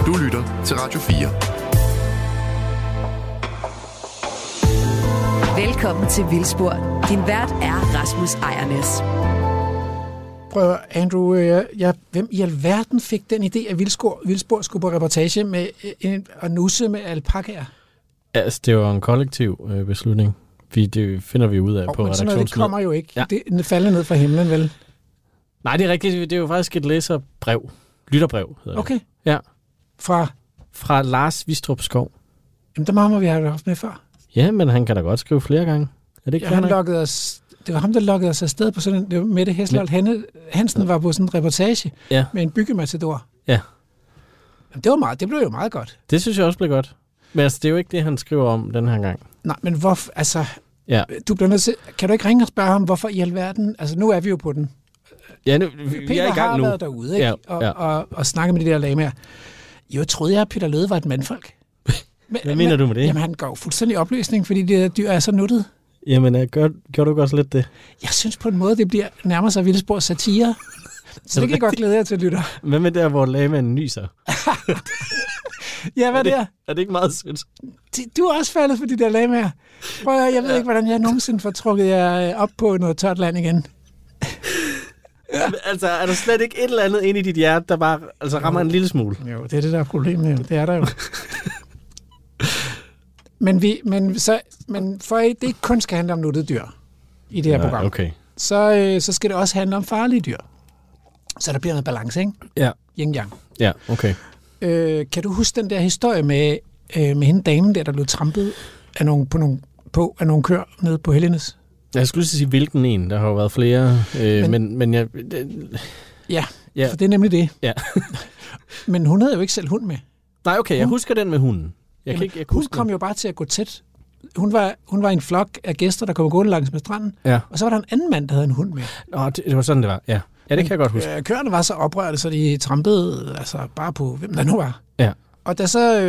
Du lytter til Radio 4. Velkommen til Vildspor. Din vært er Rasmus Ejernes. Prøv, Andrew, hvem i alverden fik den idé, at Vildspor skulle på reportage med at nusse med alpakaer? Altså, det var en kollektiv beslutning. Det finder vi ud af på redaktionsmødet. Det kommer jo ikke. Ja. Det falder ned fra himlen, vel? Nej, det er rigtigt. Det er jo faktisk et læserbrev. Lytterbrev hedder okay. det. Ja. Fra Lars Vistrup Skov. Jamen, der må vi have haft med før. Ja, men han kan da godt skrive flere gange. Er det ikke det var ham, der lokkede os afsted på sådan en... Det var Mette Hesselholt Hansen var på sådan en reportage med en byggematador. Ja. Jamen, det blev jo meget godt. Det synes jeg også blev godt. Men altså, det er jo ikke det, han skriver om den her gang. Nej, men hvorfor... Altså, du bliver nødt til... Kan du ikke ringe og spørge ham, hvorfor i alverden... Altså, nu er vi jo på den. Ja, vi er i gang nu. Peter har været derude, ikke? Og snakke med de der lamaer. Jo, troede jeg, at Peter Løde var et mandfolk. Hvad mener du med det? Jamen, han går fuldstændig opløsning, fordi de der dyr er så nuttet. Jamen, gør du ikke også lidt det? Jeg synes på en måde, det bliver nærmere sig Vildspor satire. Så det kan jeg godt glæde jer til, lytter. Hvad med der, hvor lamaen nyser? Ja, hvad der? Er det ikke meget sødt? Du er også faldet for de der lamaer. Prøv at, jeg ved ikke, hvordan jeg nogensinde får trukket jer op på noget tørt land igen. Altså, er der slet ikke et eller andet inde i dit hjerte, der bare rammer en lille smule? Jo, det er det, der er problemet. Det er der jo. Men for at det ikke kun skal handle om nuttede dyr i det her program, okay. så skal det også handle om farlige dyr. Så der bliver noget balance, ikke? Ja. Yin-yang. Ja, okay. Kan du huske den der historie med hende damen der blev trampet af nogle køer nede på Hellenes? Jeg skulle lige sige, hvilken en. Der har jo været flere, men jeg... Ja, for det er nemlig det. Ja. Men hun havde jo ikke selv hund med. Nej, okay, jeg husker den med hunden. Hun kom jo bare til at gå tæt. Hun var en flok af gæster, der kom gående langs med stranden, og så var der en anden mand, der havde en hund med. Nå, det var sådan, det var, ja. Ja, det kan jeg godt huske. Køerne var så oprørte, så de trampede bare på, hvem der nu var. Ja. Og da så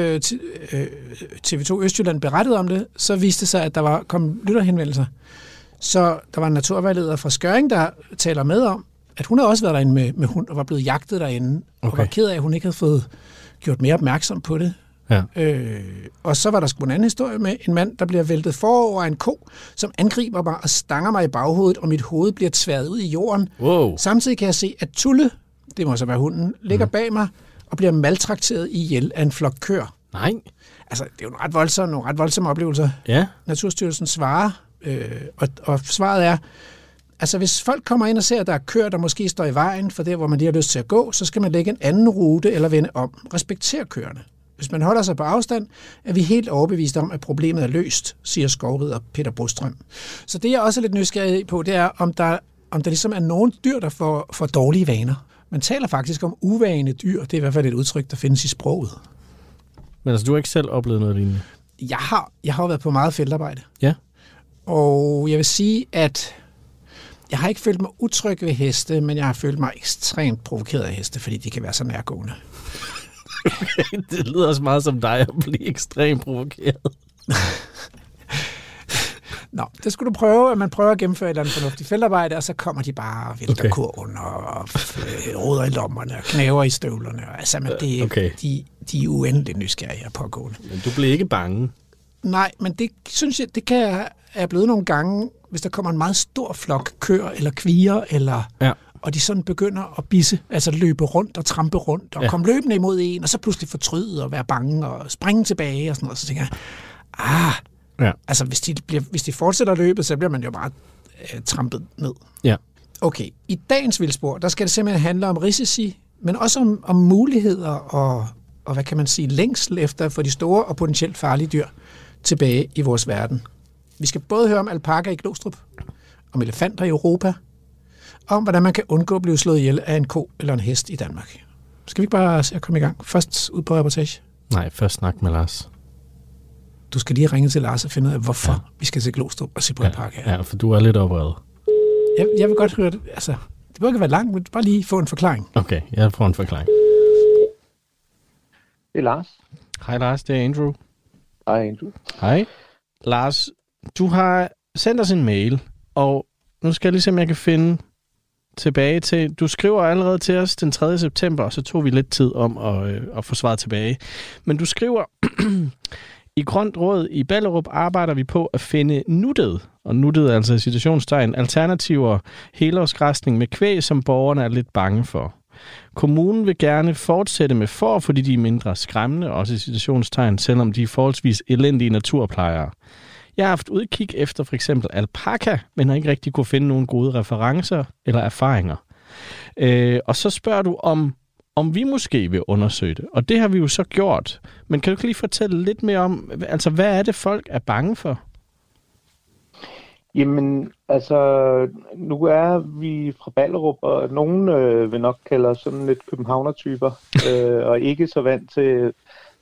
TV2 Østjylland berettede om det, så viste det sig, at der kom lytterhenvendelser. Så der var en naturvejleder fra Skøring, der taler med om, at hun havde også været derinde med hund, og var blevet jagtet derinde, og var ked af, at hun ikke havde fået gjort mere opmærksom på det. Ja. Og så var der sgu en anden historie med en mand, der bliver væltet forover af en ko, som angriber mig og stanger mig i baghovedet, og mit hoved bliver tværet ud i jorden. Wow. Samtidig kan jeg se, at Tulle, det må så være hunden, ligger bag mig og bliver maltrakteret ihjel af en flok køer. Nej. Altså, det er jo nogle ret voldsomme oplevelser. Ja. Naturstyrelsen svarer, og svaret er, altså hvis folk kommer ind og ser, at der er køer, der måske står i vejen for der, hvor man lige har lyst til at gå, så skal man lægge en anden rute eller vende om. Respekter køerne. Hvis man holder sig på afstand, er vi helt overbevist om, at problemet er løst, siger skovrider Peter Brostrøm. Så det, jeg også er lidt nysgerrig på, det er, om der ligesom er nogle dyr, der får dårlige vaner. Man taler faktisk om uvane dyr. Det er i hvert fald et udtryk, der findes i sproget. Men altså, du har ikke selv oplevet noget lignende? Jeg har jo været på meget feltarbejde. Ja. Og jeg vil sige, at jeg har ikke følt mig utryg ved heste, men jeg har følt mig ekstremt provokeret af heste, fordi de kan være så nærgående. Okay, det lyder også meget som dig at blive ekstremt provokeret. Nå, det skulle du prøve, at man prøver at gennemføre et eller andet fornuftigt feltarbejde, og så kommer de bare og vælter kurven og roder i lommerne og knæver i støvlerne. Altså, men de er uendeligt nysgerrige og pågående. Men du blev ikke bange? Nej, men det synes jeg, det kan jeg blevet nogle gange, hvis der kommer en meget stor flok køer eller kvier, eller... Ja. Og de sådan begynder at bisse, altså løbe rundt og trampe rundt, og komme løbende imod en, og så pludselig fortryde og være bange og springe tilbage og sådan noget. Så tænker jeg, altså hvis de fortsætter løbet, så bliver man jo bare trampet ned. Ja. Okay, i dagens Vildspor, der skal det simpelthen handle om risici, men også om muligheder og hvad kan man sige, længsel efter for de store og potentielt farlige dyr tilbage i vores verden. Vi skal både høre om alpaka i Glostrup, om elefanter i Europa, om hvordan man kan undgå at blive slået ihjel af en ko eller en hest i Danmark. Skal vi ikke bare se at komme i gang? Først ud på reportage? Nej, først snak med Lars. Du skal lige ringe til Lars og finde ud af, hvorfor vi skal til Glostrup og se på alpaka. Ja, for du er lidt oprevet. Jeg vil godt høre det. Altså, det bør ikke være langt, men bare lige få en forklaring. Okay, jeg får en forklaring. Det er Lars. Hej Lars, det er Andrew. Hej Andrew. Hej. Lars, du har sendt os en mail, og nu skal jeg lige se, om jeg kan finde tilbage til. Du skriver allerede til os den 3. september, og så tog vi lidt tid om at få svaret tilbage. Men du skriver, i Grønt Råd i Ballerup arbejder vi på at finde nuttet, og nuttet er altså i citationstegn, alternativer helårsgræsning med kvæg, som borgerne er lidt bange for. Kommunen vil gerne fortsætte med får, fordi de er mindre skræmmende, også i citationstegn, selvom de er forholdsvis elendige naturplejere. Jeg har haft udkig efter for eksempel alpaka, men har ikke rigtig kunne finde nogen gode referencer eller erfaringer. Og så spørger du, om vi måske vil undersøge det. Og det har vi jo så gjort. Men kan du lige fortælle lidt mere om, altså hvad er det, folk er bange for? Jamen, altså, nu er vi fra Ballerup, og nogen vil nok kalde os sådan lidt københavner-typer, og ikke så vant til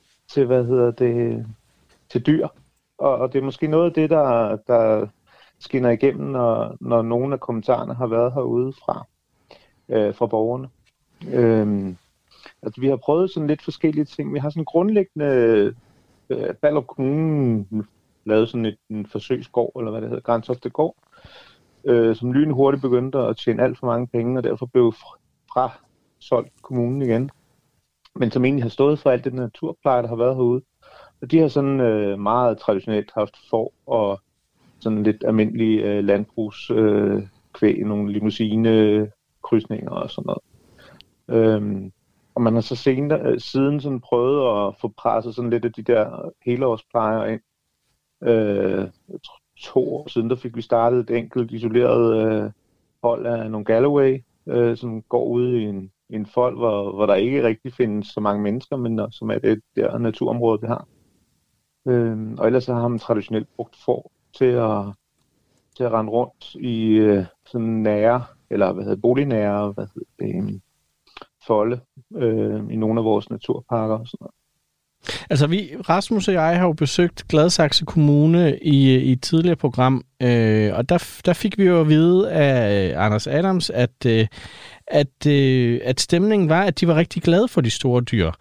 til dyr. Og det er måske noget af det, der skinner igennem, når nogle af kommentarerne har været herude fra borgerne. Altså, vi har prøvet sådan lidt forskellige ting. Vi har sådan grundlæggende Ballerup Kommune lavet sådan en forsøgsgård, eller hvad det hedder, Grænsofte Gård, som lynhurtigt begyndte at tjene alt for mange penge, og derfor blev solgt kommunen igen. Men som egentlig har stået for alt det naturpleje, der har været herude. Og de har sådan meget traditionelt haft får og sådan lidt almindelige landbrugskvæg, nogle limousine-krydsninger og sådan noget. Og man har så siden sådan prøvet at få presset sådan lidt af de der helårsplejer ind. 2 år siden, der fik vi startet et enkelt isoleret hold af nogle Galloway, som går ude i en fold, hvor der ikke rigtig findes så mange mennesker, men som er det der naturområde, vi har. Og ellers så har man traditionelt brugt får til at rende rundt i sådan nære, eller bolignære, folde i nogle af vores naturparker og sådan noget. Altså Rasmus og jeg har jo besøgt Gladsaxe Kommune i et tidligere program, og der fik vi jo at vide af Anders Adams, at stemningen var, at de var rigtig glade for de store dyr.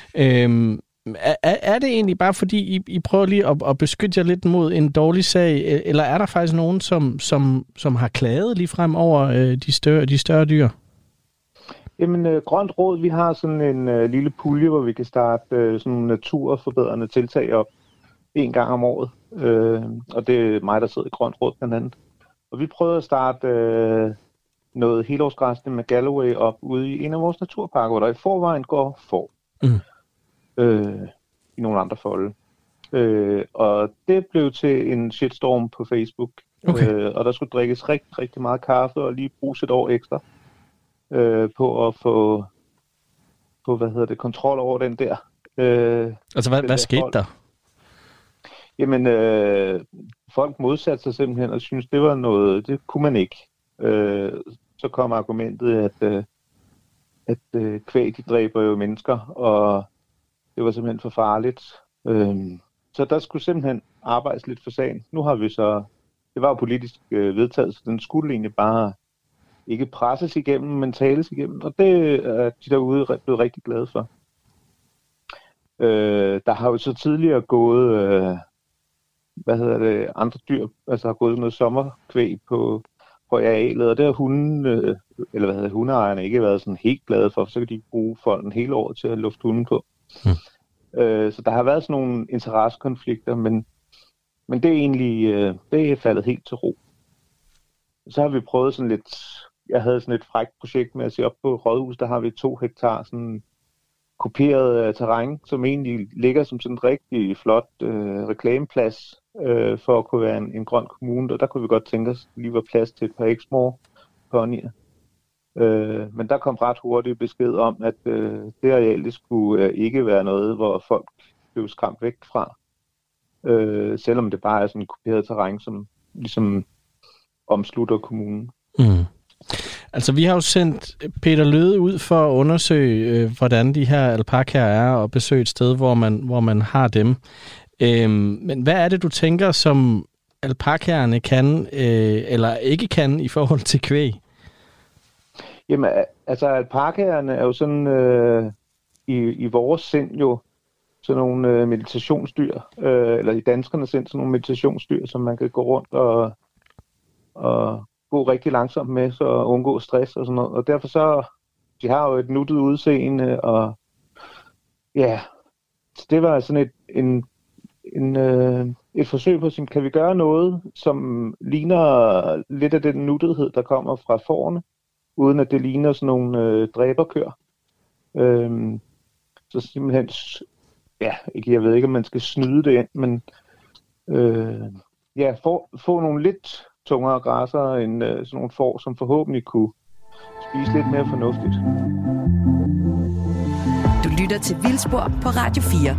Er det egentlig bare fordi, I prøver lige at beskytte jer lidt mod en dårlig sag, eller er der faktisk nogen, som har klaget lige frem over de større dyr? Jamen, Grønt Råd, vi har sådan en lille pulje, hvor vi kan starte sådan nogle naturforbedrende tiltag op 1 gang om året. Og det er mig, der sidder i Grønt Råd blandt andet. Og vi prøvede at starte noget helårsgræsning med Galloway op ude i en af vores naturparker, hvor der i forvejen går får. I nogle andre folde. Og det blev til en shitstorm på Facebook. Okay. Og der skulle drikkes rigtig, rigtig meget kaffe og lige bruges et år ekstra på at få kontrol over den der. Altså hvad skete der? Jamen, folk modsatte sig simpelthen og synes det var noget, det kunne man ikke. Så kom argumentet, at kvæg, de dræber jo mennesker, og det var simpelthen for farligt. Så der skulle simpelthen arbejdes lidt for sagen. Nu har vi så, det var jo politisk vedtaget, så den skulle egentlig bare ikke presses igennem, men tales igennem. Og det er de derude blevet rigtig glade for. Der har jo så tidligere gået, andre dyr, altså har gået noget sommerkvæg på arealet, og det har hundeejerne ikke været sådan helt glade for, så kan de bruge folden hele året til at lufte hunden på. Så der har været sådan nogle interessekonflikter, men det er egentlig det er faldet helt til ro. Så har vi prøvet sådan lidt, jeg havde sådan et frækt projekt med at se op på Rådhus, der har vi 2 hektar sådan kuperet terræn, som egentlig ligger som sådan en rigtig flot reklameplads for at kunne være en grøn kommune, og der kunne vi godt tænke os, at lige var plads til et par Exmoor ponyer. Men der kom ret hurtigt besked om, at det areal det skulle ikke være noget, hvor folk blev skræmt væk fra. Selvom det bare er sådan en kuperet terræn, som ligesom omslutter kommunen. Altså vi har jo sendt Peter Løde ud for at undersøge, hvordan de her alpakaer er, og besøge et sted, hvor man har dem. Men hvad er det, du tænker, som alpakaerne kan, eller ikke kan, i forhold til kvæg? Jamen, altså alpakaerne er jo sådan, i vores sind jo, sådan nogle meditationsdyr, eller i danskernes sind sådan nogle meditationsdyr, som man kan gå rundt og gå rigtig langsomt med, så at undgå stress og sådan noget. Og derfor så, de har jo et nuttet udseende, og ja, så det var sådan et forsøg på, kan vi gøre noget, som ligner lidt af den nuttethed, der kommer fra fårene, uden at det ligner sådan nogle dræberkør. Så simpelthen, ja, jeg ved ikke, om man skal snyde det ind, men ja, få nogle lidt tungere græsser end sådan nogle får, som forhåbentlig kunne spise lidt mere fornuftigt. Du lytter til Vildspor på Radio 4.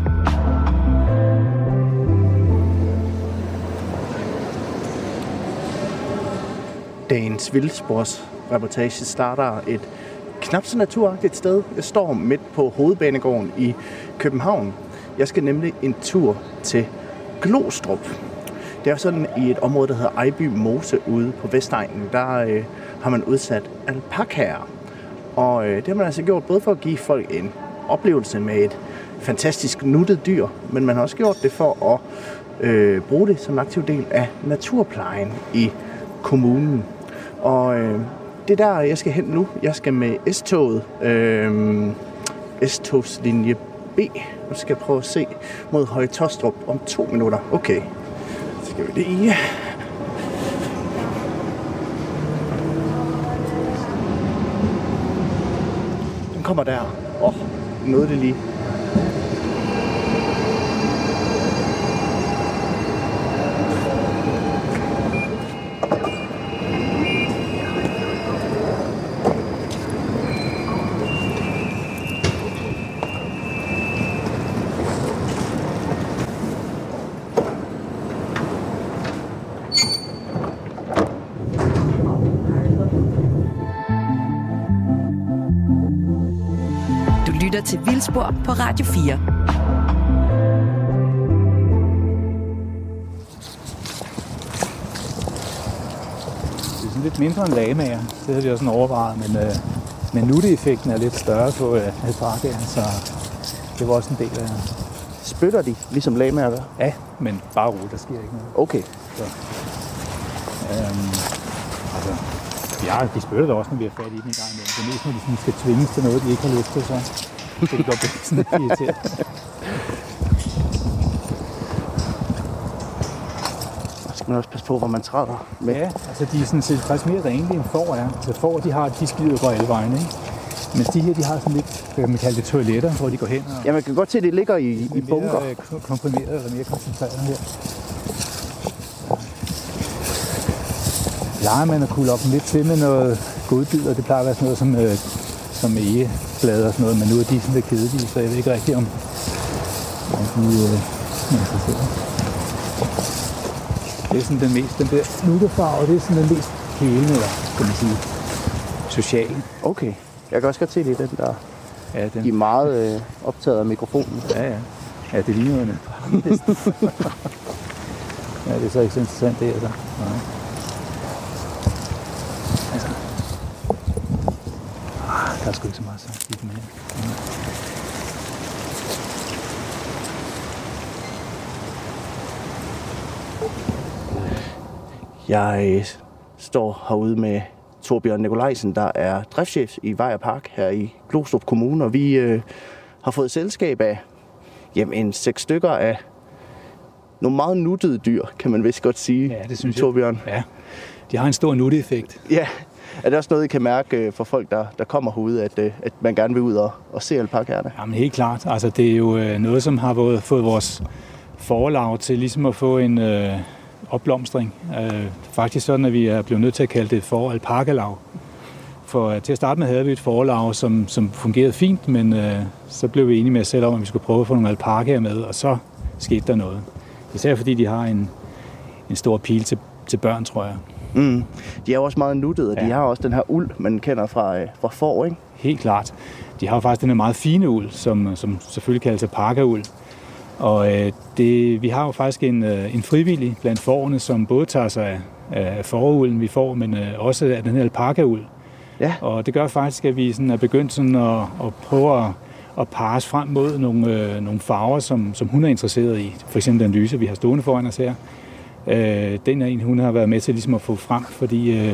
Dagens Vildspors reportage starter et knap så naturagtigt sted. Jeg står midt på Hovedbanegården i København. Jeg skal nemlig en tur til Glostrup. Det er sådan i et område, der hedder Ejby Mose ude på Vestegnen. Der har man udsat alpakaer. Og det har man altså gjort både for at give folk en oplevelse med et fantastisk nuttet dyr, men man har også gjort det for at bruge det som en aktiv del af naturplejen i kommunen. Og det er der, jeg skal hen nu. Jeg skal med S-toget, S-togslinje B. Nu skal jeg prøve at se mod Høje Taastrup om 2 minutter. Okay, så skal vi lige. Den kommer der. Nåede det lige. Til Vildspor på Radio 4. Det er sådan lidt mindre end lagmager. Det havde vi også sådan overvejet, men nutteeffekten er lidt større på alpakaer, så det var også en del af. Spytter de, ligesom lagmager gør? Ja, men bare roligt, der sker ikke noget. Okay. Så, ja, de spytter da også, når vi har fat i den en gang imellem. Det er mest, når de sådan skal tvinges til noget, de ikke har lyst til, så det kan godt blive sådan lidt irriterende. Så skal man også passe på, hvor man træder med. Ja, altså de er sådan set faktisk mere renlige end får er. Altså får, de skider på alle vegne, ikke? Men de her, de har sådan lidt, hvad man kalder det, toiletter, hvor de går hen og... Ja, man kan godt se, at det ligger i bunker. Mere komprimeret eller mere koncentreret her. Leger man at kunne op lidt til med noget godbid, og det plejer at være sådan noget som egeblade og sådan noget, men nu er de sådan lidt kedelige, så jeg ved ikke rigtigt om de interesserer. Det er sådan den der nuttefarve, det er sådan den mest helende, kan man sige, sociale. Okay, jeg kan også godt se det i den der. Ja, de er meget optaget af mikrofonen. Ja, det ligner noget. Ja, det er så ikke så interessant det, altså. Nej. Der er sgu ikke så meget sagt i den her. Jeg står herude med Torbjørn Nikolajsen, der er driftschef i Vej og Park her i Glostrup Kommune, og vi har fået selskab af en 6 stykker af nogle meget nuttede dyr, kan man vist godt sige. Ja, det synes Torbjørn. Ja, de har en stor nutteeffekt. Ja. Er det også noget, I kan mærke for folk, der kommer herude, at man gerne vil ud og se alpakaerne? Jamen helt klart. Altså, det er jo noget, som har fået vores forlag til ligesom at få en opblomstring. Faktisk sådan, at vi er blevet nødt til at kalde det for alpakalag. For til at starte med havde vi et forlag, som fungerede fint, men så blev vi enige med os selv om, at vi skulle prøve at få nogle alpakaer med, og så skete der noget. Især fordi de har en stor pil til børn, tror jeg. Mm. De er jo også meget nuttede, og de har også den her uld, man kender fra får, ikke? Helt klart. De har jo faktisk den her meget fine uld, som selvfølgelig kaldes alpakauld. Og vi har jo faktisk en frivillig blandt fårene, som både tager sig af fåreulden, vi får, men også af den her alpakauld. Ja. Og det gør faktisk, at vi sådan er begyndt sådan at prøve at parre os frem mod nogle farver, som hun er interesseret i. For eksempel den lyse, vi har stående foran os her. Den er en, hun har været med til ligesom at få frem, fordi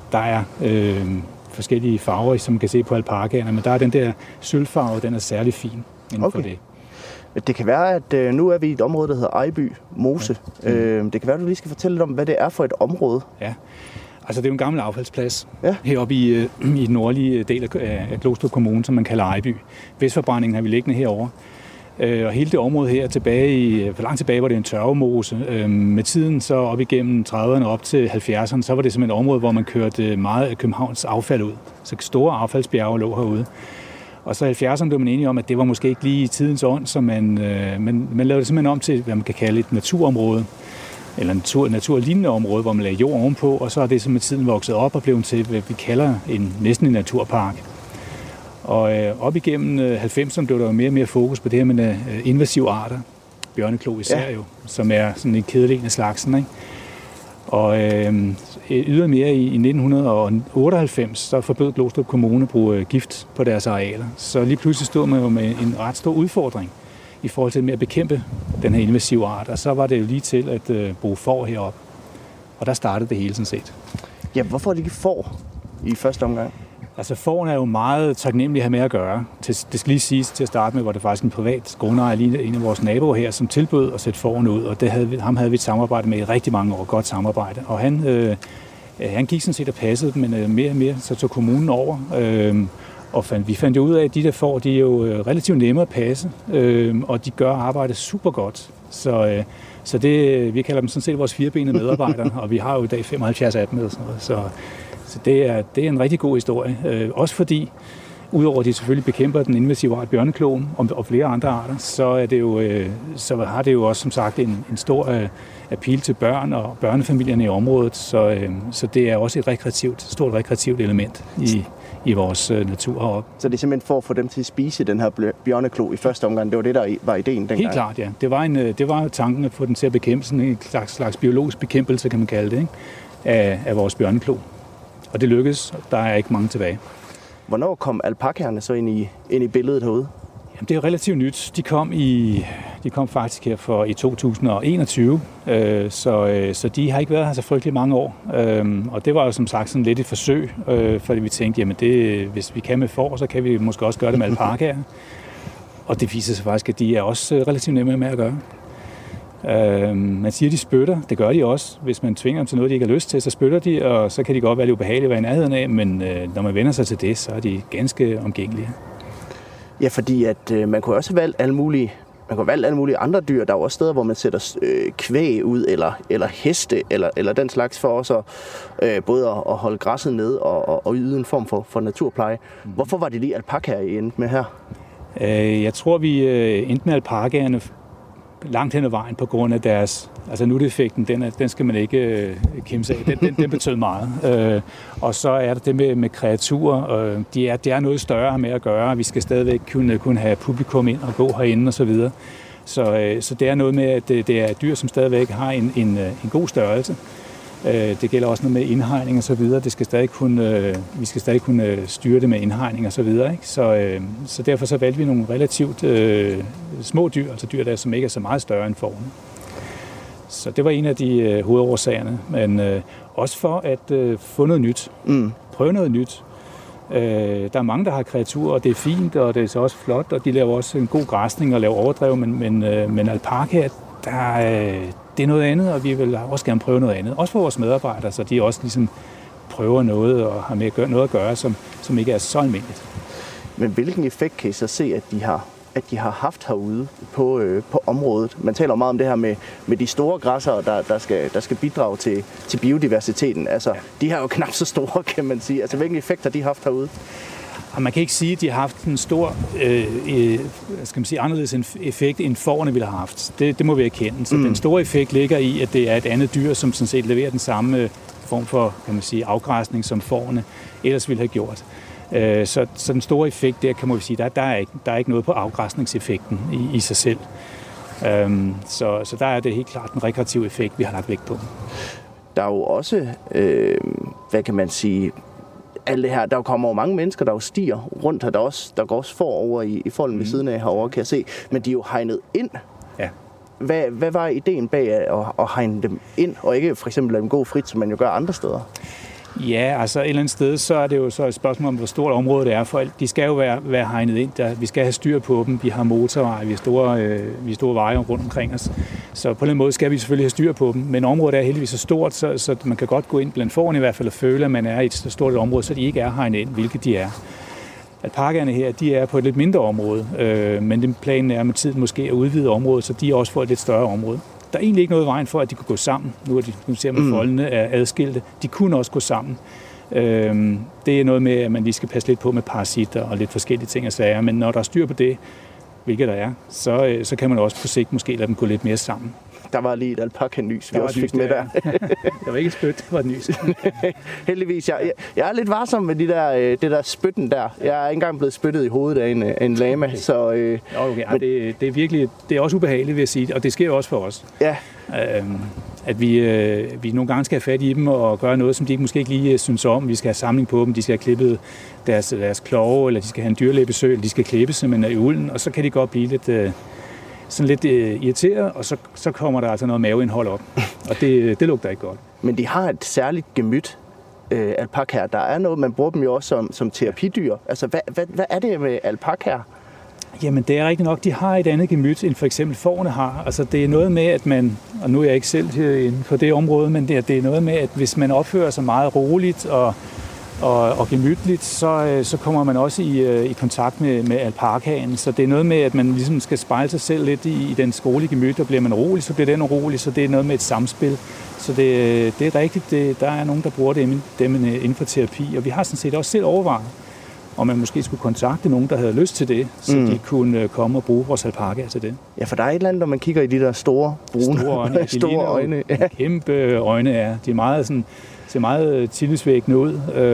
der er forskellige farver, som man kan se på alpakaerne, men der er den der sølvfarve, den er særlig fin inden for det. Det kan være, at nu er vi i et område, der hedder Ejby Mose. Ja. Det kan være, at du lige skal fortælle lidt om, hvad det er for et område. Ja, altså det er jo en gammel affaldsplads heroppe i den nordlige del af Glostrup Kommune, som man kalder Ejby. Vestforbrændingen har vi liggende herovre. Og hele det område her for langt tilbage var det en tørvemose. Med tiden så op igennem 30'erne op til 70'erne, så var det simpelthen et område, hvor man kørte meget af Københavns affald ud. Så store affaldsbjerge lå herude. Og så i 70'erne blev man enige om, at det var måske ikke lige i tidens ånd, så man lavede det simpelthen om til, hvad man kan kalde et naturområde, eller naturlignende område, hvor man lagde jord ovenpå, og så er det så med tiden vokset op og blevet til, hvad vi kalder næsten en naturpark. Og op igennem 90'erne blev der jo mere og mere fokus på det her med invasive arter, bjørneklo især jo, som er sådan en kedelig af slagsen, ikke? Og ydermere i 1998, så forbød Glostrup Kommune at bruge gift på deres arealer. Så lige pludselig stod man jo med en ret stor udfordring i forhold til med at bekæmpe den her invasive art. Og så var det jo lige til at bruge får heroppe. Og der startede det hele sådan set. Ja, hvorfor er det ikke får i første omgang? Altså forerne er jo meget taknemmelige at have med at gøre. Det skal lige siges til at starte med, hvor det faktisk en privat grundejer, lige en af vores naboer her, som tilbød at sætte forerne ud. Og ham havde vi et samarbejde med i rigtig mange år, godt samarbejde. Og han gik sådan set og passede dem, men mere og mere så tog kommunen over. Og vi fandt jo ud af, at de der får, de er jo relativt nemme at passe, og de gør arbejdet super godt. Så det, vi kalder dem sådan set vores firebenede medarbejdere, og vi har jo i dag 75 af dem og sådan noget. Så det er en rigtig god historie. Også fordi, udover at de selvfølgelig bekæmper den invasive art bjørnekloen og flere andre arter, så har det jo også som sagt en stor appeal til børn og børnefamilierne i området. Så det er også et stort rekreativt element i vores natur heroppe. Så det er simpelthen for at få dem til at spise den her bjørneklo i første omgang. Det var det, der var ideen dengang? Helt klart, ja. Det var tanken at få den til at bekæmpe sådan en slags biologisk bekæmpelse, kan man kalde det, ikke? Af vores bjørneklo. Og det lykkedes, der er ikke mange tilbage. Hvornår kom alpakaerne så ind i billedet herude? Jamen, det er relativt nyt. De kom faktisk her i 2021, så de har ikke været her så frygtelig mange år. Og det var jo som sagt sådan lidt et forsøg, fordi vi tænkte, jamen hvis vi kan med får, så kan vi måske også gøre det med alpakaer. Og det viser sig faktisk, at de er også relativt nemme med at gøre. Man siger, de spytter. Det gør de også. Hvis man tvinger dem til noget, de ikke har lyst til, så spytter de, og så kan de godt være lidt ubehagelige at være i nærheden af, men når man vender sig til det, så er de ganske omgængelige. Ja, fordi at man kunne også valgt alle mulige andre dyr. Der er jo også steder, hvor man sætter kvæg ud, eller heste, eller den slags, for også både at holde græsset ned og yde en form for naturpleje. Hvorfor var det lige alpakaer, I endte med her? Jeg tror, vi endte med alpakaerne langt hen ad vejen på grund af deres... Altså nuteffekten, den skal man ikke kimse af. Den betød meget. Og så er der det med kreaturer. Det er noget større med at gøre. Vi skal stadigvæk kunne have publikum ind og gå herinde og så videre. Så det er noget med, at det er dyr, som stadigvæk har en god størrelse. Det gælder også noget med indhegning og så videre. Vi skal stadig kunne styre det med indhegning og så videre. Ikke? Så derfor så valgte vi nogle relativt små dyr, altså dyr, som ikke er så meget større end fårene. Så det var en af de hovedårsagerne, men også for at få noget nyt. Prøve noget nyt. Der er mange, der har kreaturer, og det er fint, og det er så også flot, og de laver også en god græsning og laver overdrev, men alpaka, det er noget andet, og vi vil også gerne prøve noget andet. Også for vores medarbejdere, så de også ligesom prøver noget og har med noget at gøre, som ikke er så almindeligt. Men hvilken effekt kan I så se, at de har haft herude på området? Man taler meget om det her med de store græsser, der skal bidrage til biodiversiteten. Altså, de har jo knap så store, kan man sige. Altså, hvilken effekt har de haft herude? Og man kan ikke sige, at de har haft en stor, anderledes effekt, end fårene ville have haft. Det må vi erkende. Så den store effekt ligger i, at det er et andet dyr, som sådan set leverer den samme form for, kan man sige, afgræsning, som fårene ellers ville have gjort. Så den store effekt der, kan man sige, der er ikke noget på afgræsningseffekten i sig selv. Så der er det helt klart en rekreativ effekt, vi har lagt vægt på. Der er jo også, hvad kan man sige, alt det her, der kommer jo mange mennesker, der jo stiger rundt her, der går også forover i folden ved siden af herovre, kan jeg se, men de er jo hegnet ind. Ja. Hvad var ideen bag at hegne dem ind, og ikke for eksempel lade dem gå frit, som man jo gør andre steder? Ja, altså et eller andet sted, så er det jo så et spørgsmål om, hvor stort område det er for alt. De skal jo være hegnet ind. Vi skal have styr på dem. Vi har motorveje, vi har store veje rundt omkring os. Så på den måde skal vi selvfølgelig have styr på dem. Men området er heldigvis så stort, så man kan godt gå ind blandt fårene i hvert fald og føle, at man er i et så stort område, så de ikke er hegnet ind, hvilket de er. Alpakaerne her, de er på et lidt mindre område, men den planen er med tiden måske at udvide området, så de også får et lidt større område. Der er egentlig ikke noget vejen for, at de kunne gå sammen. Nu ser man, at foldene er adskilte. De kunne også gå sammen. Det er noget med, at man lige skal passe lidt på med parasitter og lidt forskellige ting og sager. Men når der er styr på det, hvilket der er, så kan man også på sigt måske lade dem gå lidt mere sammen. Der var lige et alpaka-nys, vi også fik med der. Der var ikke et spyt, det var et nys. Heldigvis. Jeg er lidt varsom med det der spytten der. Jeg er ikke engang blevet spyttet i hovedet af en lama. Okay. Så, men det er virkelig, det er også ubehageligt, vil jeg sige, og det sker også for os. Ja. At vi nogle gange skal have fat i dem og gøre noget, som de måske ikke lige synes om. Vi skal have samling på dem, de skal have klippet deres klove, eller de skal have en dyrlægebesøg, eller de skal klippes simpelthen i ulden, og så kan de godt blive lidt irriteret, og så kommer der altså noget maveindhold op. Og det lugter ikke godt. Men de har et særligt gemyt, alpakaer. Der er noget, man bruger dem jo også som terapidyr. Altså, hvad er det med alpakaer? Jamen, det er rigtigt nok. De har et andet gemyt, end for eksempel fårene har. Altså, det er noget med, at man, og nu er jeg ikke selv inden for det område, men det er noget med, at hvis man opfører sig meget roligt og gemytligt, så kommer man også i kontakt med alpakaen. Så det er noget med, at man ligesom skal spejle sig selv lidt i den skole gemyt, og bliver man rolig, så bliver den urolig, så det er noget med et samspil. Så det er rigtigt, der er nogen, der bruger dem inden for terapi, og vi har sådan set også selv overvejet, om man måske skulle kontakte nogen, der havde lyst til det, så de kunne komme og bruge vores alpakaer til det. Ja, for der er et eller andet, når man kigger i de der store brune øjne. Store øjne. Ja. Kæmpe øjne er. De er meget sådan, ser meget tillidsvækkende ud.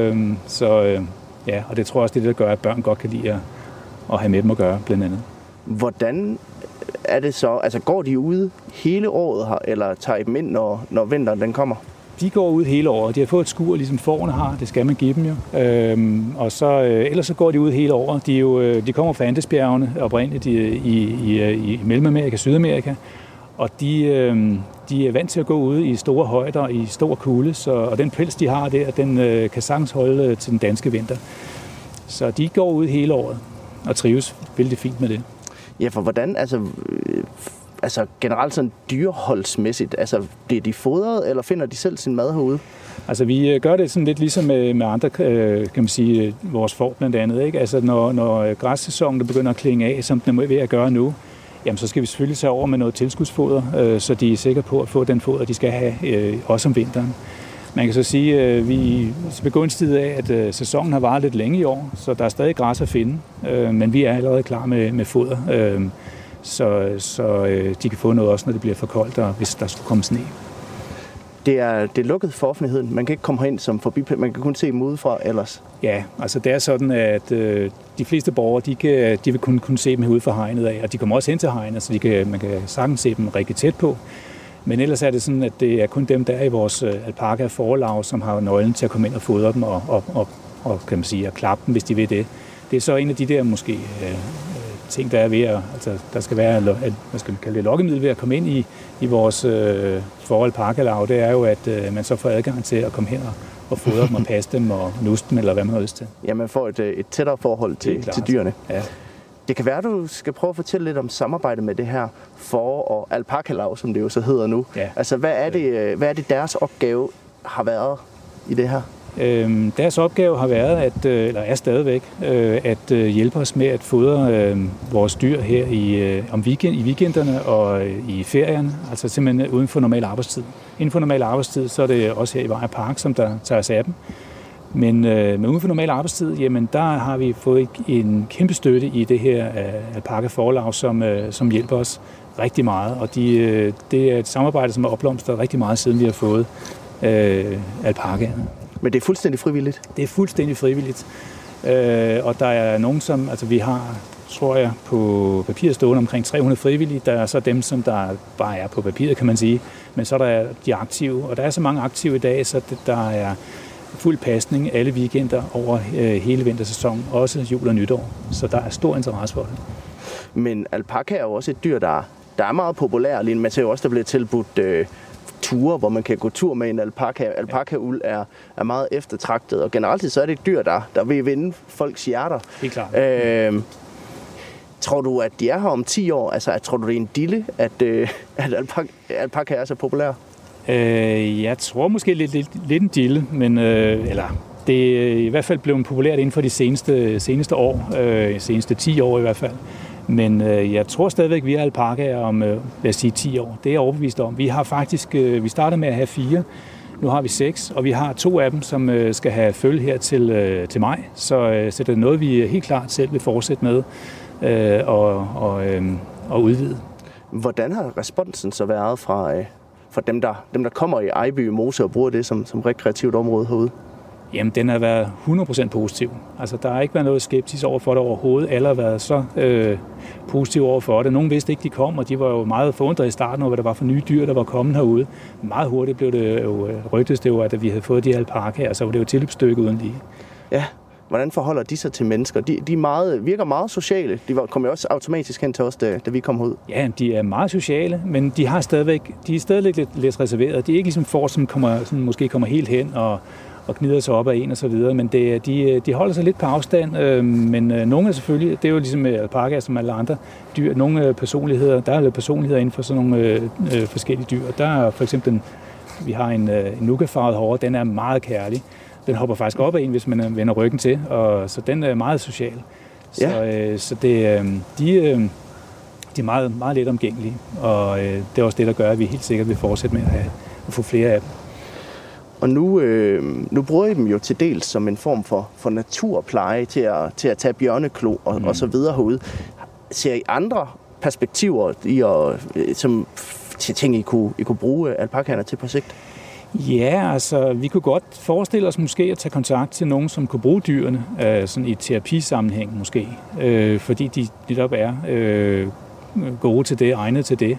Og det tror jeg også, det er det, der gør, at børn godt kan lide at have med dem at gøre, blandt andet. Hvordan er det så? Altså, går de ude hele året her, eller tager I dem ind, når vinteren den kommer? De går ud hele året. De har fået et skur, ligesom fårene har. Det skal man give dem jo. Ellers så går de ud hele året. De kommer fra Andesbjergene oprindeligt i Mellemamerika, Sydamerika. Og de er vant til at gå ude i store højder, i stor kulde. Og den pels, de har der, den kan sagtens holde til den danske vinter. Så de går ud hele året og trives vældig fint med det. Ja, for hvordan, altså generelt sådan dyreholdsmæssigt, altså bliver de fodret, eller finder de selv sin mad herude? Altså vi gør det sådan lidt ligesom med andre, kan man sige, vores får blandt andet, ikke? Altså når græssæsonen begynder at klinge af, som den er ved at gøre nu, jamen så skal vi selvfølgelig tage over med noget tilskudsfoder, så de er sikre på at få den foder, de skal have, også om vinteren. Man kan så sige, at vi er begunstiget af, at sæsonen har varet lidt længe i år, så der er stadig græs at finde, men vi er allerede klar med foder, så de kan få noget også, når det bliver for koldt, og hvis der skulle komme sne. Det er lukket for offentligheden. Man kan ikke komme herind som forbi, man kan kun se dem udefra ellers. Ja, altså det er sådan, at de fleste borgere, de vil kunne se dem herude fra hegnet af, og de kommer også hen til hegnet, så man kan sagtens se dem rigtig tæt på. Men ellers er det sådan, at det er kun dem, der er i vores alpaka-forlag, som har nøglen til at komme ind og fodre dem og kan man sige, at klappe dem, hvis de vil det. Det er så en af de der måske ting, der er ved at, altså der skal være, hvad skal man kalde det, lokkemiddel ved at komme ind i vores alpaka-lag. Det er jo, at man så får adgang til at komme hen og fodre dem og passe dem og nuste dem, eller hvad man har lyst til. Ja, man får et tættere forhold til dyrene. Ja. Det kan være, du skal prøve at fortælle lidt om samarbejdet med det her får- og alpaka-lag, som det jo så hedder nu. Ja. Altså, hvad er det deres opgave har været i det her? Deres opgave har været, eller er stadigvæk, at hjælpe os med at fodre vores dyr her i weekenderne og i ferien, altså simpelthen uden for normal arbejdstid. Inden for normal arbejdstid, så er det også her i Vejle Park, som der tager os af dem. Men uden for normal arbejdstid, jamen der har vi fået en kæmpe støtte i det her alpaka-forlag, som hjælper os rigtig meget. Og det er et samarbejde, som er opblomstret rigtig meget, siden vi har fået alpakaerne. Men det er fuldstændig frivilligt? Det er fuldstændig frivilligt. Og der er nogen, som, altså vi har, tror jeg, på papiret stående omkring 300 frivillige. Der er så dem, som der bare er på papiret, kan man sige. Men så er der de aktive, og der er så mange aktive i dag, så der er fuld pasning alle weekender over hele vintersæsonen, også jul og nytår. Så der er stor interesse for det. Men alpaka er jo også et dyr, der er meget populær. Man ser jo også, der bliver tilbudt ture, hvor man kan gå tur med en alpaka. Alpaka-uld er meget eftertragtet, og generelt så er det et dyr, der vil vinde folks hjerter. Helt klart. Tror du, at de er her om 10 år? Altså, tror du, det er en dille, at alpaka er så populær? Jeg tror måske lidt en dille, men det er i hvert fald blevet populært inden for de seneste år, seneste 10 år i hvert fald. Men jeg tror stadigvæk, vi er alpakaer om, lad os sige, 10 år. Det er jeg overbevist om. Vi har faktisk, vi startede med at have 4, nu har vi 6, og vi har 2 af dem, som skal have følge her til maj. Så det er noget, vi helt klart selv vil fortsætte med og udvide. Hvordan har responsen så været fra dem, der kommer i Ejby Mose og bruger det som rekreativt område herude? Jamen, den har været 100% positiv. Altså, der har ikke været noget skeptisk over for det overhovedet. Alle har været så positive over for det. Nogle vidste ikke, de kom, og de var jo meget forundret i starten over, hvad der var for nye dyr, der var kommet herude. Meget hurtigt blev det jo rygtes, det var, at vi havde fået de alpakaer, så var det jo tilløbsstykke uden lige. Ja, hvordan forholder de sig til mennesker? De virker meget sociale. De kommer jo også automatisk hen til os, da vi kom ud. Ja, de er meget sociale, men de er stadigvæk lidt reserveret. De er ikke ligesom for, som måske kommer helt hen og gnider sig op af en og så videre, men de holder sig lidt på afstand, men nogle er selvfølgelig, det er jo ligesom med alpakaer som alle andre dyr, nogle personligheder, der er personligheder inden for sådan nogle forskellige dyr. Der er for eksempel, vi har en nukafarvet hårde, den er meget kærlig. Den hopper faktisk op af en, hvis man vender ryggen til, og så den er meget social. Så de er meget, meget let omgængelige, og det er også det, der gør, at vi helt sikkert vil fortsætte med at få flere af dem. Og nu bruger I dem jo til dels som en form for naturpleje til at tage bjørneklo og så videre herude. Ser I andre perspektiver som ting, I kunne bruge alpakaerne til på sigt? Ja, altså vi kunne godt forestille os måske at tage kontakt til nogen, som kunne bruge dyrene sådan i terapisammenhæng måske, fordi de netop er gode til det, egnet til det.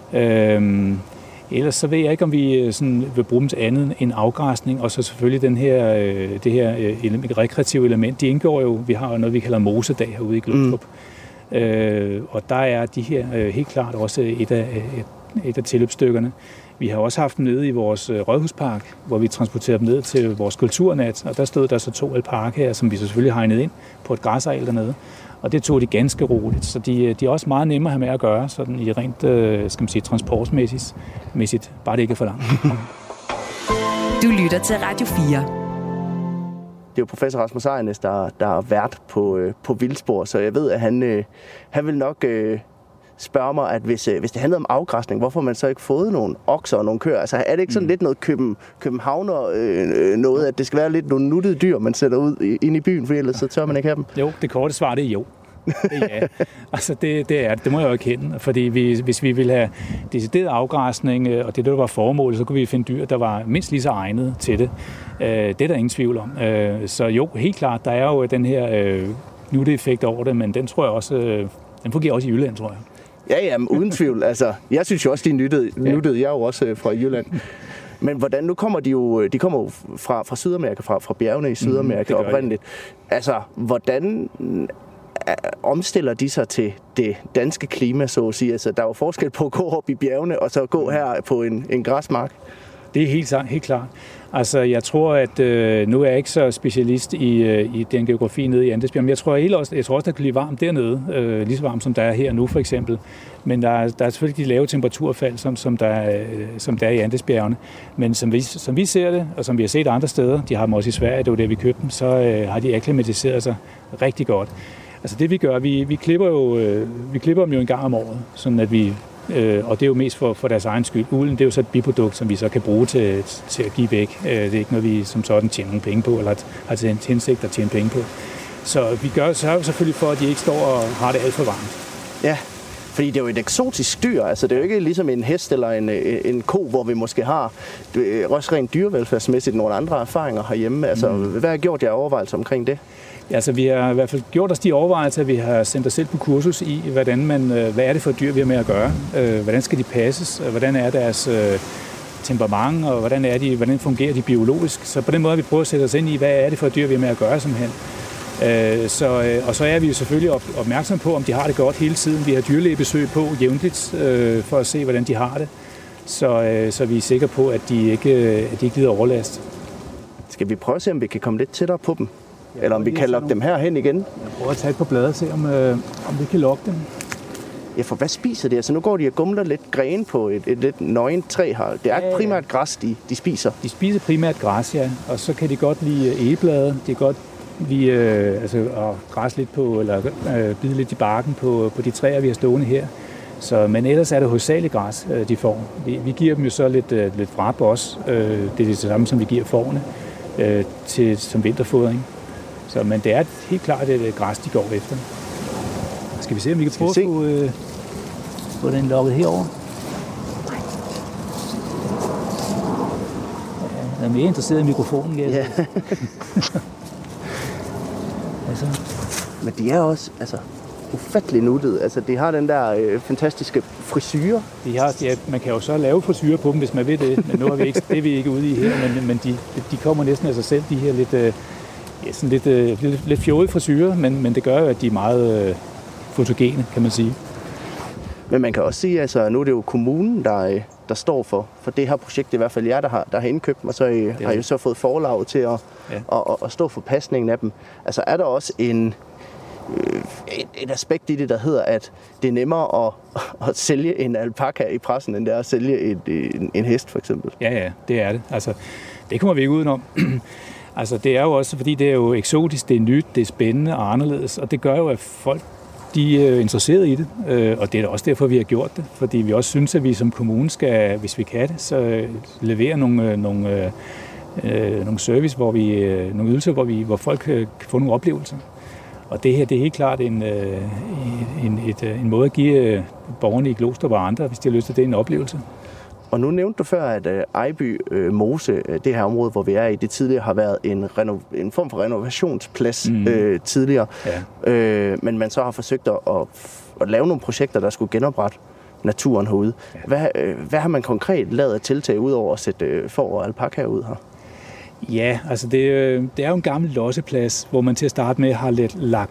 Ellers så ved jeg ikke, om vi sådan vil bruge dem til andet end afgræsning, og så selvfølgelig det her rekreative element. De indgår jo, vi har noget, vi kalder mosedag herude i Glostrup. Og der er de her helt klart også et af tilløbsstykkerne. Vi har også haft dem nede i vores rådhuspark, hvor vi transporterer dem ned til vores kulturnat, og der stod der så 2 alpakaer, som vi selvfølgelig hegnede ind på et græsareal dernede. Og det tog de ganske roligt, så de er også meget nemmere at have med at gøre, sådan i rent, skal man sige, transportmæssigt, bare det ikke er for langt. Du lytter til Radio 4. Det er jo professor Rasmus Ejernes, der er vært på Vildspor, så jeg ved, at han vil nok spørge mig, at hvis det handlede om afgræsning, hvorfor man så ikke fået nogle okser og nogle køer? Altså er det ikke sådan lidt noget københavner noget, at det skal være lidt nogle nuttede dyr, man sætter ud ind i byen, for ellers så tør man ikke have dem? Jo, det korte svar det er jo. Ja, altså det må jeg jo erkende, fordi hvis vi ville have decideret afgræsning, og det der var formålet, så kunne vi finde dyr, der var mindst lige så egnet til det. Det er der ingen tvivl om. Så jo, helt klart, der er jo den her nutte-effekt over det, men den tror jeg også, den fungerer også i Jylland, tror jeg. Ja, uden tvivl. Altså, jeg synes jo også, de er nuttede. Jeg er jo også fra Jylland. Men hvordan, nu kommer de kommer jo fra Sydamerika, fra bjergene i Sydamerika oprindeligt. Altså, hvordan omstiller de sig til det danske klima, så at sige? Altså, der er jo forskel på at gå op i bjergene, og så gå her på en græsmark. Det er helt klart. Altså, jeg tror, at nu er jeg ikke så specialist i den geografi nede i Andesbjerg, men jeg tror også, der kan blive varmt dernede, lige så varmt som der er her nu for eksempel. Men der er selvfølgelig de lave temperaturfald, som der er i Andesbjergene. Men som vi ser det, og som vi har set andre steder, de har dem også i Sverige, det var det, vi købte dem, så har de akklimatiseret sig rigtig godt. Altså det vi gør, vi klipper dem jo en gang om året, sådan at vi og det er jo mest for deres egen skyld. Ulden, det er jo så et biprodukt, som vi så kan bruge til at give væk. Det er ikke noget, vi som sådan tjener nogle penge på, eller har til en hensigt at tjene penge på. Så vi sørger selvfølgelig for, at de ikke står og har det alt for varmt. Ja, fordi det er jo et eksotisk dyr. Altså det er jo ikke ligesom en hest eller en ko, hvor vi måske har også rent dyrevelfærdsmæssigt nogle andre erfaringer herhjemme. Altså hvad har gjort jer overvejelser omkring det? Altså, vi har i hvert fald gjort os de overvejelser, at vi har sendt os selv på kursus i, hvad er det for et dyr, vi har med at gøre? Hvordan skal de passes? Hvordan er deres temperament? Og hvordan fungerer de biologisk? Så på den måde har vi prøvet at sætte os ind i, hvad er det for et dyr, vi har med at gøre simpelthen. Og så er vi jo selvfølgelig opmærksom på, om de har det godt hele tiden. Vi har dyrlægebesøg på jævnligt for at se, hvordan de har det. så vi er sikre på, at de ikke lider overlast. Skal vi prøve at se, om vi kan komme lidt tættere på dem? Eller om vi kan lokke dem herhen igen? Jeg prøver at tage et par blade og se, om vi kan lokke dem. Ja, for hvad spiser det? Altså nu går de og gumler lidt grene på et lidt nøgent træ her. Det er primært græs, de spiser. De spiser primært græs, ja. Og så kan de godt lide egeblade. De kan godt lide at græsse lidt på, eller bide lidt i barken på de træer, vi har stående her. Men ellers er det hovedsageligt græs, de får. Vi giver dem jo så lidt vrap også. Det er det samme, som vi giver fårene som vinterfodring. Men det er helt klart et græs, de går efter. Skal vi se, om vi kan prøve at få den lokket herover? Jeg er mere interesseret i mikrofonen, ja. Altså. Men de er også ufattelig nuttede. Altså, de har den der fantastiske frisyre. Man kan jo så lave frisyre på dem, hvis man vil det. Men nu er vi ikke, det er vi ikke ude i her. Men de kommer næsten af sig selv, de her lidt fjolede frisyrer. Men det gør jo, at de er meget fotogene, kan man sige. Men man kan også sige, altså nu er det jo kommunen, der står for det her projekt, i hvert fald jer, der har indkøbt dem, og så har I jo så fået forlaget til at stå for pasningen af dem. Altså er der også et aspekt i det, der hedder, at det er nemmere at sælge en alpaka i pressen, end det er at sælge en hest, for eksempel? Ja, det er det. Altså, det kommer vi ikke udenom. Altså, det er jo også, fordi det er jo eksotisk, det er nyt, det er spændende og anderledes, og det gør jo, at folk de er interesserede i det, og det er også derfor, vi har gjort det, fordi vi også synes, at vi som kommune skal, hvis vi kan det, så levere nogle service, nogle ydelser, hvor folk kan få nogle oplevelser. Og det her, det er helt klart en måde at give borgerne i Glostrup og andre, hvis de har lyst til det, en oplevelse. Og nu nævnte du før, at Ejby Mose, det her område, hvor vi er i, det tidligere har været en form for renovationsplads tidligere. Ja. Men man så har forsøgt at lave nogle projekter, der skulle genoprette naturen herude. Ja. Hvad har man konkret lavet af tiltag, udover at sætte får og alpaka ud her? Ja, altså det er jo en gammel losseplads, hvor man til at starte med har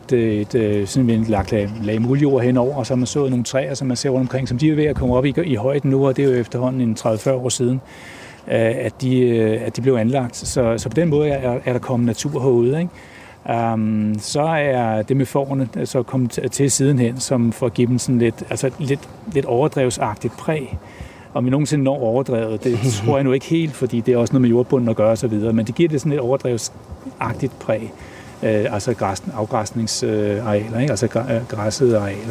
lagt lag muljord henover, og så har man sået nogle træer, som man ser rundt omkring, som de er ved at komme op i højden nu, og det er jo efterhånden en 30-40 år siden, at de blev anlagt. Så på den måde er der kommet natur herude, ikke? Så er det med fårene så kommet til sidenhen, som får at give dem sådan lidt overdrevsagtigt præg. Om vi nogensinde når overdrevet, det tror jeg nu ikke helt, fordi det er også noget med jordbunden at gøre og så videre, men det giver det sådan et overdrevsagtigt præg, altså afgræsningsarealer, ikke? Altså græssede arealer.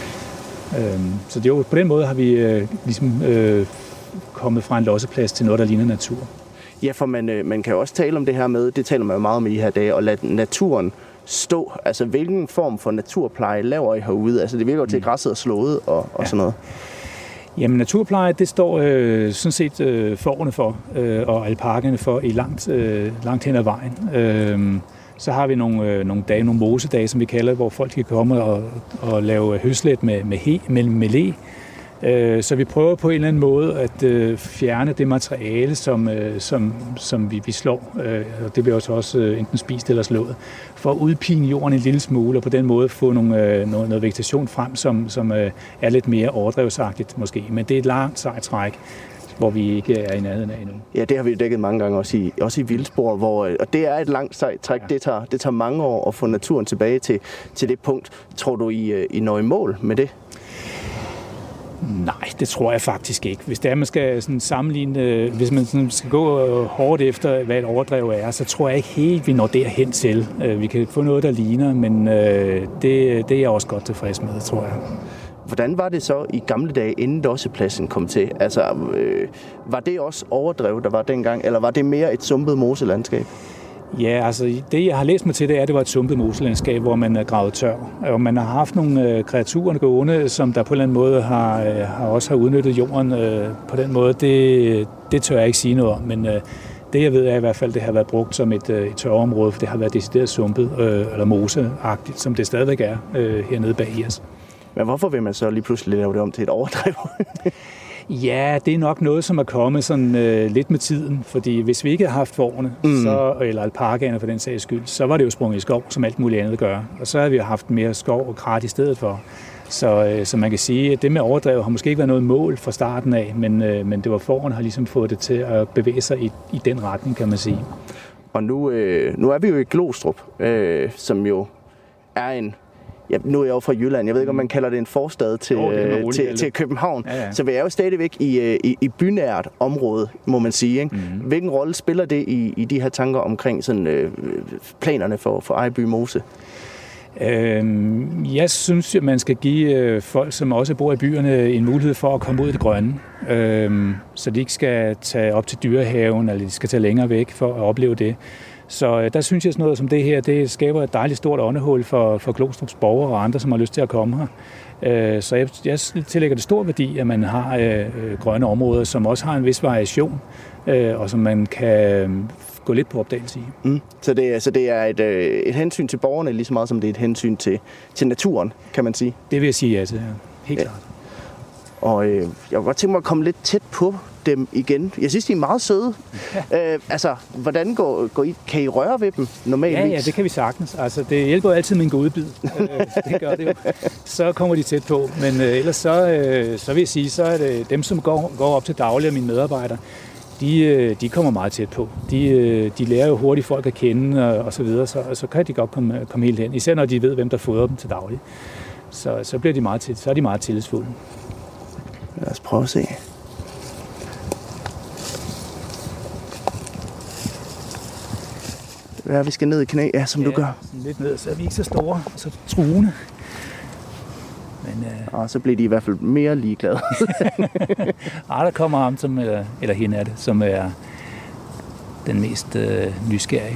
Så det er jo, på den måde har vi kommet fra en losseplads til noget, der ligner natur. Ja, for man kan jo også tale om det her med, det taler man jo meget om i de her dage, at lade naturen stå. Altså hvilken form for naturpleje laver I herude? Altså det virker jo til, at græsset er slået og sådan noget. Jamen naturpleje, det står sådan set fårene for, og alpakerne for i langt hen ad vejen. Så har vi nogle mosedage, som vi kalder, hvor folk kan komme og lave høslæt med le. Så vi prøver på en eller anden måde at fjerne det materiale, som vi slår, og det bliver også enten spist eller slået, for at udpine jorden en lille smule, og på den måde få noget vegetation frem, som er lidt mere overdrevsagtigt måske. Men det er et langt sejt træk, hvor vi ikke er i nærheden af endnu. Ja, det har vi dækket mange gange også i vildspor, og det er et langt sejt træk. Ja. Det tager mange år at få naturen tilbage til det punkt. Tror du, I når i mål med det? Nej, det tror jeg faktisk ikke. Hvis det er, man skal sådan sammenligne, hvis man sådan skal gå hårdt efter, hvad et overdrev er, så tror jeg ikke helt, vi når derhen til. Vi kan få noget, der ligner, men det er jeg også godt tilfreds med, tror jeg. Hvordan var det så i gamle dage, inden lossepladsen kom til? Altså, var det også overdrev, der var dengang, eller var det mere et sumpet moselandskab? Ja, altså det, jeg har læst mig til, det er, at det var et sumpet moselandskab, hvor man er gravet tør. Og man har haft nogle kreaturer gående, som der på en eller anden måde har udnyttet jorden på den måde. Det tør jeg ikke sige noget om, men det jeg ved er i hvert fald, det har været brugt som et tørområde, for det har været decideret sumpet eller moseagtigt, som det stadigvæk er hernede bag i os. Men hvorfor vil man så lige pludselig lave det om til et overdrev? Ja, det er nok noget, som er kommet sådan lidt med tiden, fordi hvis vi ikke havde haft fårene, eller alpakaerne for den sags skyld, så var det jo sprunget i skov, som alt muligt andet gør. Og så havde vi haft mere skov og krat i stedet for. Så man kan sige, at det med overdrev har måske ikke været noget mål fra starten af, men det var fåren, har ligesom fået det til at bevæge sig i den retning, kan man sige. Og nu er vi jo i Glostrup, som jo er en... Ja, nu er jeg jo fra Jylland. Jeg ved ikke, om man kalder det en forstad til København. Ja. Så vi er jo stadigvæk i bynært område, må man sige. Ikke? Mm-hmm. Hvilken rolle spiller det i de her tanker omkring sådan, planerne for Ejby Mose? Jeg synes, at man skal give folk, som også bor i byerne, en mulighed for at komme ud i det grønne. Så de ikke skal tage op til Dyrehaven, eller de skal tage længere væk for at opleve det. Så der synes jeg, sådan noget som det her, det skaber et dejligt stort åndehul for Glostrups borgere og andre, som har lyst til at komme her. Så jeg tillægger det stor værdi, at man har grønne områder, som også har en vis variation, og som man kan gå lidt på opdagelse i. Mm. Så det er et hensyn til borgerne, lige så meget som det er et hensyn til naturen, kan man sige? Det vil jeg sige ja til, ja. Helt klart. Og jeg kunne godt tænke mig at komme lidt tæt på dem igen. Jeg synes, de er meget søde. Ja. Hvordan går I? Kan I røre ved dem normalt? Ja, det kan vi sagtens. Altså, det hjælper jo altid med en godbid. Det gør det jo. Så kommer de tæt på. Men ellers så vil jeg sige, så er det dem, som går op til daglig af mine medarbejdere, de kommer meget tæt på. De lærer jo hurtigt folk at kende og så videre, så kan de godt komme helt hen. Især når de ved, hvem der fodrer dem til daglig. Så bliver de så er de meget tillidsfulde. Lad os prøve at se. Hvad er, vi skal ned i knæ, som du gør? Lidt ned, så er vi ikke så store, så truende. Men, og så bliver de i hvert fald mere ligeglade. Der kommer ham, eller hende er det, som er den mest nysgerrige.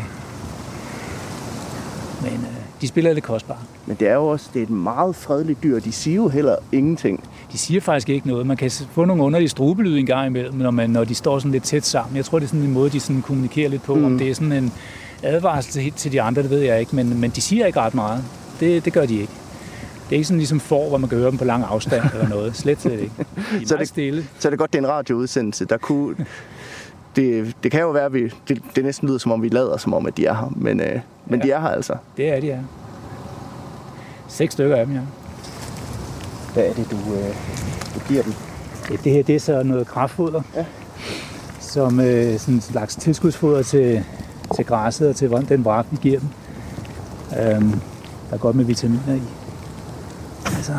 Men de spiller lidt kostbare. Men det er jo også et meget fredeligt dyr. De siger jo heller ingenting. De siger faktisk ikke noget. Man kan få nogle underlige strubelyde en gang imellem, når de står sådan lidt tæt sammen. Jeg tror, det er sådan en måde, de sådan kommunikerer lidt på. Om det er sådan en advarsel til de andre, det ved jeg ikke. Men de siger ikke ret meget. Det gør de ikke. Det er ikke sådan ligesom får, hvor man kan høre dem på lang afstand eller noget. Slet ikke. De er meget stille. Så er det godt, det er en radioudsendelse. Der kunne... Det kan jo være, at det næsten lyder, som om vi lader, som om, at de er her. Men de er her altså. Det er de, ja. 6 stykker af dem, ja. Hvad er det, du giver dem? Ja, det her, det er så noget kraftfoder. Ja. Som sådan en slags tilskudsfoder til græsset og til den brak, vi giver dem. Der er godt med vitaminer i. Altså.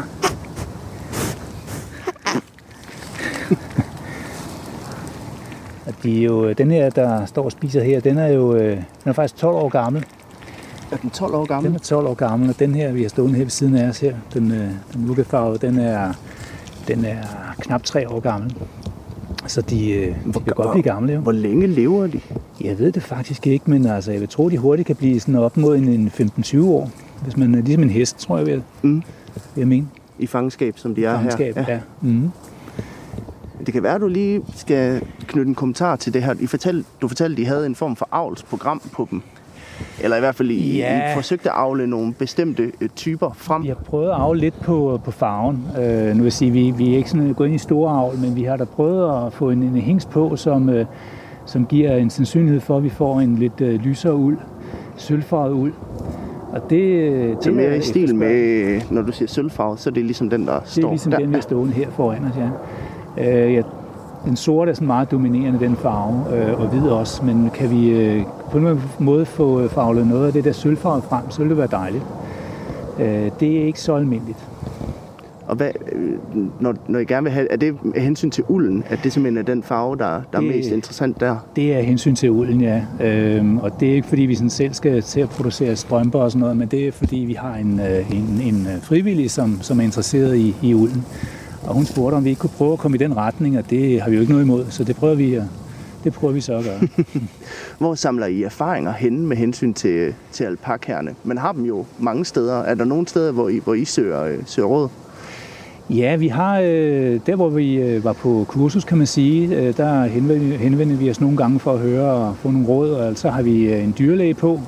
De er jo, den her, der står og spiser her, den er faktisk 12 år gammel. Er den 12 år gammel? Den er 12 år gammel, og den her, vi har stående her ved siden af os her, den ukkefarvede, den er knap 3 år gammel. Så de kan godt blive gamle. Jo. Hvor længe lever de? Jeg ved det faktisk ikke, men altså, jeg vil tro, de hurtigt kan blive sådan op mod en 15-20 år. Hvis man er ligesom en hest, tror jeg, vil jeg mene. I fangenskab, som de er fangenskab, her? Ja. Mm. Det kan være, at du lige skal knytte en kommentar til det her. Du fortalte, at de havde en form for avlsprogram på dem. Eller i hvert fald, I forsøgte at avle nogle bestemte typer frem. Vi har prøvet at avle lidt på farven. Nu vil jeg sige, vi er ikke sådan gået ind i store avl, men vi har da prøvet at få en hingst på, som giver en sandsynlighed for, at vi får en lidt lysere uld, sølvfarvet uld. Og det så mere i stil med, når du siger sølvfarvet, så er det ligesom den, der står der? Det er ligesom den, vi er stående her foran os, ja. Den sorte er sådan meget dominerende, den farve, og hvid også, men kan vi på en måde få farvet noget af det der sølvfarve frem, så vil det være dejligt. Det er ikke så almindeligt. Og hvad, når I gerne vil have, er det hensyn til ulden, at det simpelthen er den farve, der er mest interessant der? Det er hensyn til ulden, ja. Og det er ikke fordi, vi sådan selv skal til at producere strømper og sådan noget, men det er fordi, vi har en frivillig, som er interesseret i ulden. Og hun spurgte, om vi ikke kunne prøve at komme i den retning, og det har vi jo ikke noget imod, så det prøver vi så at gøre. Hvor samler I erfaringer henne med hensyn til alpakerne? Man har dem jo mange steder. Er der nogle steder, hvor I søger råd? Ja, vi har, der hvor vi var på kursus, kan man sige, der henvender vi os nogle gange for at høre og få nogle råd, og så har vi en dyrlæge på,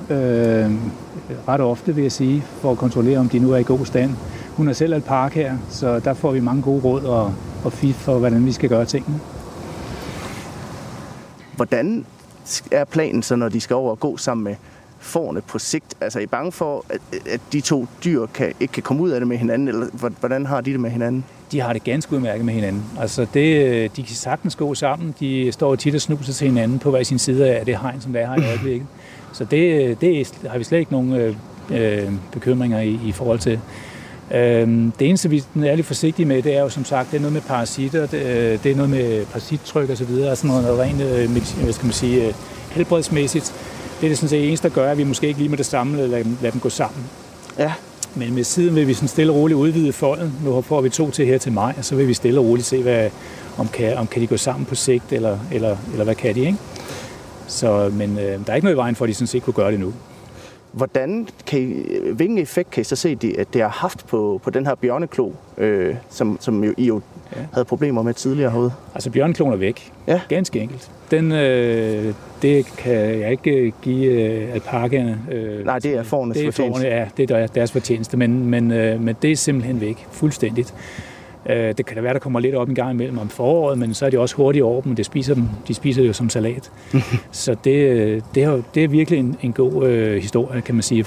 ret ofte vil jeg sige, for at kontrollere, om de nu er i god stand. Hun er selv alpakaer, så der får vi mange gode råd og fif for, hvordan vi skal gøre tingene. Hvordan er planen så, når de skal over og gå sammen fårene på sigt? Altså, er I bange for, at de to dyr ikke kan komme ud af det med hinanden, eller hvordan har de det med hinanden? De har det ganske udmærket med hinanden. Altså, de kan sagtens gå sammen. De står tit og snuser til hinanden på hver sin side af det hegn, som der er her i øjeblikket. Så det har vi slet ikke nogen bekymringer i forhold til. Det eneste, vi er lidt forsigtige med, det er jo som sagt, det er noget med parasitter, det er noget med parasittryk og så videre, altså noget rent, helbredsmæssigt. Det er det sådan set eneste, der gør, at vi måske ikke lige med det samme lader dem gå sammen. Ja. Men med siden vil vi sådan stille og roligt udvide folden. Nu får vi 2 til her til maj, og så vil vi stille og roligt se, om kan de gå sammen på sigt, eller hvad kan de, ikke? Så, men der er ikke noget i vejen for, at de sådan set kunne gøre det nu. Hvilken effekt kan I så se, at det har haft på den her bjørneklo, som I jo havde problemer med tidligere herude? Altså bjørnekloen er væk. Ja. Ganske enkelt. Det kan jeg ikke give alpakaerne. Nej, det er fårenes fortjeneste. Ja, det er deres fortjeneste, men det er simpelthen væk. Fuldstændigt. Det kan da være, der kommer lidt op en gang imellem om foråret, men så er de også hurtigt over dem. De spiser det jo som salat. Så det er virkelig en god historie, kan man sige,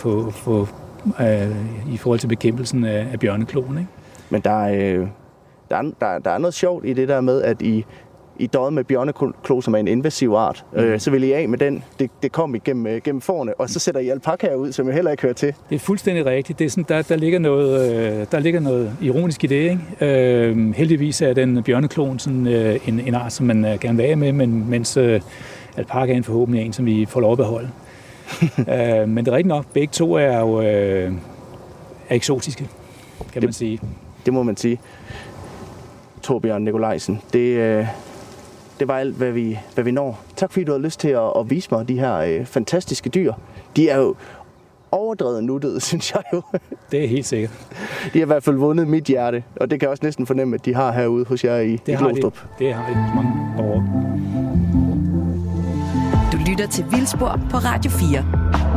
i forhold til bekæmpelsen af bjørnekloen. Ikke? Men der er noget sjovt i det der med, at I døde med bjørneklo, som er en invasiv art. Så vil I af med den. Det kom igennem fårene, og så sætter I alpakaer ud, som jeg heller ikke hører til. Det er fuldstændig rigtigt. Det er sådan, der ligger noget ironisk i det. Ikke? Heldigvis er den bjørneklon sådan, en art, som man gerne vil af med, mens alpakaen forhåbentlig er en, som vi får lov at beholde. Men det er rigtigt nok. Begge to er jo eksotiske, kan man sige. Det må man sige. Torbjørn Nikolajsen, det var alt, hvad vi når. Tak fordi du har lyst til at vise mig de her fantastiske dyr. De er jo overdrevet nuttede, synes jeg jo. Det er helt sikkert. De har i hvert fald vundet mit hjerte, og det kan jeg også næsten fornemme, at de har herude hos jer i Glostrup. Det har de mange år. Du lytter til Vildspor på Radio 4.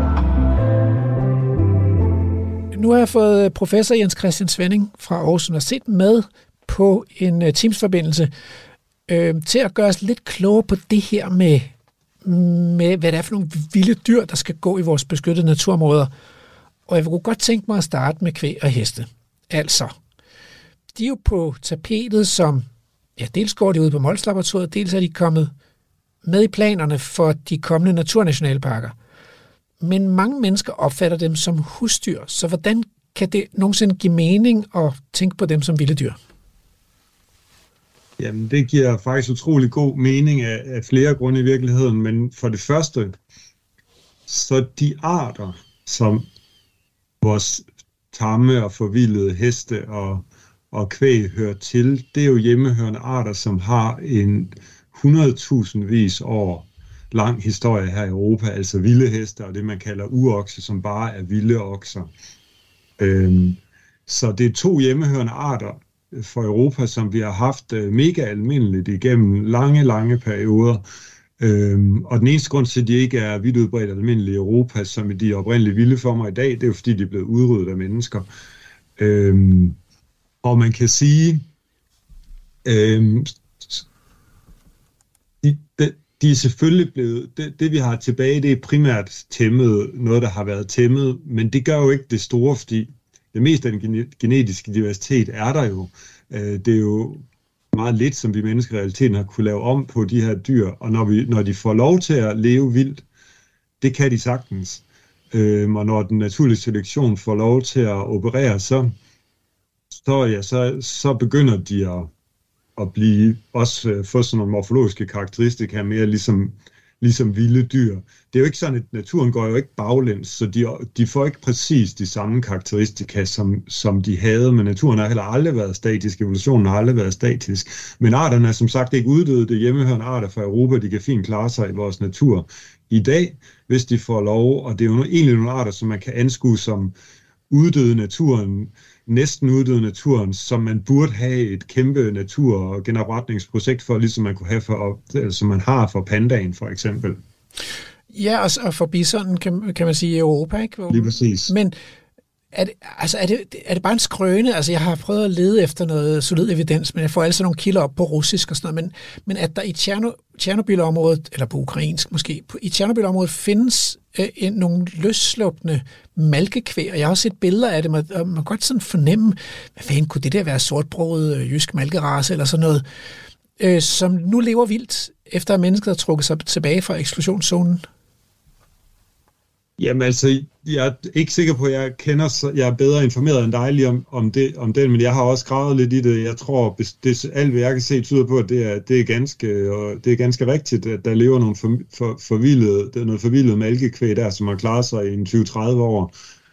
Nu har jeg fået professor Jens Christian Svenning fra Aarhus Universitet med på en Teams-forbindelse til at gøre os lidt klogere på det her med hvad det er for nogle vilde dyr, der skal gå i vores beskyttede naturområder. Og jeg kunne godt tænke mig at starte med kvæg og heste. Altså, de er jo på tapetet som, dels går de ud på Mols-laboratoriet, dels er de kommet med i planerne for de kommende naturnationalparker. Men mange mennesker opfatter dem som husdyr, så hvordan kan det nogensinde give mening at tænke på dem som vilde dyr? Jamen, det giver faktisk utrolig god mening af flere grunde i virkeligheden, men for det første, så de arter, som vores tamme og forvildede heste og kvæg hører til, det er jo hjemmehørende arter, som har en 100.000 år lang historie her i Europa, altså vilde heste og det, man kalder urokse, som bare er vilde okser. Så det er 2 hjemmehørende arter for Europa, som vi har haft mega almindeligt igennem lange perioder. Og den eneste grund til, at de ikke er vidt udbredt almindelige i Europa, som i de oprindelige vilde former i dag, det er jo fordi, de er blevet udryddet af mennesker. Og man kan sige, de er selvfølgelig blevet, det vi har tilbage, det er primært tæmmet, noget der har været tæmmet, men det gør jo ikke det store, fordi det meste af den genetiske diversitet er der jo. Det er jo meget lidt, som vi mennesker i realiteten har kunne lave om på de her dyr, og når de får lov til at leve vildt, det kan de sagtens. Og når den naturlige selektion får lov til at operere, så begynder de at blive også få sådan nogle morfologiske karakteristika mere ligesom vilde dyr. Det er jo ikke sådan, at naturen går jo ikke baglæns, så de får ikke præcis de samme karakteristika, som de havde, men naturen har heller aldrig været statisk, evolutionen har aldrig været statisk. Men arterne er som sagt ikke uddøde, det hjemmehørende arter fra Europa, de kan fint klare sig i vores natur i dag, hvis de får lov, og det er jo egentlig nogle arter, som man kan anskue som uddøde naturen, næsten uddøde naturen, som man burde have et kæmpe natur- og genopretningsprojekt for, ligesom man kunne have som man har for pandaen for eksempel. Ja, og for bisonen kan man sige i Europa, ikke? Lige præcis. Men Er det bare en skrøne? Altså, jeg har prøvet at lede efter noget solid evidens, men jeg får altså nogle kilder op på russisk og sådan noget, men at der i Tjernobyl-området, eller på ukrainsk måske, i Tjernobyl-området findes nogle løsslupne malkekvæg, og jeg har også set billeder af det, og man kan godt sådan fornemme, hvad fanden kunne det der være, sortbrødet jysk malkerace eller sådan noget, som nu lever vildt, efter at mennesket har trukket sig tilbage fra eksklusionszonen? Jamen altså, jeg er ikke sikker på, at jeg er bedre informeret end dig lige om det, men jeg har også gravet lidt i det. Jeg tror, alt hvad jeg kan se tyder på, at det er ganske rigtigt, at der lever nogle forvildet malkekvæg der, som har klaret sig i en 20-30 år.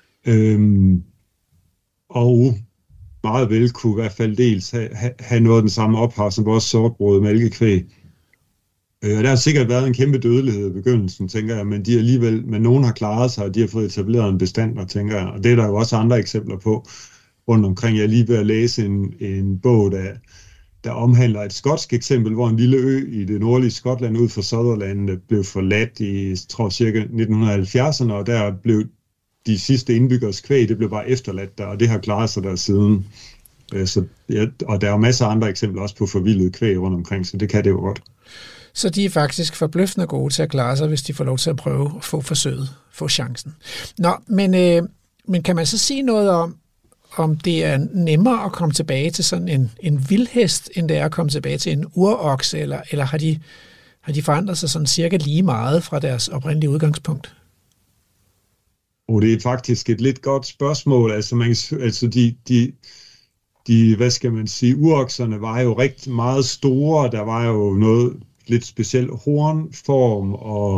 Og meget vel kunne i hvert fald dels have noget af den samme ophav som vores sortbrød malkekvæg. Der har sikkert været en kæmpe dødelighed i begyndelsen, tænker jeg, men nogen har klaret sig, og de har fået etableret en bestand, tænker jeg. Og det er der jo også andre eksempler på rundt omkring. Jeg er lige ved at læse en bog, der omhandler et skotsk eksempel, hvor en lille ø i det nordlige Skotland ud for Sutherland blev forladt i, tror cirka 1970'erne, og der blev de sidste indbyggeres kvæg, det blev bare efterladt der, og det har klaret sig der siden. Og der er jo masser af andre eksempler også på forvildet kvæg rundt omkring, så det kan det jo godt. Så de er faktisk forbløffende gode til at klare sig, hvis de får lov til at prøve at få forsøget, få chancen. Nå, men kan man så sige noget om det er nemmere at komme tilbage til sådan en vildhest, end det er at komme tilbage til en urokse, eller har de forandret sig sådan cirka lige meget fra deres oprindelige udgangspunkt? Det er faktisk et lidt godt spørgsmål. De hvad skal man sige, urokserne var jo rigtig meget store, der var jo noget lidt speciel hornform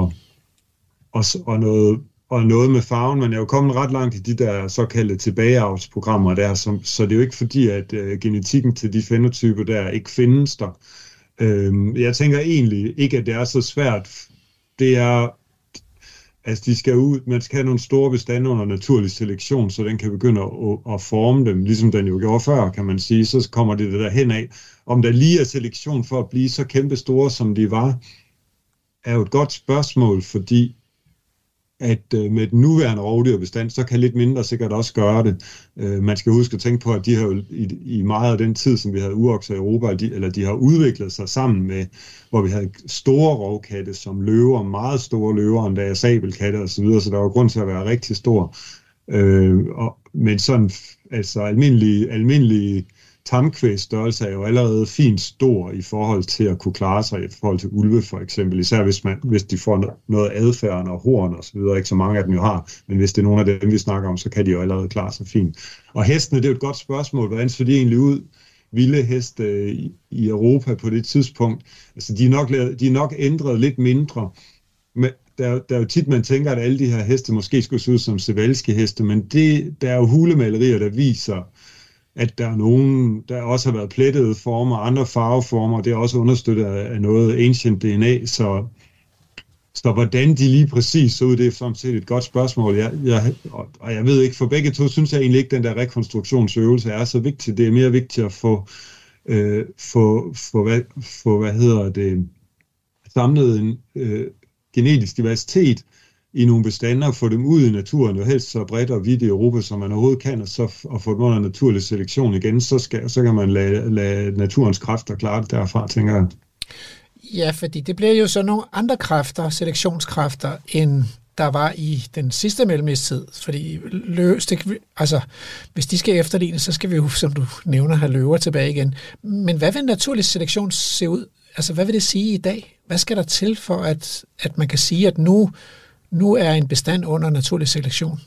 og noget med farven, men jeg er jo kommet ret langt i de der såkaldte tilbageavlsprogrammer der, så det er jo ikke fordi, at genetikken til de fænotyper der ikke findes der. Jeg tænker egentlig ikke, at det er så svært. Det er, altså man skal have nogle store bestande under naturlig selektion, så den kan begynde at forme dem, ligesom den jo gjorde før, kan man sige. Så kommer det der hen af. Om der lige er selektion for at blive så kæmpe store, som de var, er jo et godt spørgsmål, fordi at med den nuværende rovdyrbestand, så kan lidt mindre sikkert også gøre det. Man skal huske at tænke på, at de har jo i meget af den tid, som vi havde urokser i Europa, de har udviklet sig sammen med, hvor vi havde store rovkatte som løver, meget store løver, endda sabelkatte og så videre, så der var grund til at være rigtig stor. Men sådan, altså almindelige tamkvægstørrelse er jo allerede fint stor i forhold til at kunne klare sig i forhold til ulve for eksempel, især hvis de får noget adfærd og horn og så videre, ikke så mange af dem jo har, men hvis det er nogle af dem, vi snakker om, så kan de jo allerede klare sig fint. Og hestene, det er jo et godt spørgsmål, hvordan så de egentlig ud, vilde heste i Europa på det tidspunkt, altså de er nok ændret lidt mindre, men der er jo tit, man tænker, at alle de her heste måske skulle se ud som sevalske heste, men der er jo hulemalerier, der viser, at der er nogen, der også har været plettede former, andre farveformer, det er også understøttet af noget ancient DNA, så hvordan de lige præcis så ud, det er sådan set et godt spørgsmål. Og jeg ved ikke, for begge to synes jeg egentlig ikke, den der rekonstruktionsøvelse er så vigtig. Det er mere vigtigt at få samlet en genetisk diversitet i nogle bestande og få dem ud i naturen, og helst så bredt og vidt i Europa, som man overhovedet kan, og få dem under naturlig selektion igen, så kan man lade naturens kræfter klare det derfra, tænker jeg. Ja, fordi det bliver jo så nogle andre kræfter, selektionskræfter, end der var i den sidste mellemistid. Fordi hvis de skal efterligne, så skal vi jo, som du nævner, have løver tilbage igen. Men hvad vil naturlig selektion se ud? Altså, hvad vil det sige i dag? Hvad skal der til for, at man kan sige, at nu er en bestand under naturlig selektion?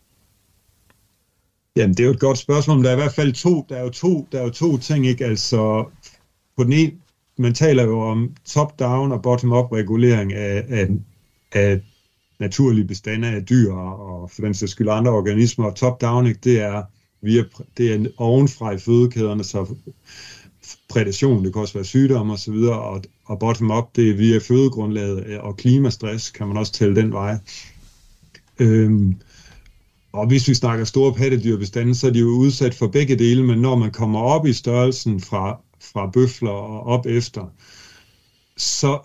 Jamen, det er jo et godt spørgsmål, men der er i hvert fald to ting, ikke? Altså, på den ene, man taler jo om top-down og bottom-up regulering af naturlige bestande af dyr og for den sags skyld andre organismer. Top-down, ikke? Det er ovenfra i fødekæderne, så prædation, det kan også være sygdom og så videre, og bottom-up, det er via fødegrundlaget og klimastress, kan man også tælle den vej. Og hvis vi snakker store pattedyrbestande, så er de jo udsat for begge dele, men når man kommer op i størrelsen fra bøfler og op efter, så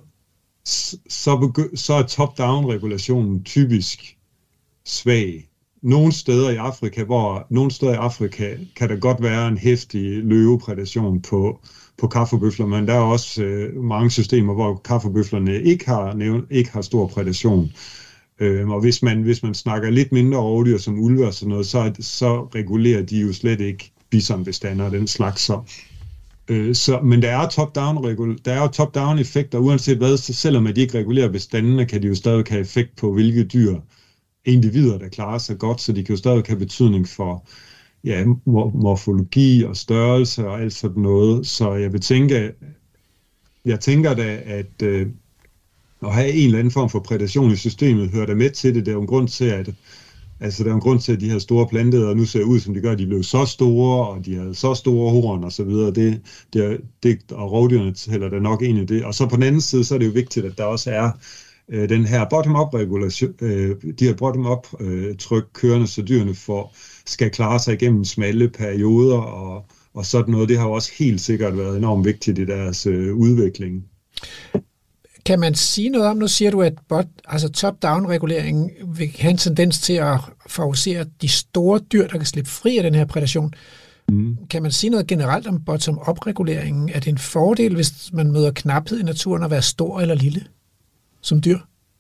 er top-down-regulationen typisk svag. nogle steder i Afrika kan der godt være en heftig løveprædation på kaffebøfler, men der er også mange systemer, hvor kaffebøflerne ikke har stor prædation. Og hvis man snakker lidt mindre rovdyr som ulve og sådan noget, så regulerer de jo slet ikke bisonbestander og den slags. Men der er jo top-down effekter, uanset hvad, så selvom de ikke regulerer bestandene, kan de jo stadig have effekt på, hvilke dyr, individer, der klarer sig godt, så de kan jo stadig have betydning for morfologi og størrelse og alt sådan noget. Så jeg tænker da, at at have en eller anden form for prædation i systemet hører der med til det. Der er jo en grund til, at de her store planteædere nu ser ud, som de gør. De blev så store, og de havde så store horn og så videre. Og rovdyrene tæller der nok ind i det. Og så på den anden side, så er det jo vigtigt, at der også er den her bottom-up-regulation, de her bottom-up-tryk kørende, så dyrene skal klare sig igennem smalle perioder og sådan noget. Det har jo også helt sikkert været enormt vigtigt i deres udvikling. Kan man sige noget om, nu siger du, at top-down-reguleringen vil have en tendens til at favorisere de store dyr, der kan slippe fri af den her prædation. Kan man sige noget generelt om bottom-up-reguleringen? Er det en fordel, hvis man møder knaphed i naturen at være stor eller lille som dyr?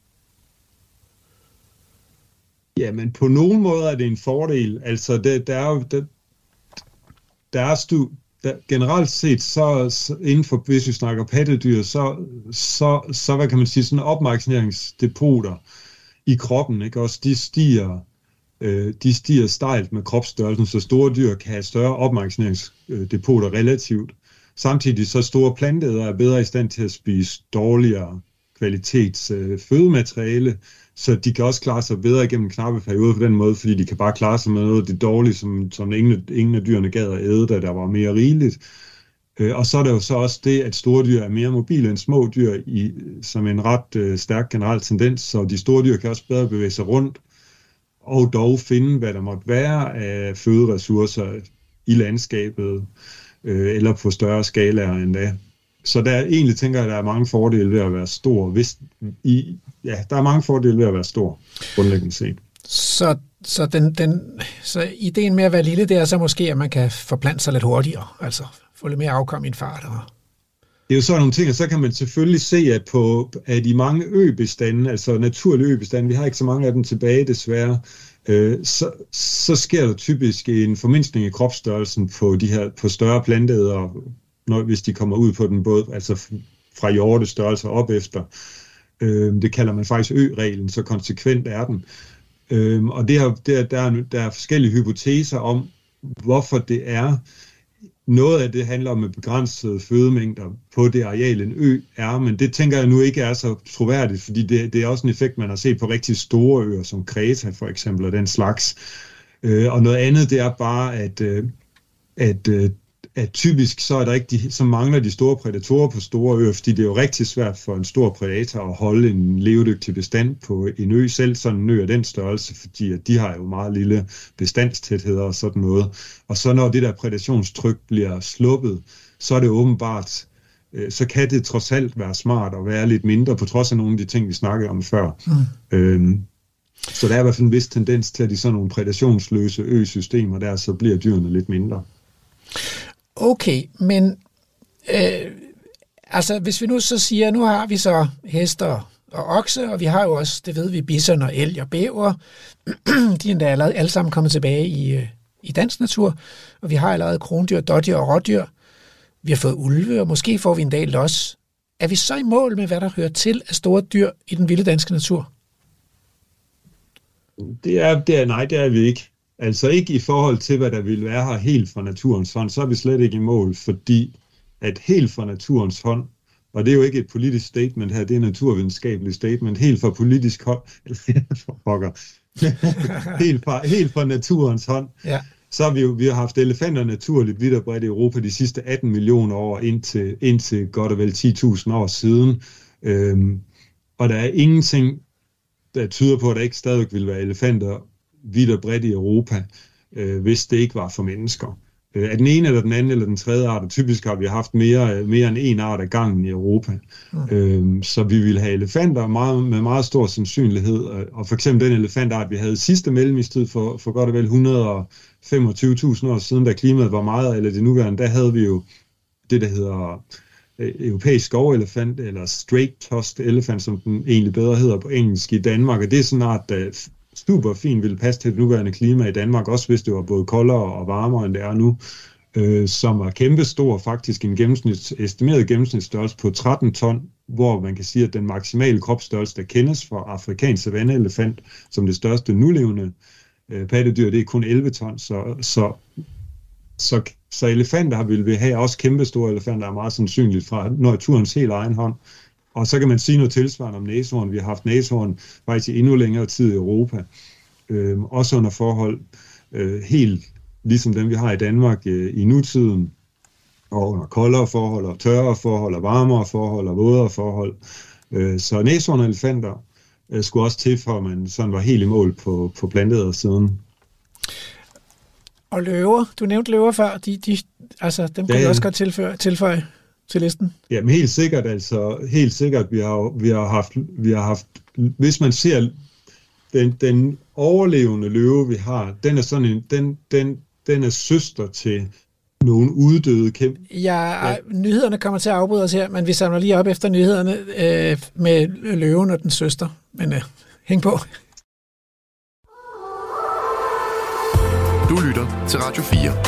Ja, men på nogen måde er det en fordel. Altså, generelt set, så inden for, hvis vi snakker pattedyr, så hvad kan man sige, sådan opmagasineringsdepoter i kroppen, ikke? Også de stiger stejlt med kropsstørrelsen, så store dyr kan have større opmagasineringsdepoter relativt. Samtidig så store planteædere er bedre i stand til at spise dårligere kvalitets fødemateriale, så de kan også klare sig bedre igennem knappe perioder på den måde, fordi de kan bare klare sig med noget af det dårlige, som ingen af dyrene gad at æde, da der var mere rigeligt. Og så er der jo så også det, at store dyr er mere mobile end små dyr, som en ret stærk generel tendens, så de store dyr kan også bedre bevæge sig rundt, og dog finde, hvad der måtte være af føderessourcer i landskabet, eller på større skalaer end da. Så der egentlig tænker jeg, at der er mange fordele ved at være stor. Der er mange fordele ved at være stor, grundlæggende set. Så ideen med at være lille, det er så måske, at man kan forplante sig lidt hurtigere, altså få lidt mere afkom i en fart. Det er jo sådan nogle ting, og så kan man selvfølgelig se, at de mange øbestande, altså naturlige øbestande, vi har ikke så mange af dem tilbage desværre, så sker der typisk en formindskning i kropsstørrelsen på større planteædere, hvis de kommer ud på den både, altså fra hjortestørrelse op efter. Det kalder man faktisk ø-reglen, så konsekvent er den. Og der er forskellige hypoteser om, hvorfor det er. Noget af det handler om begrænsede fødemængder på det areal, en ø er, men det tænker jeg nu ikke er så troværdigt, fordi det er også en effekt, man har set på rigtig store øer, som Kreta for eksempel, og den slags. Og noget andet, det er bare, at typisk så er der ikke så mangler de store prædatorer på store øer, fordi det er jo rigtig svært for en stor prædator at holde en levedygtig bestand på en ø, selv sådan en ø af den størrelse, fordi at de har jo meget lille bestandstætheder og sådan noget. Og så når det der prædationstryk bliver sluppet, så er det åbenbart, så kan det trods alt være smart at være lidt mindre, på trods af nogle af de ting, vi snakkede om før. Så der er i hvert fald en vis tendens til, at i sådan nogle prædationsløse øsystemer der, så bliver dyrene lidt mindre. Okay, men hvis vi nu så siger, nu har vi så hester og okse, og vi har jo også, det ved vi, bison og elg og bæver. De er endda allerede alle sammen kommet tilbage i dansk natur, og vi har allerede krondyr, dådyr og rådyr. Vi har fået ulve, og måske får vi en dag los. Er vi så i mål med, hvad der hører til af store dyr i den vilde danske natur? Nej, det er vi ikke. Altså ikke i forhold til, hvad der ville være her helt fra naturens hånd, så er vi slet ikke i mål, fordi at helt fra naturens hånd, og det er jo ikke et politisk statement her, det er et naturvidenskabeligt statement, helt fra politisk hånd, helt fra naturens hånd, ja. Så har vi har haft elefanter naturligt vidt og bredt i Europa de sidste 18 millioner år indtil godt og vel 10.000 år siden. Og der er ingenting, der tyder på, at der ikke stadig ville være elefanter vidt og bredt i Europa, hvis det ikke var for mennesker. af den ene eller den anden eller den tredje art, og typisk har vi haft mere end en art af gangen i Europa. Så vi ville have elefanter med meget stor sandsynlighed, og for eksempel den elefantart, vi havde sidste mellemistid for godt og vel 125.000 år siden, da klimaet var meget, eller det nuværende, der havde vi jo det, der hedder europæisk skovelefant, eller straight-tusked elephant, som den egentlig bedre hedder på engelsk i Danmark, og det er sådan en art, der super fint ville passe til det nuværende klima i Danmark, også hvis det var både koldere og varmere, end det er nu, som var kæmpestor, faktisk en estimeret gennemsnitsstørrelse på 13 ton, hvor man kan sige, at den maksimale kropsstørrelse, der kendes for afrikansk savanneelefant, som det største nulevende pattedyr, det er kun 11 ton, så elefanter vil vi have, også kæmpestore elefanter er meget sandsynligt fra naturens helt egen hånd. Og så kan man sige noget tilsvarende om næsehorn. Vi har haft næsehorn faktisk i endnu længere tid i Europa. Også under forhold helt ligesom dem, vi har i Danmark i nutiden. Og under koldere forhold, og tørre forhold, og varmere forhold, og vådere forhold. Så næsehorn og elefanter skulle også til, for at man sådan var helt i mål på plantedersiden. Og løver, du nævnte løver før, dem kan vi også godt tilføje til listen. Jamen helt sikkert, vi har haft, hvis man ser den overlevende løve, vi har, den er sådan den er søster til nogle uddøde kæmpe. Ja, nyhederne kommer til at afbryde os her, men vi samler lige op efter nyhederne med løven og den søster. Men hæng på. Du lytter til Radio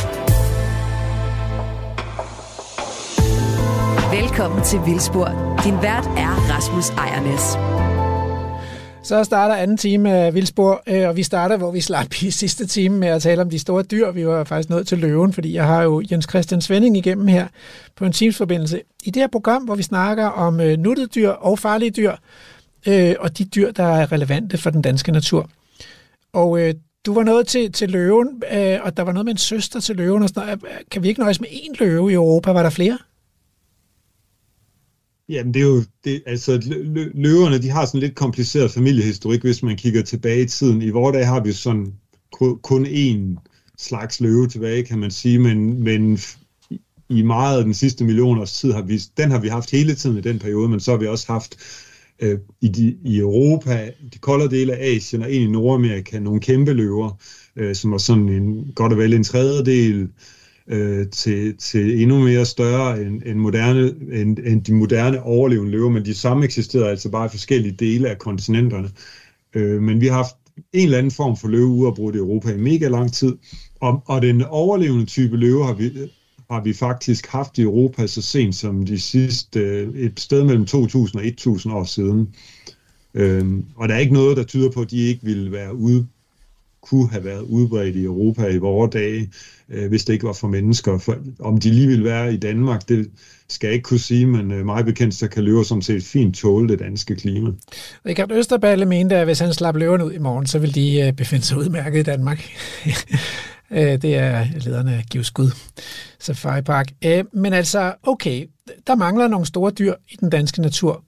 4. Velkommen til Vildspor. Din vært er Rasmus Ejernes. Så starter anden time af Vildspor, og vi starter, hvor vi slap i sidste time med at tale om de store dyr. Vi var faktisk nået til løven, fordi jeg har jo Jens Christian Svenning igennem her på en Teams-forbindelse. I det her program, hvor vi snakker om nuttede dyr og farlige dyr, og de dyr, der er relevante for den danske natur. Og du var nået til løven, og der var noget med en søster til løven. Og sådan noget. Kan vi ikke nøjes med én løve i Europa? Var der flere? Jamen, det er jo løverne, de har sådan lidt kompliceret familiehistorik, hvis man kigger tilbage i tiden. I vore dage har vi sådan kun én slags løve tilbage, kan man sige, men i meget af den sidste millioners tid har vi haft hele tiden i den periode, men så har vi også haft i Europa, de kolde dele af Asien og i Nordamerika, nogle kæmpe løver, som var sådan godt og vel en tredjedel til endnu mere større end de moderne overlevende løver, men de samme eksisterede altså bare i forskellige dele af kontinenterne. Men vi har haft en eller anden form for løve uafbrudt i Europa i mega lang tid, og den overlevende type løve har vi faktisk haft i Europa så sent som de sidste et sted mellem 2.000 og 1.000 år siden. Og der er ikke noget, der tyder på, at de ikke ville kunne have været udbredt i Europa i vore dage, hvis det ikke var for mennesker. Om de lige ville være i Danmark, det skal jeg ikke kunne sige, men meget bekendt, så kan løver som set fint tåle det danske klima. Richard Østerballe mente, at hvis han slap løverne ud i morgen, så ville de befinde sig udmærket i Danmark. Det er lederne af Give Skud Safari Park. Men altså, okay, der mangler nogle store dyr i den danske natur.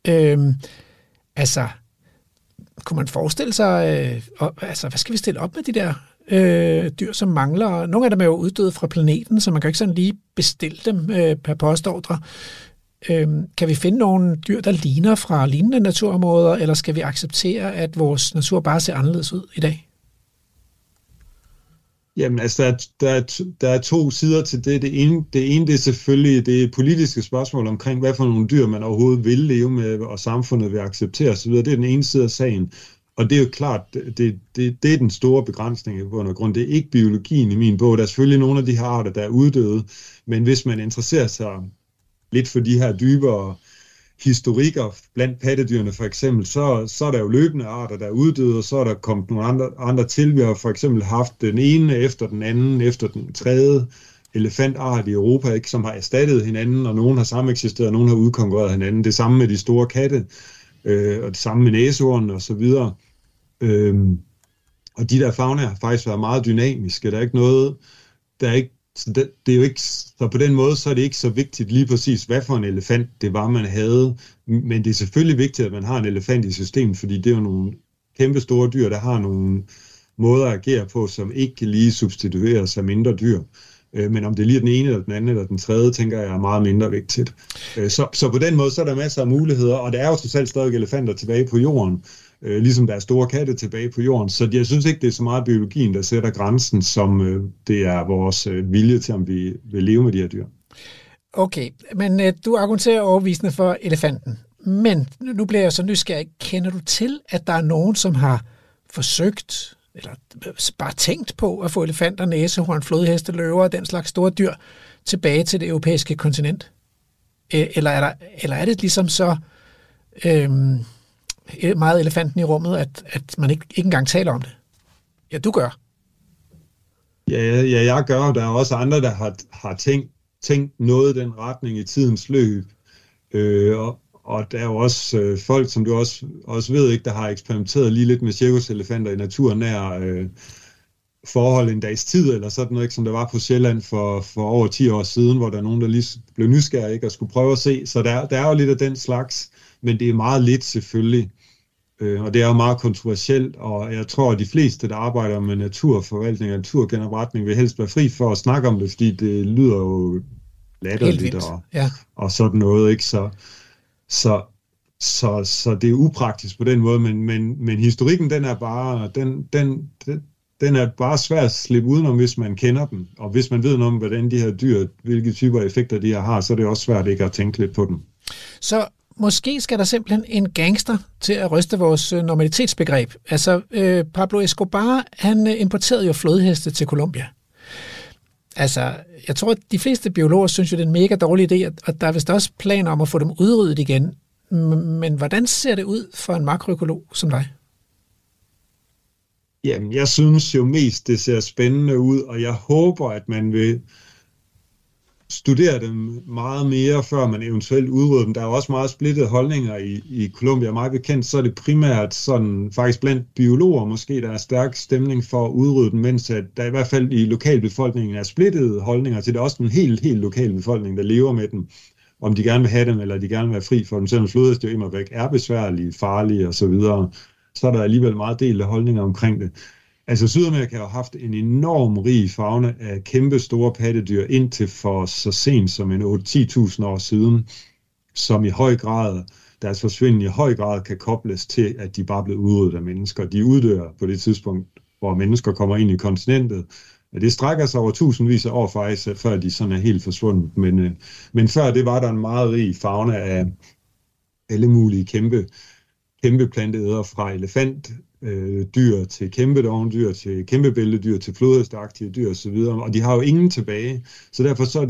Kunne man forestille sig, hvad skal vi stille op med de der dyr, som mangler? Nogle af dem er jo uddøde fra planeten, så man kan ikke sådan lige bestille dem per postordre. Kan vi finde nogle dyr, der ligner fra lignende naturområder, eller skal vi acceptere, at vores natur bare ser anderledes ud i dag? Jamen, altså, der er to sider til det. Det ene det er selvfølgelig det politiske spørgsmål omkring, hvad for nogle dyr man overhovedet vil leve med, og samfundet vil acceptere osv. Det er den ene side af sagen. Og det er jo klart, det er den store begrænsning i bund og grund. Det er ikke biologien i min bog. Der er selvfølgelig nogle af de her arter, der er uddøde, men hvis man interesserer sig lidt for de her dybere historikker blandt pattedyrene for eksempel, så er der jo løbende arter, der er uddøde, og så er der kommet nogle andre til. Vi har for eksempel haft den ene efter den anden, efter den tredje elefantart i Europa, ikke, som har erstattet hinanden, og nogen har sameksisteret, og nogen har udkonkurreret hinanden. Det samme med de store katte, og det samme med næsehorn og så videre. Og de der faunaer har faktisk været meget dynamiske. Der er ikke noget, det er jo ikke, så på den måde, så er det ikke så vigtigt lige præcis, hvad for en elefant det var, man havde. Men det er selvfølgelig vigtigt, at man har en elefant i systemet, fordi det er jo nogle kæmpe store dyr, der har nogle måder at agere på, som ikke kan lige substitueres af mindre dyr. Men om det lige er den ene, eller den anden, eller den tredje, tænker jeg er meget mindre vigtigt. Så på den måde, så er der masser af muligheder, og der er jo til selv stadig elefanter tilbage på jorden, ligesom der er store katte tilbage på jorden. Så jeg synes ikke, det er så meget biologien, der sætter grænsen, som det er vores vilje til, om vi vil leve med de her dyr. Okay, men du argumenterer overbevisende for elefanten. Men nu bliver jeg så nysgerrig. Kender du til, at der er nogen, som har forsøgt, eller bare tænkt på at få elefanter, næsehorn, flodheste, løver og den slags store dyr tilbage til det europæiske kontinent? Eller er det ligesom så meget elefanten i rummet, at man ikke engang taler om det? Ja, du gør. Ja, jeg gør. Der er også andre, der har tænkt noget i den retning i tidens løb. Og der er jo også folk, som du også ved, ikke, der har eksperimenteret lige lidt med cirkuselefanter i naturnær forhold en dags tid, eller sådan noget, ikke, som der var på Sjælland for over 10 år siden, hvor der er nogen, der lige blev nysgerrige, ikke, og skulle prøve at se. Så der er jo lidt af den slags, men det er meget lidt selvfølgelig. Og det er jo meget kontroversielt, og jeg tror, at de fleste, der arbejder med naturforvaltning og naturgenopretning, vil helst være fri for at snakke om det, fordi det lyder jo latterligt og sådan noget, ikke? Så det er upraktisk på den måde, men historikken, den er bare den er bare svær at slippe udenom, hvis man kender dem, og hvis man ved noget om, hvordan de her dyr, hvilke typer effekter de har, så er det også svært ikke at tænke lidt på dem. Så måske skal der simpelthen en gangster til at ryste vores normalitetsbegreb. Altså, Pablo Escobar, han importerede jo flodheste til Colombia. Altså, jeg tror, at de fleste biologer synes jo, det er en mega dårlig idé, og der er vist også planer om at få dem udryddet igen. Men hvordan ser det ud for en makroøkolog som dig? Jamen, jeg synes jo mest, det ser spændende ud, og jeg håber, at man vil studere dem meget mere, før man eventuelt udrydder dem. Der er jo også meget splittede holdninger i Colombia. Meget bekendt, så er det primært sådan, faktisk blandt biologer måske, der er stærk stemning for at udrydde dem, mens at der i hvert fald i lokalbefolkningen er splittede holdninger til det. Er også den helt lokale befolkning, der lever med dem, om de gerne vil have dem, eller de gerne vil være fri for dem, selvom flodheste jo immer væk er besværlige, farlige osv., så er der alligevel meget delte holdninger omkring det. Altså Sydamerika har haft en enorm rig fauna af kæmpe store pattedyr indtil for så sent som en 8-10.000 år siden, som i høj grad, deres forsvinden i høj grad kan kobles til, at de bare blev udryddet af mennesker. De uddør på det tidspunkt, hvor mennesker kommer ind i kontinentet. Det strækker sig over tusindvis af år faktisk, før de sådan er helt forsvundet. Men før det var der en meget rig fauna af alle mulige kæmpe planteæder, fra elefantdyr til kæmpe dovendyr, til kæmpe bæltedyr, til flodhesteagtige dyr osv. Og de har jo ingen tilbage. Så derfor så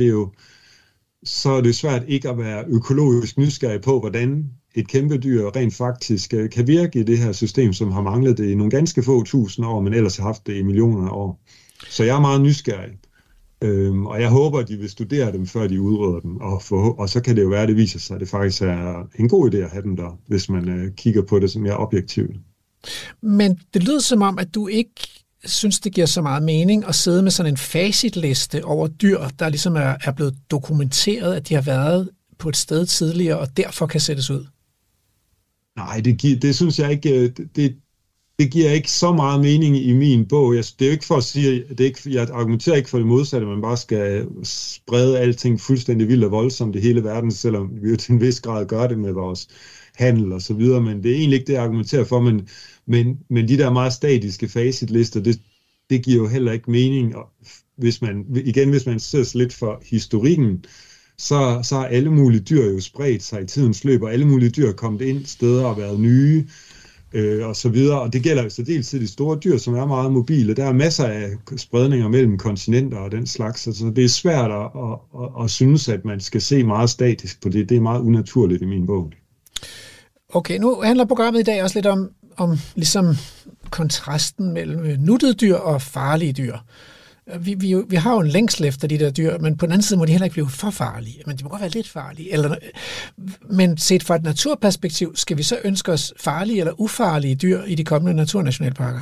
er det svært ikke at være økologisk nysgerrig på, hvordan et kæmpe dyr rent faktisk kan virke i det her system, som har manglet det i nogle ganske få tusind år, men ellers har haft det i millioner af år. Så jeg er meget nysgerrig. Og jeg håber, at de vil studere dem, før de udrydder dem. Og så kan det jo være, at det viser sig, at det faktisk er en god idé at have dem der, hvis man kigger på det som mere objektivt. Men det lyder som om, at du ikke synes, det giver så meget mening at sidde med sådan en facitliste over dyr, der ligesom er blevet dokumenteret, at de har været på et sted tidligere, og derfor kan sættes ud. Nej, det synes jeg ikke. Det giver ikke så meget mening i min bog. Det er jo ikke for at sige, jeg argumenterer ikke for det modsatte, man bare skal sprede alting fuldstændig vildt og voldsomt i hele verden, selvom vi jo til en vis grad gør det med vores handel og så videre, men det er egentlig ikke det, jeg argumenterer for, men de der meget statiske facitlister, det giver jo heller ikke mening. Og hvis man ser lidt for historikken, så har alle mulige dyr jo spredt sig i tidens løb, og alle mulige dyr er kommet ind steder og været nye, og så videre, og det gælder jo så dels til de store dyr, som er meget mobile. Der er masser af spredninger mellem kontinenter og den slags, så det er svært at synes, at man skal se meget statisk på det. Det er meget unaturligt i min bog. Okay, nu handler programmet i dag også lidt om ligesom kontrasten mellem nuttede dyr og farlige dyr. Vi har jo en længsel efter de der dyr, men på den anden side må de heller ikke blive for farlige. Men de må godt være lidt farlige. Men set fra et naturperspektiv, skal vi så ønske os farlige eller ufarlige dyr i de kommende naturnationalparker?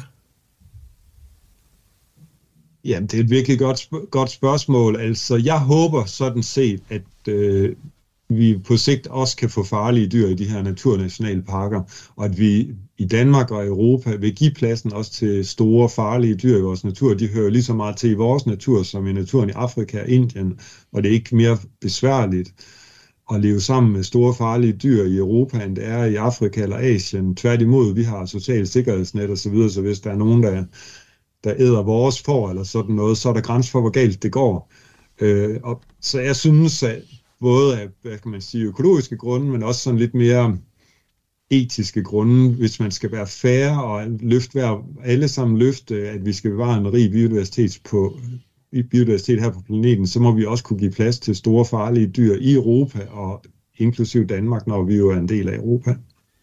Jamen, det er et virkelig godt spørgsmål. Altså, jeg håber sådan set, at vi på sigt også kan få farlige dyr i de her naturnationalparker, og at vi i Danmark og Europa vil give pladsen også til store, farlige dyr i vores natur. De hører lige så meget til i vores natur, som i naturen i Afrika og Indien, og det er ikke mere besværligt at leve sammen med store, farlige dyr i Europa, end det er i Afrika eller Asien. Tværtimod, vi har socialt sikkerhedsnet og så videre, så hvis der er nogen, der æder vores får eller sådan noget, så er der grænser for, hvor galt det går. Så jeg synes, at både af, hvad kan man sige, økologiske grunde, men også sådan lidt mere etiske grunde, hvis man skal være fair og alle sammen løfte, at vi skal bevare en rig biodiversitet her på planeten, så må vi også kunne give plads til store farlige dyr i Europa og inklusiv Danmark, når vi jo er en del af Europa.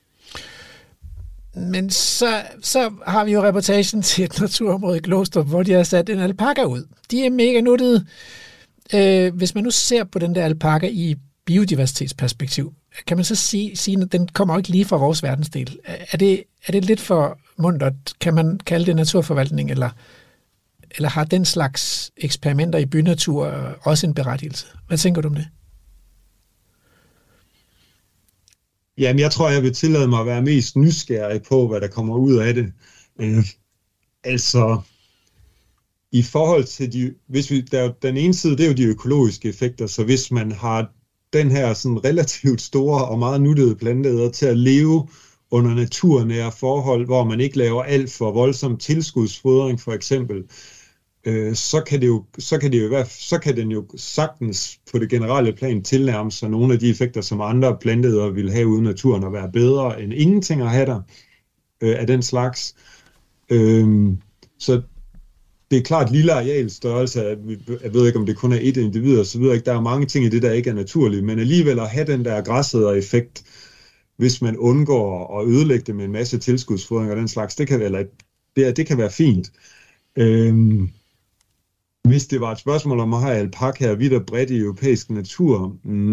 Men så har vi jo reportagen til et naturområde i Glostrup, hvor de har sat en alpaka ud. De er mega nuttede. Hvis man nu ser på den der alpaka i biodiversitetsperspektiv, kan man så sige, at den kommer ikke lige fra vores verdensdel. Er det lidt for muntert? Kan man kalde det naturforvaltning, eller har den slags eksperimenter i bynatur også en berettigelse? Hvad tænker du om det? Jamen, jeg tror, jeg vil tillade mig at være mest nysgerrig på, hvad der kommer ud af det. I forhold til den ene side, det er jo de økologiske effekter, så hvis man har den her sådan relativt store og meget nuttede planteæder til at leve under naturnære forhold, hvor man ikke laver alt for voldsom tilskudsfodring for eksempel, så kan den jo sagtens på det generelle plan tilnærme sig nogle af de effekter, som andre planteæder vil have ude i naturen, og være bedre end ingenting at have der af den slags. Så det er klart lille arealstørrelse, jeg ved ikke, om det kun er et individ og så videre. Der er mange ting i det, der ikke er naturlige, men alligevel at have den der græsæder-effekt, hvis man undgår at ødelægge det med en masse tilskudsfodring og den slags, det kan være fint. Hvis det var et spørgsmål om at have alpakaer vidt og bredt i europæisk natur,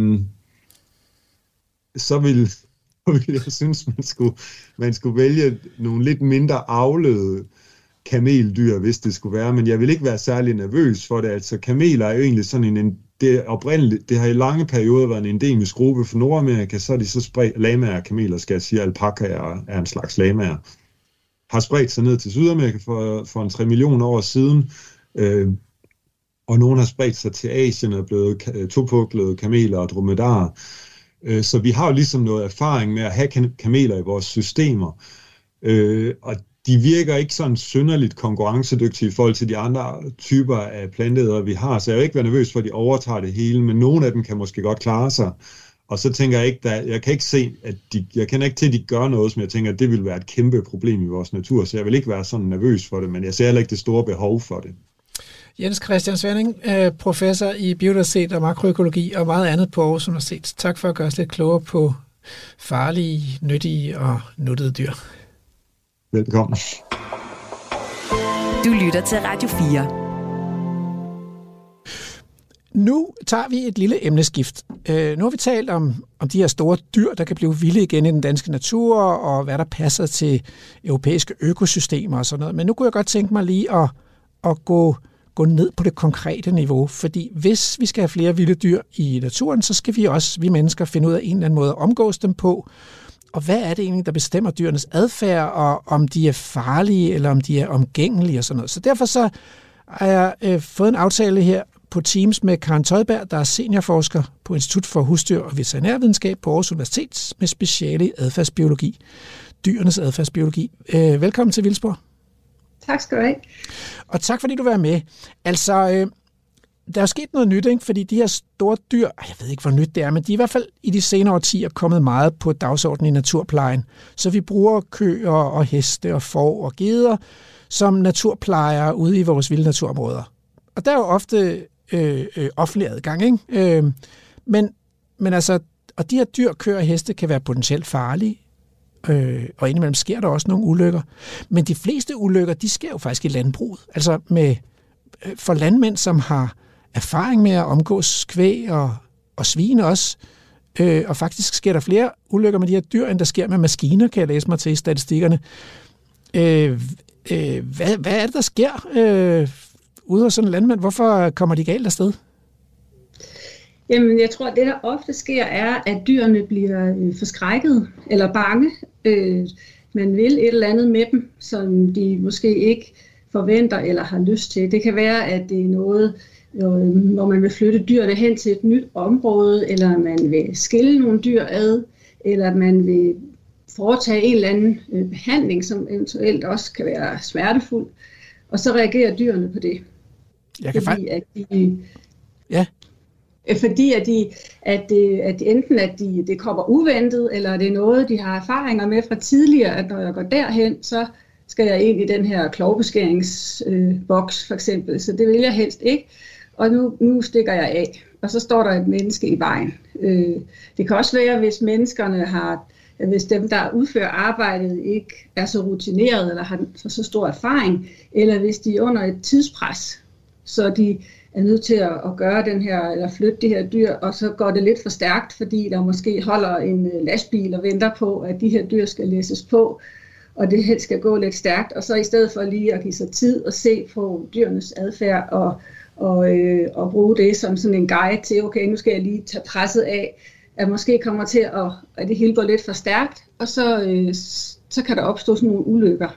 så vil jeg synes, man skulle vælge nogle lidt mindre avlede kameldyr, hvis det skulle være, men jeg vil ikke være særlig nervøs for det. Altså, kameler er jo egentlig sådan det har i lange perioder været en endemisk gruppe for Nordamerika, så er de så spredt, lamaer kameler, skal jeg sige, alpakaer er en slags lamaer, har spredt sig ned til Sydamerika for en 3 millioner år siden, og nogen har spredt sig til Asien og blevet topuklede kameler og dromedarer. Så vi har jo ligesom noget erfaring med at have kameler i vores systemer, og de virker ikke sådan synderligt konkurrencedygtige i forhold til de andre typer af planteæder, vi har, så jeg vil ikke være nervøs for, at de overtager det hele, men nogle af dem kan måske godt klare sig. Og så tænker jeg ikke, jeg kan ikke se, jeg kender ikke til, at de gør noget, som jeg tænker, at det vil være et kæmpe problem i vores natur, så jeg vil ikke være sådan nervøs for det, men jeg ser heller ikke det store behov for det. Jens Christian Svenning, professor i biodiversitet og makroøkologi og meget andet på Aarhus Universitet. Tak for at gøre os lidt klogere på farlige, nyttige og nuttede dyr. Velkommen. Du lytter til Radio 4. Nu tager vi et lille emneskift. Nu har vi talt om de her store dyr, der kan blive vilde igen i den danske natur, og hvad der passer til europæiske økosystemer og sådan noget. Men nu kunne jeg godt tænke mig lige at gå ned på det konkrete niveau, fordi hvis vi skal have flere vilde dyr i naturen, så skal vi mennesker finde ud af en eller anden måde at omgås dem på. Og hvad er det egentlig, der bestemmer dyrenes adfærd, og om de er farlige, eller om de er omgængelige og sådan noget. Så derfor så har jeg fået en aftale her på Teams med Karen Tøjberg, der er seniorforsker på Institut for Husdyr og Veterinærvidenskab på Aarhus Universitet med speciale i adfærdsbiologi, dyrenes adfærdsbiologi. Velkommen til Vildspor. Tak skal du have. Og tak fordi du var med. Altså, der er sket noget nyt, ikke? Fordi de her store dyr, jeg ved ikke, hvor nyt det er, men de er i hvert fald i de senere årtier kommet meget på dagsordenen i naturplejen. Så vi bruger køer og heste og får og geder som naturplejere ude i vores vilde naturområder. Og der er jo ofte offentlig adgang, ikke? Men altså, og de her dyr, køer og heste, kan være potentielt farlige, og indimellem sker der også nogle ulykker. Men de fleste ulykker, de sker jo faktisk i landbruget. Altså for landmænd, som har erfaring med at omgås kvæg og svin også. Og faktisk sker der flere ulykker med de her dyr, end der sker med maskiner, kan jeg læse mig til i statistikkerne. Hvad er det, der sker ude hos sådan en landmand? Hvorfor kommer de galt afsted? Jamen, jeg tror, at det, der ofte sker, er, at dyrene bliver forskrækket eller bange, man vil et eller andet med dem, som de måske ikke forventer eller har lyst til. Det kan være, at det er noget, hvor man vil flytte dyrene hen til et nyt område, eller man vil skille nogle dyr ad, eller man vil foretage en eller anden behandling, som eventuelt også kan være smertefuld, og så reagerer dyrene på det. Fordi det kommer uventet, eller det er noget, de har erfaringer med fra tidligere, at når jeg går derhen, så skal jeg ind i den her klovbeskæringsboks for eksempel, så det vil jeg helst ikke, og nu stikker jeg af, og så står der et menneske i vejen. Det kan også være, hvis menneskerne hvis dem, der udfører arbejdet, ikke er så rutineret eller har så stor erfaring, eller hvis de er under et tidspres, så de er nødt til at gøre den her, eller flytte de her dyr, og så går det lidt for stærkt, fordi der måske holder en lastbil og venter på, at de her dyr skal læsses på, og det helst skal gå lidt stærkt, og så i stedet for lige at give sig tid og se på dyrenes adfærd og bruge det som sådan en guide til, okay, nu skal jeg lige tage presset af, at måske kommer til at det hele går lidt for stærkt, og så kan der opstå sådan nogle ulykker.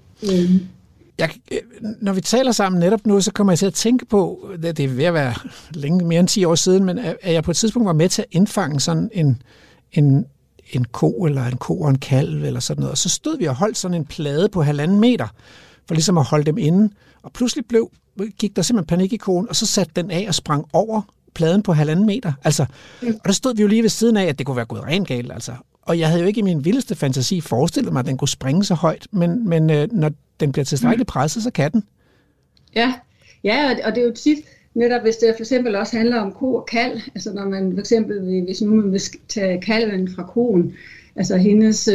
Når vi taler sammen netop nu, så kommer jeg til at tænke på, det er ved at være længe mere end 10 år siden, men at jeg på et tidspunkt var med til at indfange sådan en ko, eller en ko og en kalv, eller sådan noget, og så stod vi og holdt sådan en plade på 1,5 meter, for ligesom at holde dem inde, og pludselig gik der simpelthen panik i koen, og så satte den af og sprang over pladen på 1,5 meter. Altså, og der stod vi jo lige ved siden af, at det kunne være gået rent galt, altså. Og jeg havde jo ikke i min vildeste fantasi forestillet mig, at den kunne springe så højt, men når den bliver tilstrækkeligt presset, så kan den. Ja, og det er jo tit, netop hvis det for eksempel også handler om ko og kalv, altså når man for eksempel, hvis nu man vil tage kalven fra koen, altså hendes,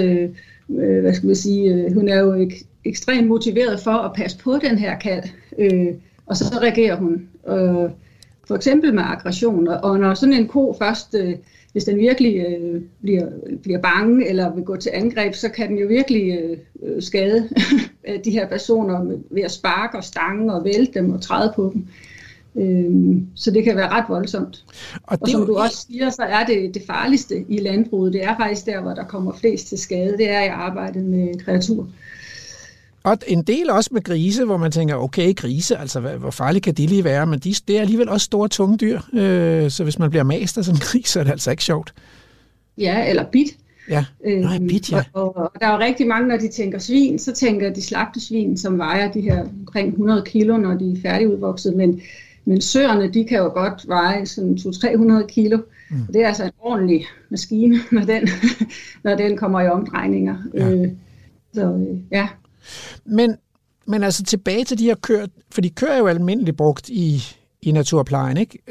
hun er jo ekstremt motiveret for at passe på den her kalv, og så reagerer hun for eksempel med aggression, og når sådan en ko først, hvis den virkelig bliver bange eller vil gå til angreb, så kan den jo virkelig skade de her personer ved at sparke og stange og vælte dem og træde på dem. Så det kan være ret voldsomt. Og som du også siger, så er det farligste i landbruget. Det er faktisk der, hvor der kommer flest til skade. Det er i arbejdet med kreaturer. Og en del også med grise, hvor man tænker, okay, grise, altså hvor farligt kan de lige være, men det er alligevel også store, tunge dyr, så hvis man bliver mast af sådan en gris, så er det altså ikke sjovt. Ja, eller bit. Ja, bit, ja. Og der er jo rigtig mange, når de tænker svin, så tænker de slagtesvin, som vejer de her omkring 100 kilo, når de er færdigudvokset, men søerne, de kan jo godt veje sådan 200-300 kilo. Og det er altså en ordentlig maskine, når den kommer i omdrejninger. Ja. Men altså tilbage til de her køer, for de køer er jo almindeligt brugt i naturplejen, ikke?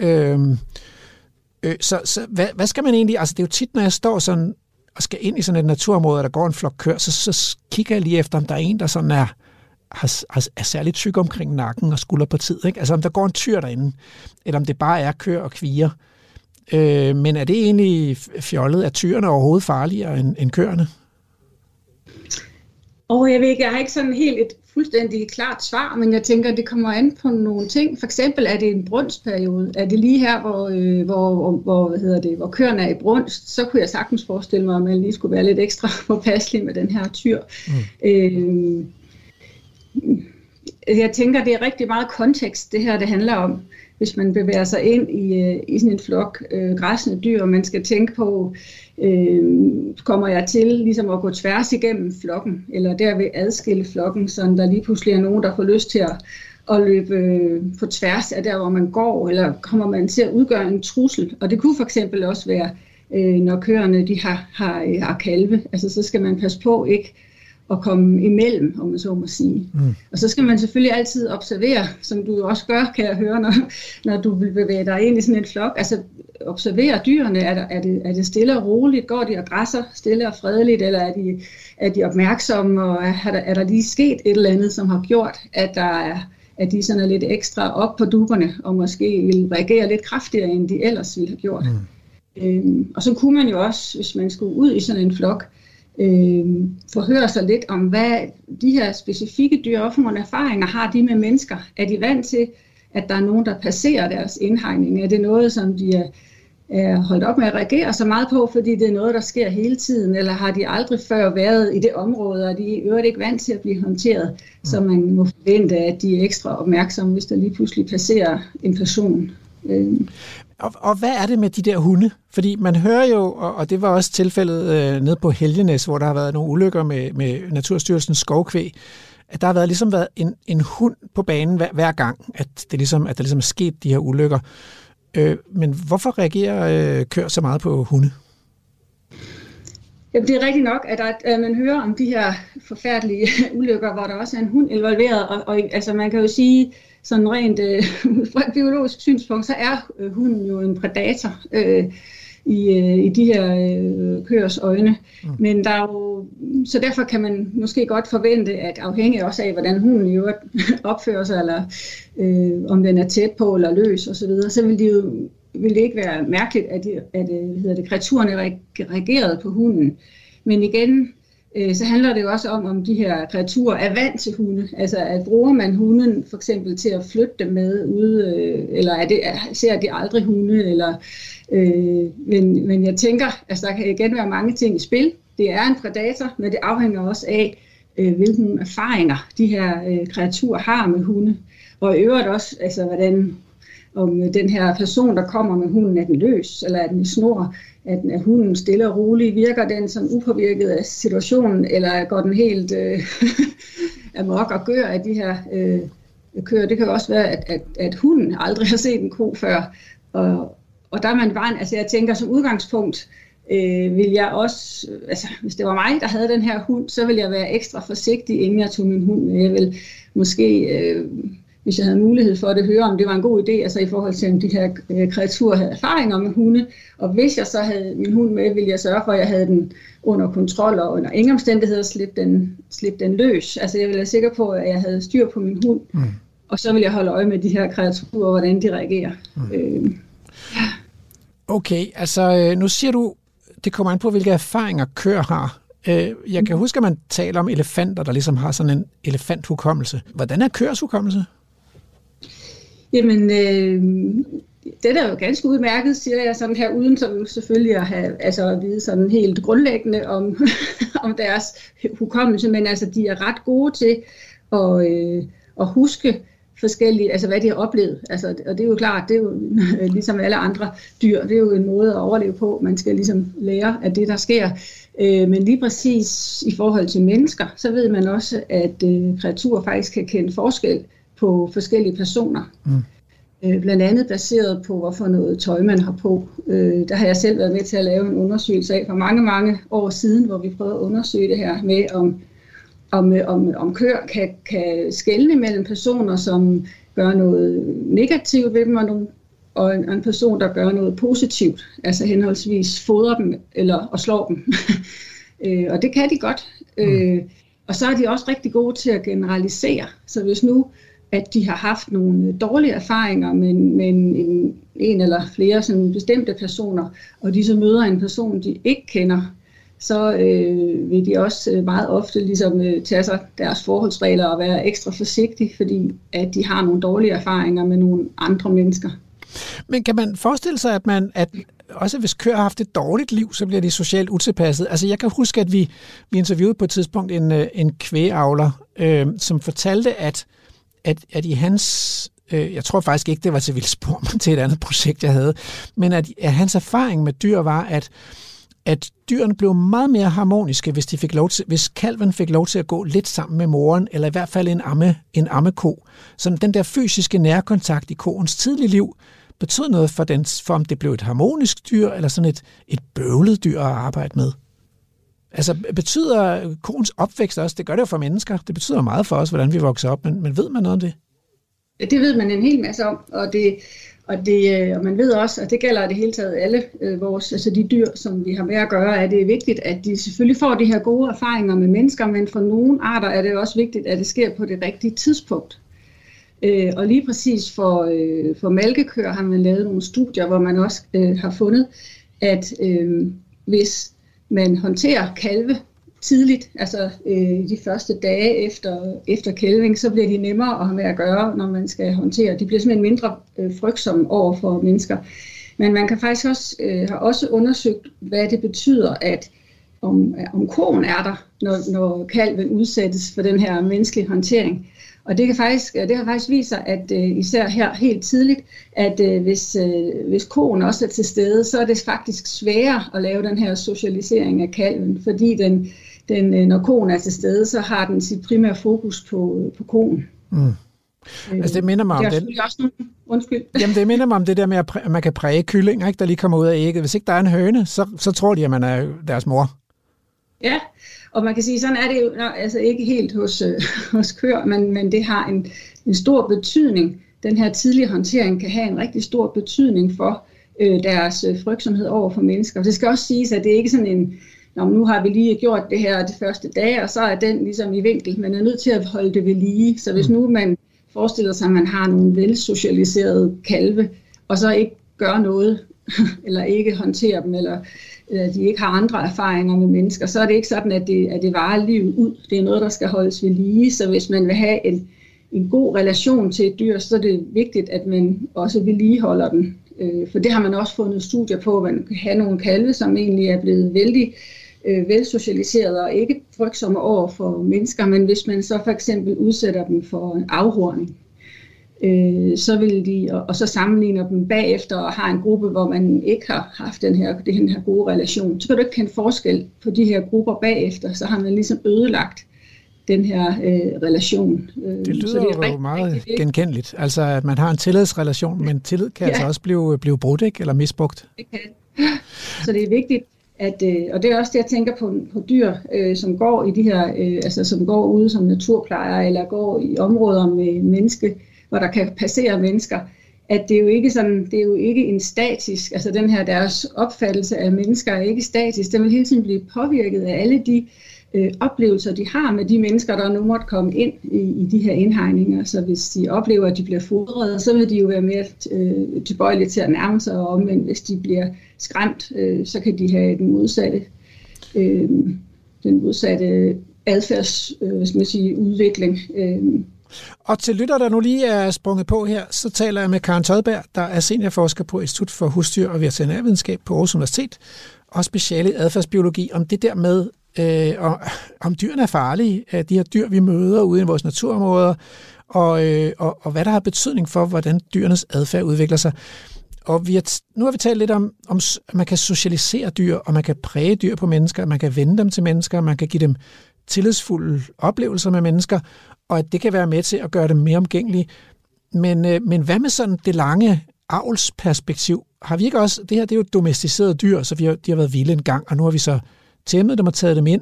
Så hvad skal man egentlig, altså det er jo tit, når jeg står sådan og skal ind i sådan et naturområde, der går en flok køer, så kigger jeg lige efter, om der er en, der sådan er særligt tyk omkring nakken og skulderpartiet, ikke? Altså om der går en tyr derinde, eller om det bare er køer og kvier. Men er det egentlig fjollet? Er tyrene overhovedet farligere end køerne? Jeg ved ikke, jeg har ikke sådan helt et fuldstændig klart svar, men jeg tænker, det kommer an på nogle ting. For eksempel er det en brunstperiode. Er det lige her, hvor køerne er i brunst, så kunne jeg sagtens forestille mig, at man lige skulle være lidt ekstra påpasselig med den her tyr. Jeg tænker, det er rigtig meget kontekst, det her det handler om. Hvis man bevæger sig ind i sådan en flok græssende dyr, og man skal tænke på, kommer jeg til ligesom at gå tværs igennem flokken, eller derved adskille flokken, så der lige pludselig er nogen, der får lyst til at løbe på tværs af der, hvor man går, eller kommer man til at udgøre en trussel. Og det kunne for eksempel også være, når køerne de har kalve, altså så skal man passe på ikke at komme imellem, om man så må sige. Og så skal man selvfølgelig altid observere, som du også gør, kan jeg høre, når du vil bevæge dig ind i sådan en flok. Altså observere dyrene. Er det stille og roligt? Går de og græsser stille og fredeligt? Eller er de opmærksomme? Og er der lige sket et eller andet, som har gjort, at de sådan er lidt ekstra op på duberne, og måske vil reagere lidt kraftigere, end de ellers ville have gjort? Og så kunne man jo også, hvis man skulle ud i sådan en flok, forhøre sig lidt om, hvad de her specifikke dyr, og for nogle erfaringer har de med mennesker. Er de vant til, at der er nogen, der passerer deres indhegning? Er det noget, som de er holdt op med at reagere så meget på, fordi det er noget, der sker hele tiden, eller har de aldrig før været i det område, og de er i øvrigt ikke vant til at blive håndteret, så man må forvente, at de er ekstra opmærksomme, hvis der lige pludselig passerer en person. Og hvad er det med de der hunde? Fordi man hører jo, og det var også tilfældet nede på Helgenæs, hvor der har været nogle ulykker med Naturstyrelsens skovkvæg, at der har været en hund på banen hver gang, at der ligesom er sket de her ulykker. Men hvorfor reagerer køer så meget på hunde? Jamen, det er rigtigt nok, at man hører om de her forfærdelige ulykker, hvor der også er en hund involveret, og altså man kan jo sige, sådan rent fra et biologisk synspunkt, så er hunden jo en predator i de her køers øjne. Men der er jo, så derfor kan man måske godt forvente, at afhængig også af, hvordan hunden i øvrigt opfører sig, eller om den er tæt på eller løs osv., så vil det ikke være mærkeligt, at kreaturerne reagerede på hunden. Men igen, så handler det jo også om de her kreaturer er vant til hunde. Altså, at bruger man hunden for eksempel til at flytte dem med ude, eller ser de aldrig hunde, eller, men jeg tænker, altså der kan igen være mange ting i spil. Det er en predator, men det afhænger også af, hvilke erfaringer de her kreaturer har med hunde. Og i øvrigt også, altså hvordan om den her person, der kommer med hunden, er den løs, eller er den i snor, er hunden stille og rolig, virker den som upåvirket af situationen, eller går den helt amok og gør af de her køer. Det kan jo også være, at hunden aldrig har set en ko før, og der er man bare, altså jeg tænker som udgangspunkt, vil jeg også, altså hvis det var mig, der havde den her hund, så ville jeg være ekstra forsigtig, inden jeg tog min hund med. Jeg vil måske, hvis jeg havde mulighed for det, høre, om det var en god idé, altså i forhold til, om de her kreaturer havde erfaringer med hunde. Og hvis jeg så havde min hund med, ville jeg sørge for, at jeg havde den under kontrol, og under ingen omstændigheder slippe den løs. Altså jeg ville være sikker på, at jeg havde styr på min hund, og så ville jeg holde øje med de her kreaturer, hvordan de reagerer. Ja. Okay, altså nu siger du, det kommer an på, hvilke erfaringer køer har. Jeg kan huske, at man taler om elefanter, der ligesom har sådan en elefanthukommelse. Hvordan er køers hukommelse? Jamen, det er jo ganske udmærket, siger jeg sådan her, uden som selvfølgelig at vide sådan helt grundlæggende om deres hukommelse, men altså de er ret gode til at huske forskellige, altså hvad de har oplevet. Altså, og det er jo klart, det er jo ligesom alle andre dyr, det er jo en måde at overleve på. Man skal ligesom lære af det, der sker. Men lige præcis i forhold til mennesker, så ved man også, at kreaturer faktisk kan kende forskel på forskellige personer. Blandt andet baseret på, hvorfor noget tøj man har på. Der har jeg selv været med til at lave en undersøgelse af for mange, mange år siden, hvor vi prøvede at undersøge det her med, om køer kan skelne mellem personer, som gør noget negativt ved dem, og en person, der gør noget positivt, altså henholdsvis fodrer dem og slår dem. Og det kan de godt. Og så er de også rigtig gode til at generalisere. Så hvis nu, at de har haft nogle dårlige erfaringer med en eller flere sådan bestemte personer, og de så møder en person, de ikke kender, så vil de også meget ofte ligesom tage sig deres forholdsregler og være ekstra forsigtige, fordi at de har nogle dårlige erfaringer med nogle andre mennesker. Men kan man forestille sig, at også hvis køer har haft et dårligt liv, så bliver de socialt utilpasset? Altså jeg kan huske, at vi interviewede på et tidspunkt en kvægavler, som fortalte, at i hans, jeg tror faktisk ikke, det var til Vildspor, men til et andet projekt, jeg havde, men at hans erfaring med dyr var, at dyrene blev meget mere harmoniske, hvis kalven fik lov til at gå lidt sammen med moren, eller i hvert fald en ammeko. Så den der fysiske nærkontakt i koens tidlige liv betød noget for om det blev et harmonisk dyr, eller sådan et bøvlet dyr at arbejde med. Altså betyder koens opvækst også, det gør det jo for mennesker, det betyder meget for os, hvordan vi vokser op, men ved man noget om det? Det ved man en hel masse om, og man ved også, og det gælder det hele taget alle altså de dyr, som vi har med at gøre, at det er vigtigt, at de selvfølgelig får de her gode erfaringer med mennesker, men for nogle arter er det også vigtigt, at det sker på det rigtige tidspunkt. Og lige præcis for malkekøer har man lavet nogle studier, hvor man også har fundet, at hvis man håndterer kalve tidligt, altså de første dage efter kælving, så bliver de nemmere at have med at gøre, når man skal håndtere. De bliver simpelthen mindre frygtsomme over for mennesker. Men man kan faktisk også, har også undersøgt, hvad det betyder, at om koen er der, når kalven udsættes for den her menneskelige håndtering. Og det har faktisk vist sig, at især her helt tidligt, at hvis koen også er til stede, så er det faktisk sværere at lave den her socialisering af kalven, fordi når koen er til stede, så har den sit primære fokus på koen. Mm. Altså det minder mig om Jamen det minder mig om det der med, at man kan præge kyllinger, ikke, der lige kommer ud af ægget. Hvis ikke der er en høne, så tror de, at man er deres mor. Ja, og man kan sige, sådan er det jo altså ikke helt hos køer, men det har en stor betydning. Den her tidlige håndtering kan have en rigtig stor betydning for deres frygtsomhed over for mennesker. Det skal også siges, at det ikke sådan en, nu har vi lige gjort det her de første dage, og så er den ligesom i vinkel. Man er nødt til at holde det ved lige. Så hvis nu man forestiller sig, at man har nogle velsocialiserede kalve, og så ikke gør noget, eller ikke håndterer dem, eller de ikke har andre erfaringer med mennesker, så er det ikke sådan, at det varer livet ud. Det er noget, der skal holdes ved lige. Så hvis man vil have en god relation til et dyr, så er det vigtigt, at man også vedligeholder den. For det har man også fundet studier på, at man kan have nogle kalve, som egentlig er blevet vældig velsocialiseret og ikke frygtsomme over for mennesker, men hvis man så for eksempel udsætter dem for en afhorning, så vil de, og så sammenligner dem bagefter og har en gruppe, hvor man ikke har haft den her gode relation, så kan du ikke kende forskel på de her grupper bagefter, så har man ligesom ødelagt den her relation. Det lyder så det er jo meget genkendeligt, altså at man har en tillidsrelation, men tillid kan altså også blive brudt, ikke? Eller misbrugt. Det kan. Så det er vigtigt, og det er også det, jeg tænker på dyr, som går i de her, altså som går ude som naturplejere, eller går i områder med menneske, hvor der kan passere mennesker, at det er jo ikke en statisk, altså den her deres opfattelse af mennesker er ikke statisk, den vil hele tiden blive påvirket af alle de oplevelser, de har med de mennesker, der nu måtte komme ind i de her indhegninger. Så hvis de oplever, at de bliver fodret, så vil de jo være mere tilbøjelige til at nærme sig, og omvendt, hvis de bliver skræmt, så kan de have den modsatte adfærdsudvikling. Og til lytter, der nu lige er sprunget på her, så taler jeg med Karen Todberg, der er seniorforsker på Institut for Husdyr og Veterinærvidenskab på Aarhus Universitet, og speciale i adfærdsbiologi, om det der med, om dyrene er farlige, de her dyr, vi møder ude i vores naturområder, og hvad der har betydning for, hvordan dyrenes adfærd udvikler sig. Og nu har vi talt lidt om, at man kan socialisere dyr, og man kan præge dyr på mennesker, man kan vende dem til mennesker, man kan give dem tillidsfulde oplevelser med mennesker, og at det kan være med til at gøre dem mere omgængelige. Men hvad med sådan det lange avlsperspektiv? Har vi ikke også, det her det er jo domesticerede dyr, så de har været vilde en gang, og nu har vi så tæmmet dem og taget dem ind,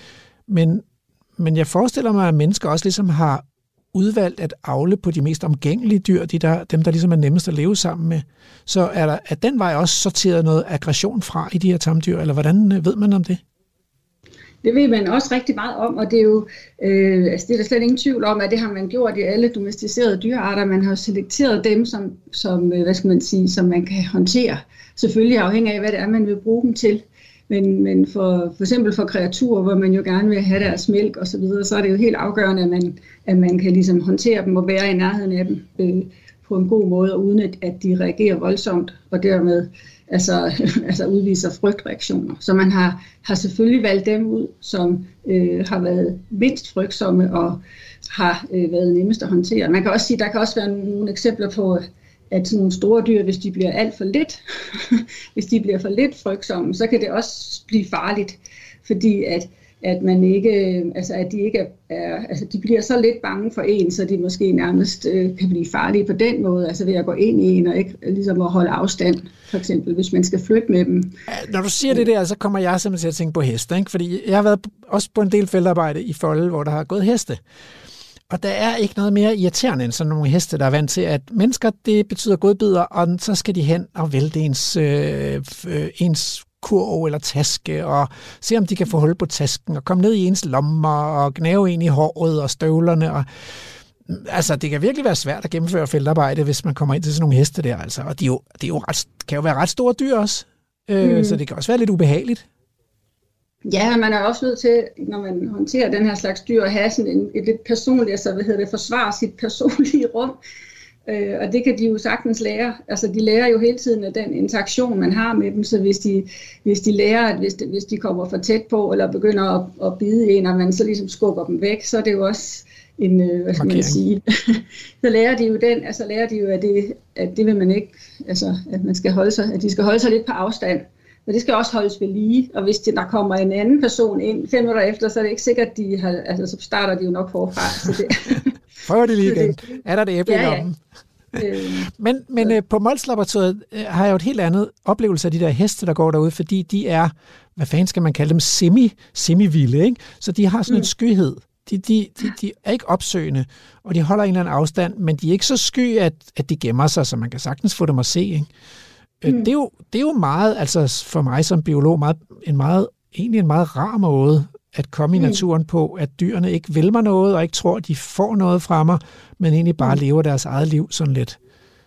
men jeg forestiller mig, at mennesker også ligesom har udvalgt at avle på de mest omgængelige dyr, dem der ligesom er nemmest at leve sammen med. Så er den vej også sorteret noget aggression fra i de her tamdyr, eller hvordan ved man om det? Det ved man også rigtig meget om, og det er jo, det er der slet ingen tvivl om, at det har man gjort i alle domesticerede dyrearter. Man har selekteret dem, som hvad skal man sige, som man kan håndtere. Selvfølgelig afhængig af, hvad det er, man vil bruge dem til. Men for eksempel for kreaturer, hvor man jo gerne vil have deres mælk og så videre, så er det jo helt afgørende, at man kan ligesom håndtere dem og være i nærheden af dem på en god måde, uden at de reagerer voldsomt, og dermed altså udviser frygtreaktioner. Så man har selvfølgelig valgt dem ud, som har været mindst frygtsomme og har været nemmest at håndtere. Man kan også sige, der kan også være nogle eksempler på, at sådan nogle store dyr, hvis de bliver alt for lidt, hvis de bliver for lidt frygtsomme, så kan det også blive farligt, fordi at man ikke, at de ikke de bliver så lidt bange for en, så de måske nærmest kan blive farlige på den måde, altså ved at gå ind i en og ikke ligesom at holde afstand, for eksempel, hvis man skal flytte med dem. Når du siger det der, så kommer jeg simpelthen til at tænke på heste, ikke? Fordi jeg har været også på en del feltarbejde i Folde, hvor der har gået heste. Og der er ikke noget mere irriterende end sådan nogle heste, der er vant til, at mennesker, det betyder godbidder, og så skal de hen og vælte ens kurv eller taske, og se om de kan få hul på tasken, og komme ned i ens lommer, og gnave en i håret og støvlerne. Og, altså, det kan virkelig være svært at gennemføre feltarbejde, hvis man kommer ind til sådan nogle heste der. Altså. Og kan jo være ret store dyr også, så det kan også være lidt ubehageligt. Ja, man er også nødt til, når man håndterer den her slags dyr, at have sådan et lidt personligt, forsvare sit personlige rum. Og det kan de jo sagtens lære. Altså, de lærer jo hele tiden af den interaktion, man har med dem, så hvis de lærer, at hvis de kommer for tæt på, eller begynder at bide en, og man så ligesom skubber dem væk, så er det jo også en, hvad skal man sige, så lærer de jo at det vil man ikke, altså, at man skal holde sig, at de skal holde sig lidt på afstand. Men det skal også holdes ved lige, og hvis der kommer en anden person ind 5 minutter efter, så er det ikke sikkert, at de har, altså, så starter de jo nok forfra. Så det prøver det lige igen. Er der det æble i lommen? Men på Mols-laboratoriet har jeg jo et helt andet oplevelse af de der heste, der går derude, fordi de er, hvad fanden skal man kalde dem, semi-vilde, ikke? Så de har sådan en skyhed. De er ikke opsøgende, og de holder en eller anden afstand, men de er ikke så sky, at de gemmer sig, så man kan sagtens få dem at se, ikke? Det er jo meget, altså for mig som biolog, egentlig en meget rar måde at komme i naturen på, at dyrene ikke vil mig noget, og ikke tror, at de får noget fra mig, men egentlig bare lever deres eget liv sådan lidt.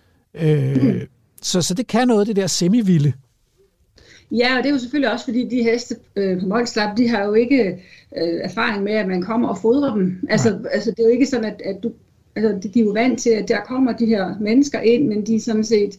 Så det kan noget, det der semi-vilde. Ja, og det er jo selvfølgelig også, fordi de heste på Mols-lab, de har jo ikke erfaring med, at man kommer og fodrer dem. Altså det er jo ikke sådan, at du... Altså, de er jo vant til, at der kommer de her mennesker ind, men de er sådan set...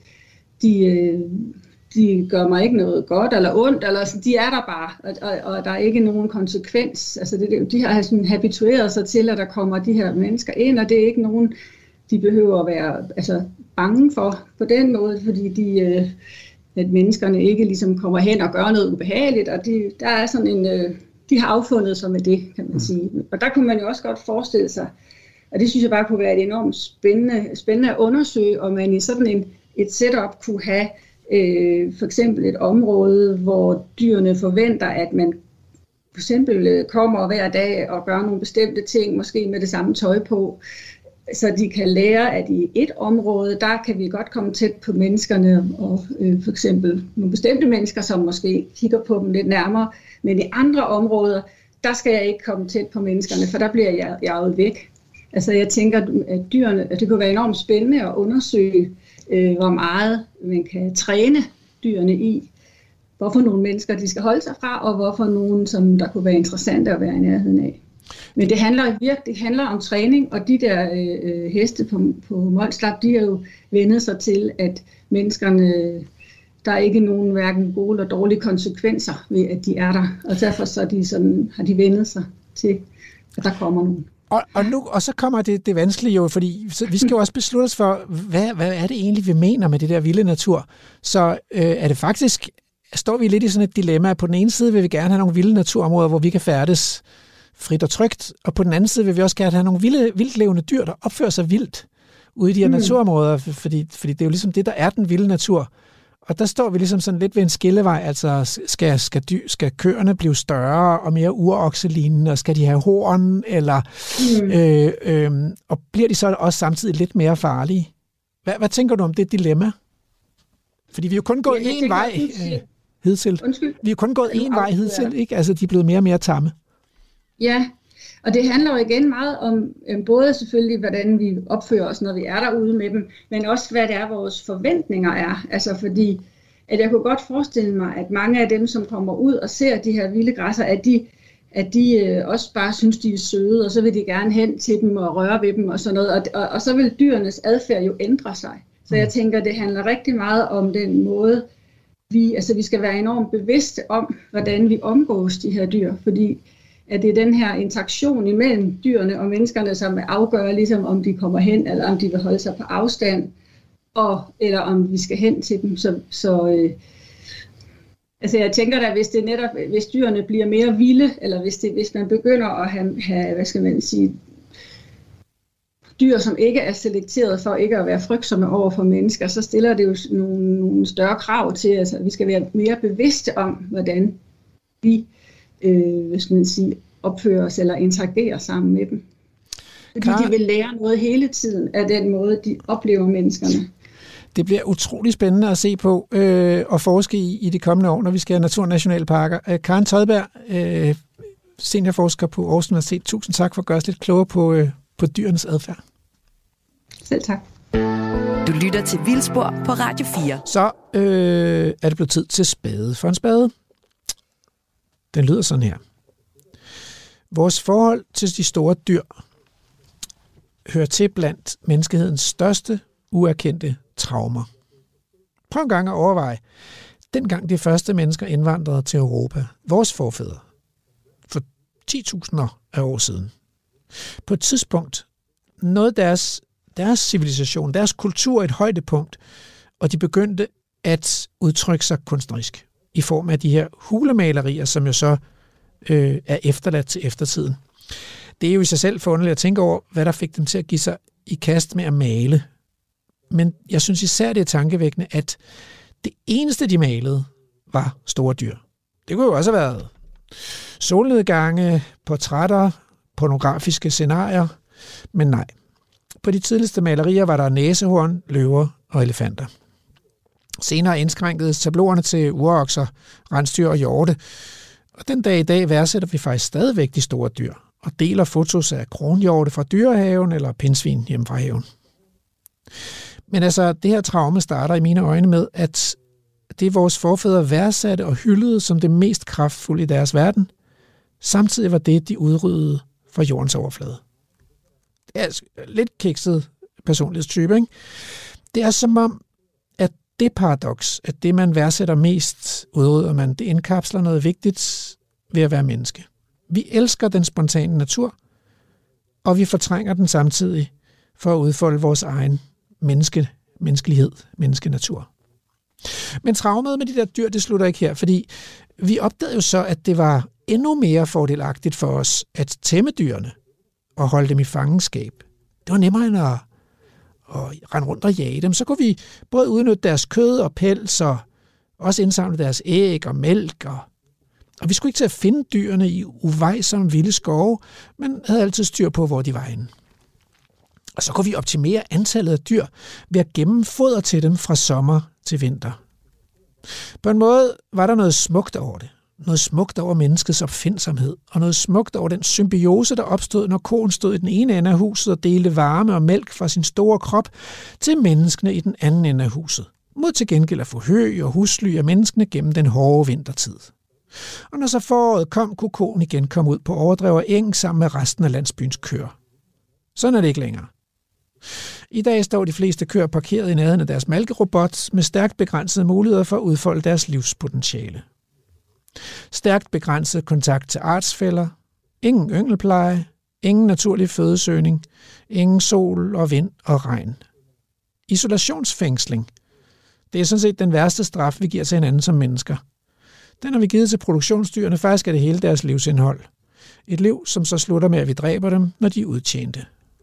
De gør mig ikke noget godt eller ondt, eller altså, de er der bare, og der er ikke nogen konsekvens. Altså de har sådan habitueret sig til, at der kommer de her mennesker ind, og det er ikke nogen, de behøver at være bange for på den måde, fordi at menneskerne ikke ligesom kommer hen og gør noget ubehageligt, og der er sådan en, de har affundet sig med det, kan man sige. Og der kunne man jo også godt forestille sig, og det synes jeg bare kunne være et enormt spændende at undersøge, om man i sådan et setup kunne have for eksempel et område, hvor dyrene forventer, at man for eksempel kommer hver dag og gør nogle bestemte ting, måske med det samme tøj på, så de kan lære, at i et område, der kan vi godt komme tæt på menneskerne, og for eksempel nogle bestemte mennesker, som måske kigger på dem lidt nærmere, men i andre områder, der skal jeg ikke komme tæt på menneskerne, for der bliver jeg jaget væk. Altså jeg tænker, at dyrene, at det kunne være enormt spændende at undersøge, hvor meget man kan træne dyrene i, hvorfor nogle mennesker de skal holde sig fra, og hvorfor nogle, som der kunne være interessante at være i nærheden af. Men det handler om træning, og de der heste på Mols-lab, de har jo vendet sig til, at menneskerne, der er ikke nogen hverken gode eller dårlige konsekvenser ved, at de er der. Og derfor så har de vendet sig til, at der kommer nogen. Og så kommer det vanskelige jo, fordi vi skal jo også beslutte os for, hvad er det egentlig, vi mener med det der vilde natur. Så er det faktisk, står vi lidt i sådan et dilemma, at på den ene side vil vi gerne have nogle vilde naturområder, hvor vi kan færdes frit og trygt, og på den anden side vil vi også gerne have nogle vildtlevende dyr, der opfører sig vildt ude i de her naturområder, fordi det er jo ligesom det, der er den vilde natur. Og der står vi ligesom sådan lidt ved en skillevej, altså skal køerne blive større og mere urokselinende, og skal de have horn, eller og bliver de så også samtidig lidt mere farlige? Hvad tænker du om det dilemma? Fordi vi er jo kun gået én vej hidtil. Vi er jo kun gået én vej hidtil, ikke? Altså, de er blevet mere og mere tamme. Ja, og det handler jo igen meget om både selvfølgelig, hvordan vi opfører os, når vi er derude med dem, men også hvad det er, vores forventninger er. Altså fordi, at jeg kunne godt forestille mig, at mange af dem, som kommer ud og ser de her vilde græsser, at de også bare synes, de er søde, og så vil de gerne hen til dem og røre ved dem og sådan noget. Og så vil dyrenes adfærd jo ændre sig. Så jeg tænker, det handler rigtig meget om den måde, vi skal være enormt bevidste om, hvordan vi omgås de her dyr, fordi at det er den her interaktion imellem dyrene og menneskerne, som afgør ligesom, om de kommer hen, eller om de vil holde sig på afstand, eller om vi skal hen til dem. Altså jeg tænker da, hvis dyrene bliver mere vilde, eller hvis man begynder at have, hvad skal man sige, dyr, som ikke er selekteret for ikke at være frygtsomme over for mennesker, så stiller det jo nogle større krav til, altså vi skal være mere bevidste om, hvordan vi hvad skal man sige, opfører os eller interagerer sammen med dem. Fordi de vil lære noget hele tiden af den måde, de oplever menneskerne. Det bliver utrolig spændende at se på og forske i de kommende år, når vi skal have naturnationalparker. Karen Todberg, seniorforsker på Aarhus Universitet. Tusind tak for at gøre os lidt klogere på dyrenes adfærd. Selv tak. Du lytter til Vildspor på Radio 4. Så er det blevet tid til spade for en spade. Den lyder sådan her. Vores forhold til de store dyr hører til blandt menneskehedens største uerkendte traumer. Prøv en gang at overveje, dengang de første mennesker indvandrede til Europa, vores forfædre, for 10.000 af år siden. På et tidspunkt nåede deres civilisation, deres kultur et højdepunkt, og de begyndte at udtrykke sig kunstnerisk i form af de her hulemalerier, som jo så er efterladt til eftertiden. Det er jo i sig selv forunderligt at tænke over, hvad der fik dem til at give sig i kast med at male. Men jeg synes især, det er tankevækkende, at det eneste, de malede, var store dyr. Det kunne jo også have været solnedgange, portrætter, pornografiske scenarier, men nej. På de tidligste malerier var der næsehorn, løver og elefanter. Senere indskrænkede tabloerne til urokser, rensdyr og hjorte, og den dag i dag værdsætter vi faktisk stadigvæk de store dyr, og deler fotos af kronhjorte fra dyrehaven eller pindsvin hjemme fra haven. Men altså, det her traume starter i mine øjne med, at det vores forfædre værdsatte og hyldede som det mest kraftfulde i deres verden, samtidig var det, de udryddede fra jordens overflade. Det er lidt kikset personlighedstype, ikke? Det er som om, at det paradoks, at det man værdsætter mest, udrydder man, det indkapsler noget vigtigt ved at være menneske. Vi elsker den spontane natur, og vi fortrænger den samtidig for at udfolde vores egen menneskelighed, menneskenatur. Men traumet med de der dyr, det slutter ikke her, fordi vi opdagede jo så, at det var endnu mere fordelagtigt for os at tæmme dyrene og holde dem i fangenskab. Det var nemmere end at rende rundt og jage dem. Så kunne vi både udnytte deres kød og pels, og også indsamle deres æg og mælk. Og vi skulle ikke til at finde dyrene i uvejsomme vilde skove, men havde altid styr på, hvor de var henne. Og så kunne vi optimere antallet af dyr ved at gemme foder til dem fra sommer til vinter. På en måde var der noget smukt over det. Noget smukt over menneskets opfindsomhed, og noget smukt over den symbiose, der opstod, når koen stod i den ene ende af huset og delte varme og mælk fra sin store krop til menneskene i den anden ende af huset, mod til gengæld at få hø og husly af menneskene gennem den hårde vintertid. Og når så foråret kom, kunne koen igen komme ud på overdrev og eng sammen med resten af landsbyens køer. Sådan er det ikke længere. I dag står de fleste køer parkeret i nærheden af deres malkerobot med stærkt begrænsede muligheder for at udfolde deres livspotentiale. Stærkt begrænset kontakt til artsfæller, ingen yngelpleje, ingen naturlig fødesøgning, ingen sol og vind og regn. Isolationsfængsling. Det er sådan set den værste straf, vi giver til hinanden som mennesker. Den har vi givet til produktionsdyrene, faktisk er det hele deres livsindhold. Et liv, som så slutter med, at vi dræber dem, når de er udtjente.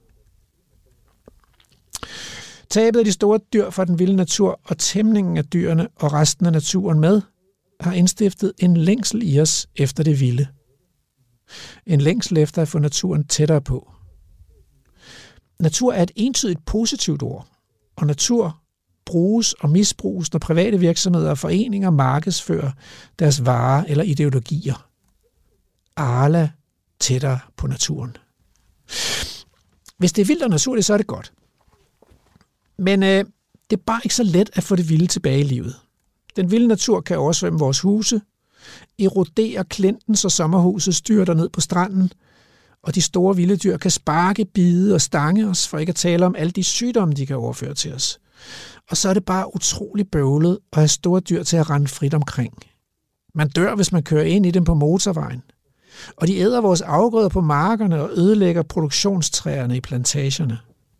Tabet af de store dyr fra den vilde natur og tæmningen af dyrene og resten af naturen med, har indstiftet en længsel i os efter det vilde. En længsel efter at få naturen tættere på. Natur er et entydigt positivt ord, og natur bruges og misbruges, når private virksomheder og foreninger markedsfører deres varer eller ideologier. Arla tættere på naturen. Hvis det er vildt og naturligt, så er det godt. Men det er bare ikke så let at få det vilde tilbage i livet. Den vilde natur kan oversvømme vores huse, erodere klinten, så sommerhuset styrter ned på stranden, og de store vilde dyr kan sparke, bide og stange os, for ikke at tale om alle de sygdomme, de kan overføre til os. Og så er det bare utrolig bøvlet at have store dyr til at rende frit omkring. Man dør, hvis man kører ind i dem på motorvejen. Og de æder vores afgrøder på markerne og ødelægger produktionstræerne i plantagerne.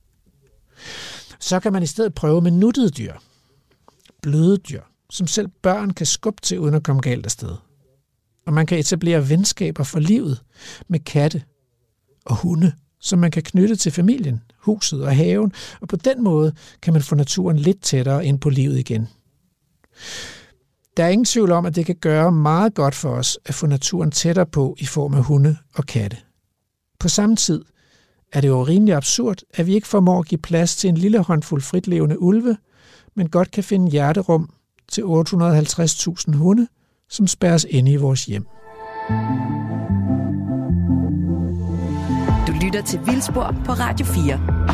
Så kan man i stedet prøve med nuttede dyr. Bløde dyr, som selv børn kan skubbe til uden at komme galt afsted. Og man kan etablere venskaber for livet med katte og hunde, som man kan knytte til familien, huset og haven, og på den måde kan man få naturen lidt tættere ind på livet igen. Der er ingen tvivl om, at det kan gøre meget godt for os at få naturen tættere på i form af hunde og katte. På samme tid er det jo rimelig absurd, at vi ikke formår at give plads til en lille håndfuld fritlevende ulve, men godt kan finde hjerterum til 850.000 hunde, som spærres inde i vores hjem. Du lytter til Vildspor på Radio 4.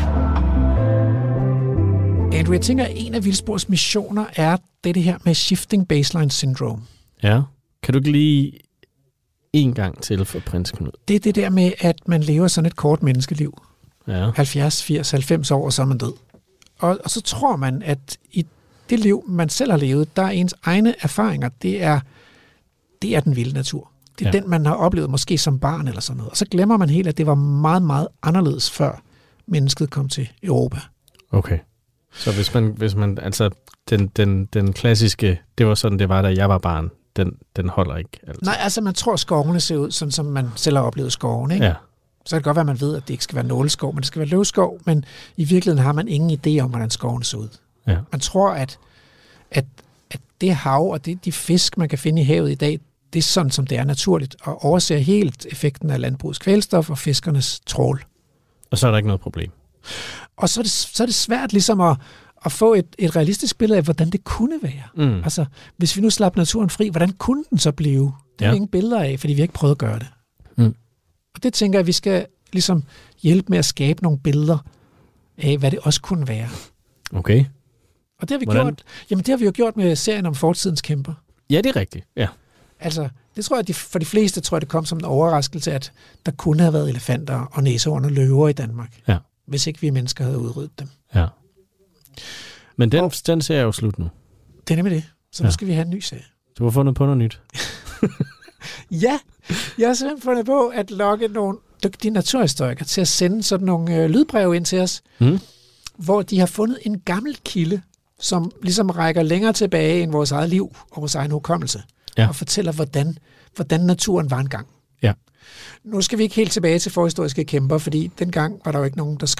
Andrew, jeg tænker, at en af Vildspors missioner er det her med shifting baseline syndrome. Ja. Kan du ikke lige en gang til for prins Knud? Det er det der med, at man lever sådan et kort menneskeliv. Ja. 70, 80, 90 år, og så er man død. Og så tror man, at i det liv, man selv har levet, der er ens egne erfaringer, det er den vilde natur. Det er den, man har oplevet måske som barn eller sådan noget. Og så glemmer man helt, at det var meget, meget anderledes før mennesket kom til Europa. Okay. Så hvis man altså den klassiske, det var sådan, det var, da jeg var barn, den holder ikke. Altså. Nej, altså man tror, skovene ser ud, sådan som man selv har oplevet skoven, ikke? Ja. Så kan det godt være, at man ved, at det ikke skal være nåleskov, men det skal være løvskov, men i virkeligheden har man ingen idé om, hvordan skoven ser ud. Ja. Man tror, at det hav og de fisk, man kan finde i havet i dag, det er sådan, som det er naturligt, og overser helt effekten af landbrugets kvælstof og fiskernes trål. Og så er der ikke noget problem. Og så er det svært ligesom at få et realistisk billede af, hvordan det kunne være. Mm. Altså, hvis vi nu slap naturen fri, hvordan kunne den så blive? Det er ingen billeder af, fordi vi har ikke prøvet at gøre det. Mm. Og det tænker jeg, at vi skal ligesom hjælpe med at skabe nogle billeder af, hvad det også kunne være. Okay. Og det har vi gjort. Jamen, det har vi jo gjort med serien om fortidens kæmper. Ja, det er rigtigt. Ja. Altså, det tror jeg, for de fleste tror jeg, det kom som en overraskelse, at der kunne have været elefanter og næsehorn og løver i Danmark. Ja. Hvis ikke vi mennesker havde udryddet dem. Ja. Men den serie er jo slut nu. Det er nemlig det. Så nu skal vi have en ny serie. Du har fundet på noget nyt. Ja, jeg har simpelthen fundet på at lokke nogle dygtige naturhistorikere til at sende sådan nogle lydbreve ind til os, hvor de har fundet en gammel kilde, som ligesom rækker længere tilbage end vores eget liv og vores egen hukommelse, og fortæller, hvordan naturen var engang. Ja. Nu skal vi ikke helt tilbage til forhistoriske kæmper, fordi dengang var der jo ikke nogen, der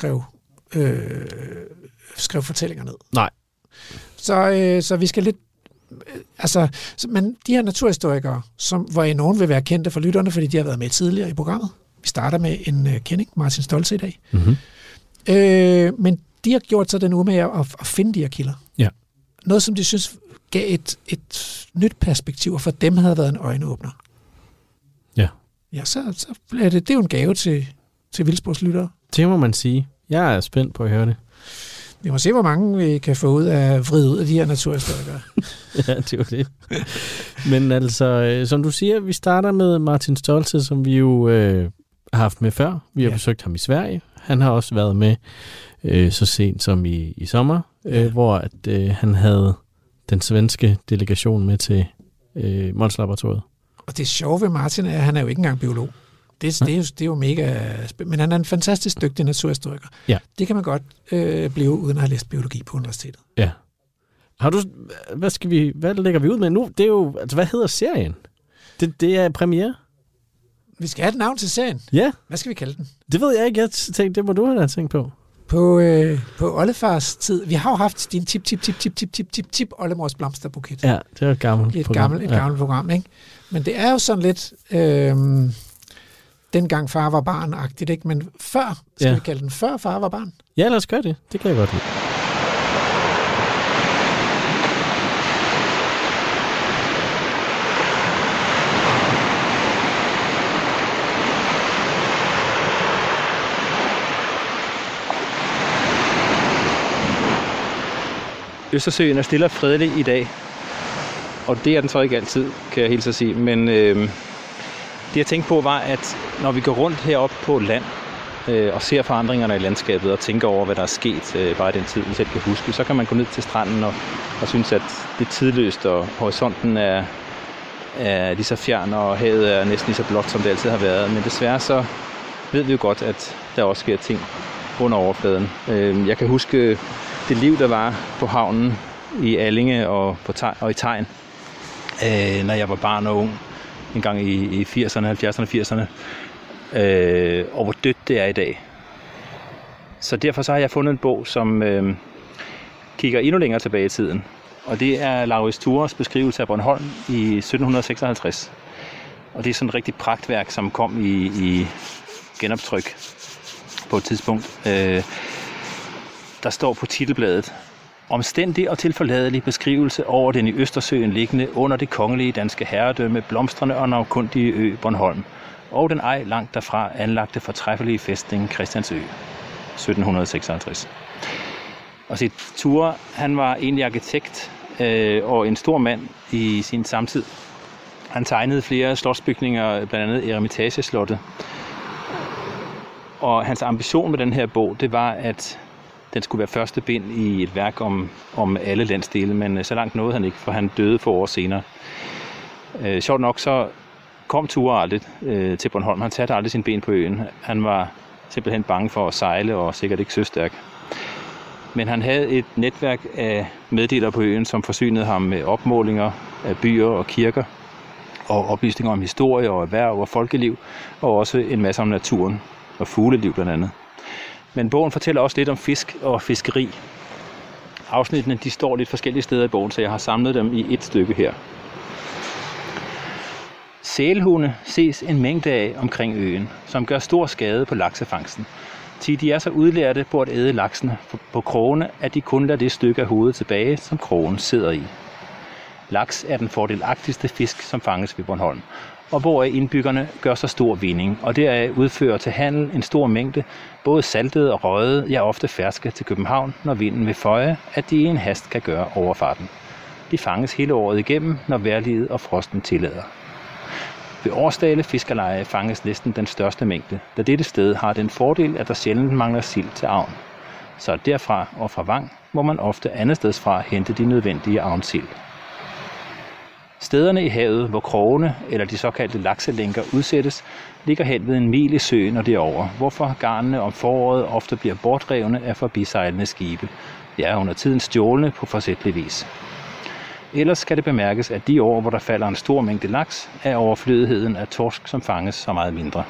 skrev fortællinger ned. Nej. Så vi skal lidt... men de her naturhistorikere, hvor nogen vil være kendte for lytterne, fordi de har været med tidligere i programmet. Vi starter med en kending, Martin Stoltze i dag. Mm-hmm. Men de har gjort så den umage at finde de her kilder. Ja. Noget, som de synes gav et nyt perspektiv, og for dem havde været en øjenåbner. Ja. Ja, så er det er jo en gave til vildsportslyttere. Det må man sige. Jeg er spændt på at høre det. Vi må se, hvor mange vi kan få ud af vride ud af de her naturhistorikere. Ja, det er jo det. Men altså, som du siger, vi starter med Martin Stoltze, som vi jo har haft med før. Vi har besøgt ham i Sverige. Han har også været med så sent som i sommer, hvor han havde den svenske delegation med til Mols-laboratoriet. Og det sjove ved Martin er, at han er jo ikke engang biolog. Det er jo mega spændende. Men han er en fantastisk dygtig naturhistoriker. Ja. Det kan man godt blive, uden at have læst biologi på universitetet. Ja. Har du, hvad lægger vi ud med nu? Det er jo, altså, hvad hedder serien? Det er premiere. Vi skal have et navn til serien. Ja. Hvad skal vi kalde den? Det ved jeg ikke. Jeg tænkte, det må du have tænkt på. På oldefars tid. Vi har jo haft din tip oldemors blomsterbuket. Ja, det er et gammelt program. Et gammelt program, ikke? Men det er jo sådan lidt dengang far var barn-agtigt, ikke? Men før, skal vi kalde den før far var barn? Ja, lad os gøre det. Det kan jeg godt lide. Østersøen er stille og fredelig i dag, og det er den så ikke altid, kan jeg hilse at sige. Men det jeg tænkte på var, at når vi går rundt heroppe på land og ser forandringerne i landskabet og tænker over, hvad der er sket bare i den tid, vi selv kan huske, så kan man gå ned til stranden og synes, at det er tidløst, og horisonten er lige så fjern, og havet er næsten lige så blåt, som det altid har været. Men desværre så ved vi jo godt, at der også sker ting under overfladen. Jeg kan huske det liv, der var på havnen i Allinge og i Tegn, når jeg var barn og ung, en gang i 80'erne, 70'erne, 80'erne, og hvor dødt det er i dag. Så derfor så har jeg fundet en bog, som kigger endnu længere tilbage i tiden, og det er Laurids Thuras beskrivelse af Bornholm i 1756. Og det er sådan et rigtig pragtværk, som kom i genoptryk på et tidspunkt. Der står på titelbladet: omstændig og tilforladelig beskrivelse over den i Østersøen liggende under det kongelige danske herredømme, blomstrende og navnkundige ø Bornholm, og den ej langt derfra anlagte fortræffelige fæstning Christiansø, 1756. Og så Thura, han var egentlig arkitekt og en stor mand i sin samtid. Han tegnede flere slotsbygninger, blandt andet Eremitageslottet. Og hans ambition med den her bog, det var at Den skulle være første bind i et værk om alle landsdele, men så langt nåede han ikke, for han døde få år senere. Sjovt nok så kom Ture aldrig til Bornholm. Han satte aldrig sin ben på øen. Han var simpelthen bange for at sejle og sikkert ikke søstærk. Men han havde et netværk af meddelere på øen, som forsynede ham med opmålinger af byer og kirker, og oplysninger om historie og erhverv og folkeliv, og også en masse om naturen og fugleliv blandt andet. Men bogen fortæller også lidt om fisk og fiskeri. Afsnittene de står lidt forskellige steder i bogen, så jeg har samlet dem i et stykke her. Sælhunde ses en mængde af omkring øen, som gør stor skade på laksefangsten. De er så udlærte på at æde laksen på krogene, at de kun lader det stykke af hovedet tilbage, som krogen sidder i. Laks er den fordelagtigste fisk, som fanges ved Bornholm, og hvoraf indbyggerne gør så stor vinding, og deraf udfører til handel en stor mængde, både saltede og røgede, ja ofte ferske til København, når vinden vil føje, at de i en hast kan gøre overfarten. De fanges hele året igennem, når vejrliget og frosten tillader. Ved Årsdale Fiskerleje fanges næsten den største mængde, da dette sted har den fordel, at der sjældent mangler sild til avn. Så derfra og fra Vang må man ofte andetstedsfra hente de nødvendige avnsild. Stederne i havet, hvor krogene eller de såkaldte lakselænker udsættes, ligger hen ved en mil i søen og derover, hvorfor garnene om foråret ofte bliver bortrevne af forbisejlende skibe. Ja, under tiden stjålne på forsætlig vis. Ellers skal det bemærkes, at de år, hvor der falder en stor mængde laks, er overflødigheden af torsk, som fanges så meget mindre.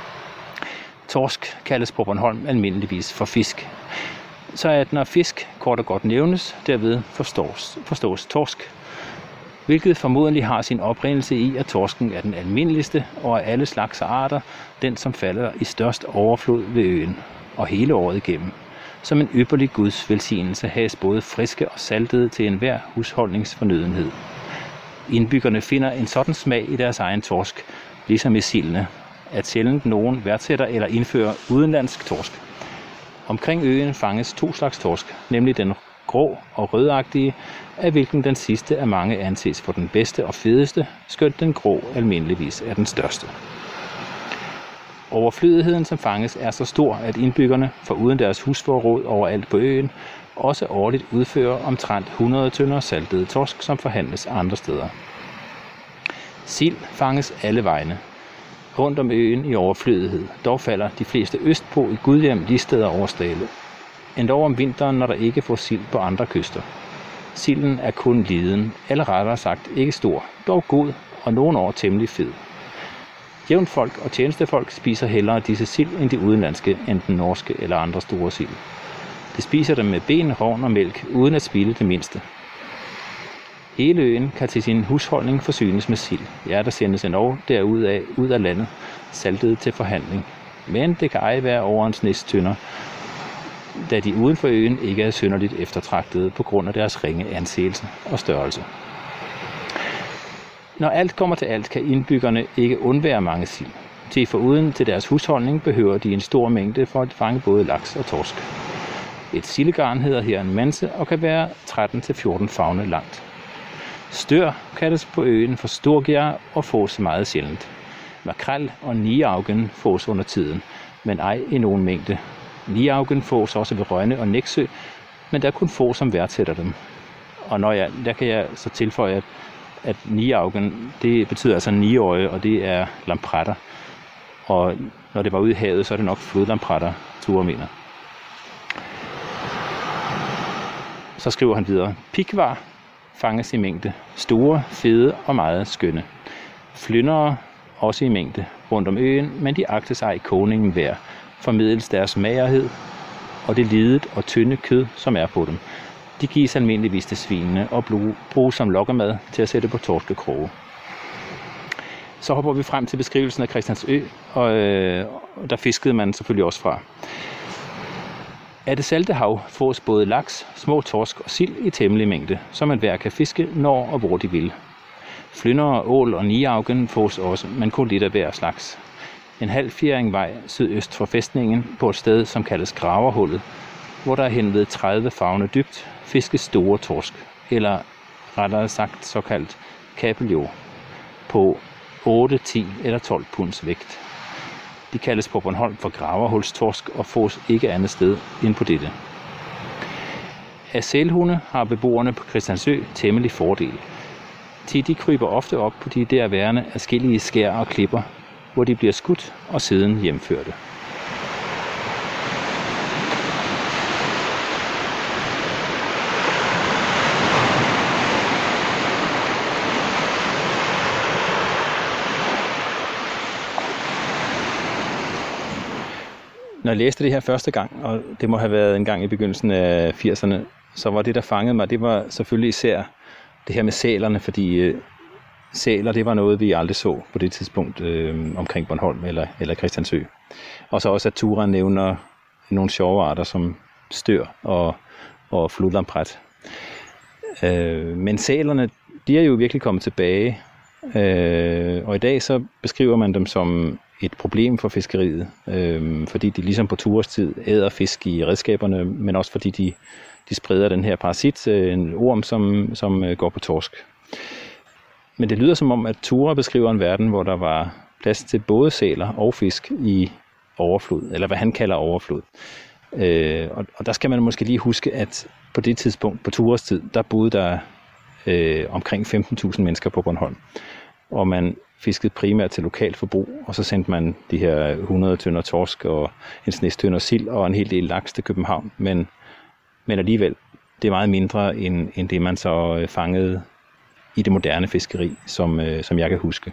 Torsk kaldes på Bornholm almindeligvis for fisk. Så at når fisk kort og godt nævnes, derved forstås torsk. Hvilket formodentlig har sin oprindelse i, at torsken er den almindeligste og af alle slags arter, den som falder i størst overflod ved øen, og hele året igennem. Som en ypperlig Guds velsignelse has både friske og saltede til enhver husholdningsfornødenhed. Indbyggerne finder en sådan smag i deres egen torsk, ligesom i sildene, at sjældent nogen værdsætter eller indfører udenlandsk torsk. Omkring øen fanges 2 slags torsk, nemlig den grå og rødagtige, af hvilken den sidste af mange anses for den bedste og fedeste, skønt den grå almindeligvis er den største. Overflødigheden, som fanges, er så stor, at indbyggerne, foruden deres husforråd overalt på øen, også årligt udfører omtrent 100 tønder saltede torsk, som forhandles andre steder. Sild fanges alle vegne. Rundt om øen i overflødighed, dog falder de fleste østpå i Gudhjem, Listed og Årsdale. Endog om vinteren, når der ikke får sild på andre kyster. Silden er kun liden, eller rettere sagt ikke stor, dog god og nogle år temmelig fed. Jævnfolk og tjenestefolk spiser hellere disse sild end de udenlandske, enten norske eller andre store sild. De spiser dem med ben, rogn og mælk, uden at spilde det mindste. Hele øen kan til sin husholdning forsynes med sild. Ja, der sendes endog derudaf ud af landet, saltet til forhandling. Men det kan ej være over en snes tønder, da de uden for øen ikke er synderligt eftertragtede på grund af deres ringe anseelse og størrelse. Når alt kommer til alt, kan indbyggerne ikke undvære mange sild. Til foruden til deres husholdning behøver de en stor mængde for at fange både laks og torsk. Et sildegarn hedder her en manse og kan være 13-14 favne langt. Stør kaldes på øen for storgjer og fås meget sjældent. Makrel og niaugen fås under tiden, men ej i nogen mængde. Niaugen fås også ved Rønne og Nexø, men der kun få som værdsætter dem. Og der kan jeg så tilføje, at niaugen, det betyder altså 9-årige, og det er lampretter. Og når det var ude i havet, så er det nok flodlampretter, Ture mener. Så skriver han videre. Pikvar fanges i mængde. Store, fede og meget skønne. Flyndere også i mængde rundt om øen, men de agter sig i kogningen hver. Formidles deres magerhed og det lidet og tynde kød, som er på dem. De gives almindeligvis til svinene og bruges som lokkemad til at sætte på torskekroge. Så hopper vi frem til beskrivelsen af Christiansø, og der fiskede man selvfølgelig også fra. Af det salte hav fås både laks, små torsk og sild i temmelig mængde, så man hver kan fiske, når og hvor de vil. Flyndere, ål og niaugen fås også, men kun lidt af hver slags. En halv fjerdingvej sydøst for fæstningen på et sted, som kaldes Graverhullet, hvor der er henved 30 favne dybt, fiskes store torsk, eller rettere sagt såkaldt kabeljo, på 8, 10 eller 12 punds vægt. De kaldes på Bornholm for graverhulstorsk og fås ikke andet sted end på dette. Af sælhunde har beboerne på Christiansø temmelig fordel. De kryber ofte op på de derværende adskillige skær og klipper, hvor de bliver skudt og siden hjemførte. Når jeg læste det her første gang, og det må have været en gang i begyndelsen af 80'erne, så var det, der fangede mig, det var selvfølgelig især det her med sælerne, fordi sæler, det var noget, vi aldrig så på det tidspunkt omkring Bornholm eller Christiansø. Og så også, at Tura nævner nogle sjove arter som stør og flodlampret. Men sælerne, de er jo virkelig kommet tilbage, og i dag så beskriver man dem som et problem for fiskeriet, fordi de ligesom på Turas tid æder fisk i redskaberne, men også fordi de spreder den her parasit, en orm, som går på torsk. Men det lyder som om, at Tura beskriver en verden, hvor der var plads til både sæler og fisk i overflod, eller hvad han kalder overflod. Og der skal man måske lige huske, at på det tidspunkt, på Turas tid, der boede der omkring 15.000 mennesker på Bornholm. Og man fiskede primært til lokalt forbrug, og så sendte man de her 100 tønder torsk og en snes sild og en hel del laks til København. Men alligevel, det er meget mindre end det, man så fangede i det moderne fiskeri, som jeg kan huske.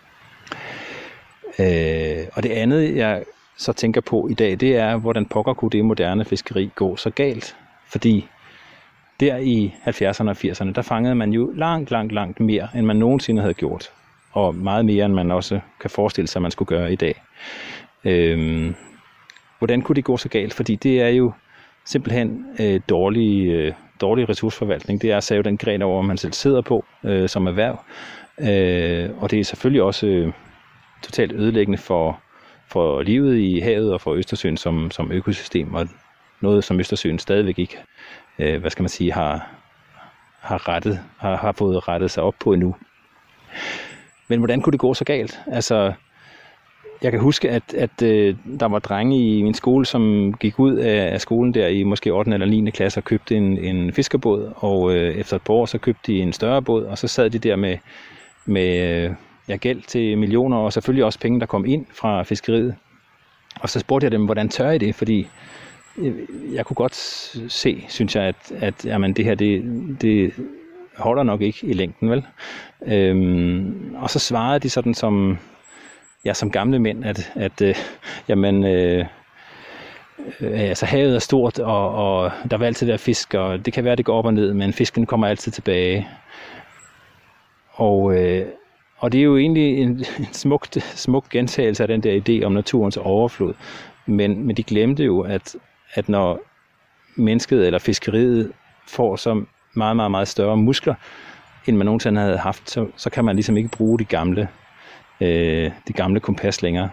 Og det andet, jeg så tænker på i dag, det er, hvordan pokker kunne det moderne fiskeri gå så galt. Fordi der i 70'erne og 80'erne, der fangede man jo langt mere, end man nogensinde havde gjort. Og meget mere, end man også kan forestille sig, man skulle gøre i dag. Hvordan kunne det gå så galt? Fordi det er jo simpelthen dårlig ressourceforvaltning. Det er at save den gren over, man selv sidder på som erhverv. Og det er selvfølgelig også totalt ødelæggende for livet i havet og for Østersøen som økosystem. Og noget, som Østersøen stadigvæk ikke har fået rettet sig op på endnu. Men hvordan kunne det gå så galt? Altså, jeg kan huske, at der var drenge i min skole, som gik ud af skolen der i måske 8. eller 9. klasse og købte en fiskerbåd, og efter et par år så købte de en større båd, og så sad de der med gæld til millioner, og selvfølgelig også penge, der kom ind fra fiskeriet. Og så spurgte jeg dem, hvordan tør I det? Fordi jeg kunne godt se, synes jeg, at jamen, det her, det holder nok ikke i længden, vel? Og så svarede de sådan som gamle mænd, at havet er stort, og der vil altid være fisk, og det kan være, at det går op og ned, men fisken kommer altid tilbage. Og det er jo egentlig en smuk gentagelse af den der idé om naturens overflod. Men de glemte jo, at når mennesket eller fiskeriet får så meget, meget, meget større muskler, end man nogensinde havde haft, så kan man ligesom ikke bruge de gamle kompas længere.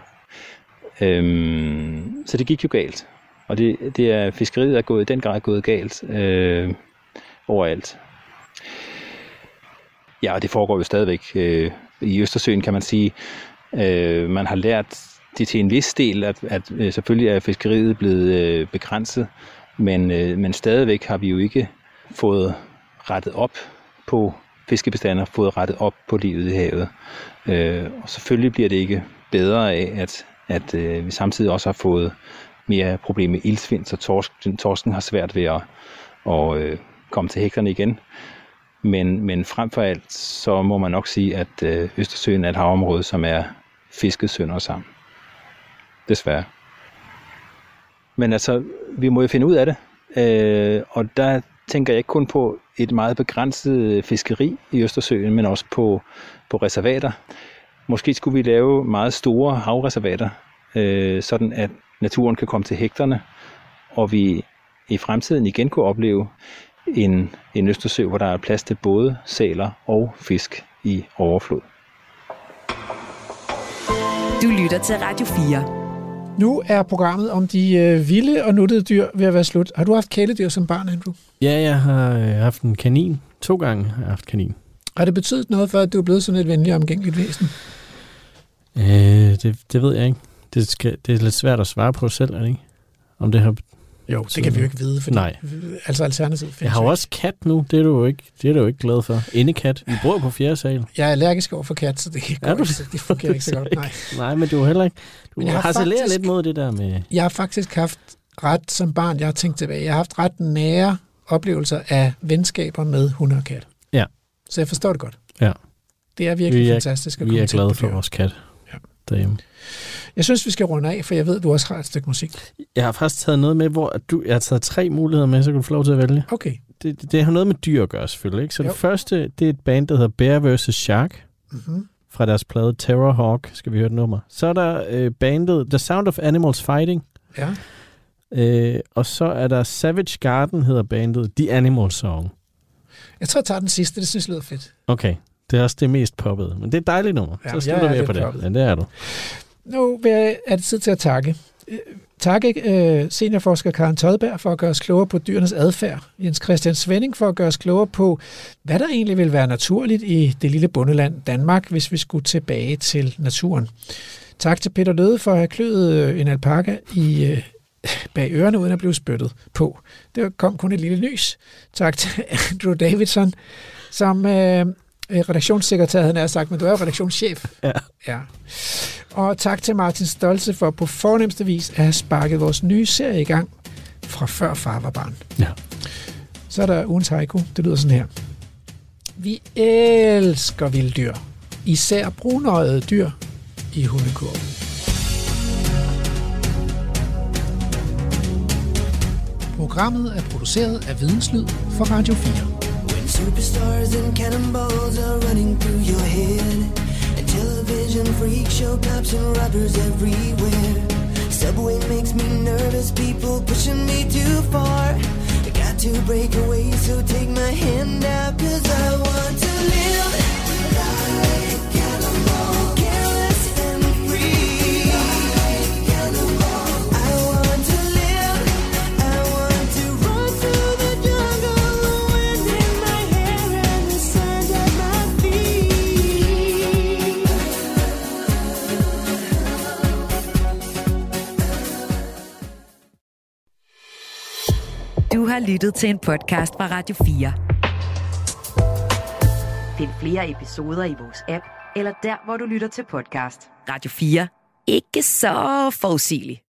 Så det gik jo galt. Og fiskeriet er i den grad gået galt overalt. Ja, og det foregår jo stadigvæk i Østersøen, kan man sige. Man har lært det til en vis del, at selvfølgelig er fiskeriet blevet begrænset, men stadigvæk har vi jo ikke fået rettet op på fiskebestander, fået rettet op på livet i havet. Og selvfølgelig bliver det ikke bedre af, at vi samtidig også har fået mere problemer med iltsvind, så torsken har svært ved at komme til hægterne igen. Men frem for alt, så må man nok sige, at Østersøen er et havområde, som er fisket sønder sammen. Desværre. Men altså, vi må jo finde ud af det. Og der tænker jeg ikke kun på et meget begrænset fiskeri i Østersøen, men også på reservater. Måske skulle vi lave meget store havreservater, sådan at naturen kan komme til hægterne, og vi i fremtiden igen kunne opleve en Østersø, hvor der er plads til både sæler og fisk i overflod. Du lytter til Radio 4. Nu er programmet om de vilde og nuttede dyr ved at være slut. Har du haft kæledyr som barn, Andrew? Ja, jeg har haft en kanin. 2 gange har jeg haft kanin. Har det betydet noget for, at du er blevet sådan et venligt omgængeligt væsen? Det ved jeg ikke. Det er lidt svært at svare på selv, er det ikke? Om det har... Jo, det kan vi jo ikke vide, fordi altså alternativet findes. Jeg har jo også kat nu, det er du jo ikke glad for. Indekat. Vi bor på 4. sal. Jeg er allergisk over for kat, så det fungerer ikke så godt. Nej, men du er heller ikke. Du harcelerer lidt mod det der med... Jeg har faktisk haft ret som barn, jeg har tænkt tilbage, jeg har haft ret nære oplevelser af venskaber med hunde og kat. Ja. Så jeg forstår det godt. Ja. Det er virkelig fantastisk at komme til. Vi er glade på for vores kat derhjemme. Jeg synes, vi skal runde af, for jeg ved, du også har et stykke musik. Jeg har faktisk taget noget med, hvor jeg har taget 3 muligheder med, så kan du få lov til at vælge. Okay. Det har noget med dyr at gøre, selvfølgelig. Ikke? Så det første, det er et band, der hedder Bear vs. Shark. Mm-hmm. Fra deres plade Terror Hawk, skal vi høre et nummer. Så er der bandet The Sound of Animals Fighting. Ja. Og så er der Savage Garden, hedder bandet The Animal Song. Jeg tror, jeg tager den sidste. Det synes jeg lyder fedt. Okay. Det er også det mest poppede. Men det er et dejligt nummer. Så slutter vi på det. Ja, det er du. Nu er det tid til at takke. Seniorforsker Karen Todberg for at gøre os klogere på dyrenes adfærd. Jens Christian Svenning for at gøre os klogere på, hvad der egentlig vil være naturligt i det lille bundeland Danmark, hvis vi skulle tilbage til naturen. Tak til Peter Løde for at have kløet en alpaka bag ørerne, uden at blive spyttet på. Det kom kun et lille nys. Tak til Andrew Davidson, som redaktionssekretær, havde jeg sagt, men du er jo redaktionschef. Ja. Og tak til Martin Stoltze for på fornemste vis at have sparket vores nye serie i gang fra før far var barn. Ja. Så er der ugens haiku. Det lyder sådan her. Vi elsker vilddyr. Især brunøjede dyr i hundekurven. Programmet er produceret af Videnslyd for Radio 4. When superstars and cannonballs are running through your head, and television freak show cops and robbers everywhere. Subway makes me nervous, people pushing me too far. I got to break away, so take my hand out, 'cause I want to live like animal, careless and free. Like animal. I want to live, I want to run through the jungle, the wind in my hair and the sand at my feet. Du har lyttet til en podcast fra Radio 4. Find flere episoder i vores app, eller der, hvor du lytter til podcast. Radio 4. Ikke så forudsigeligt.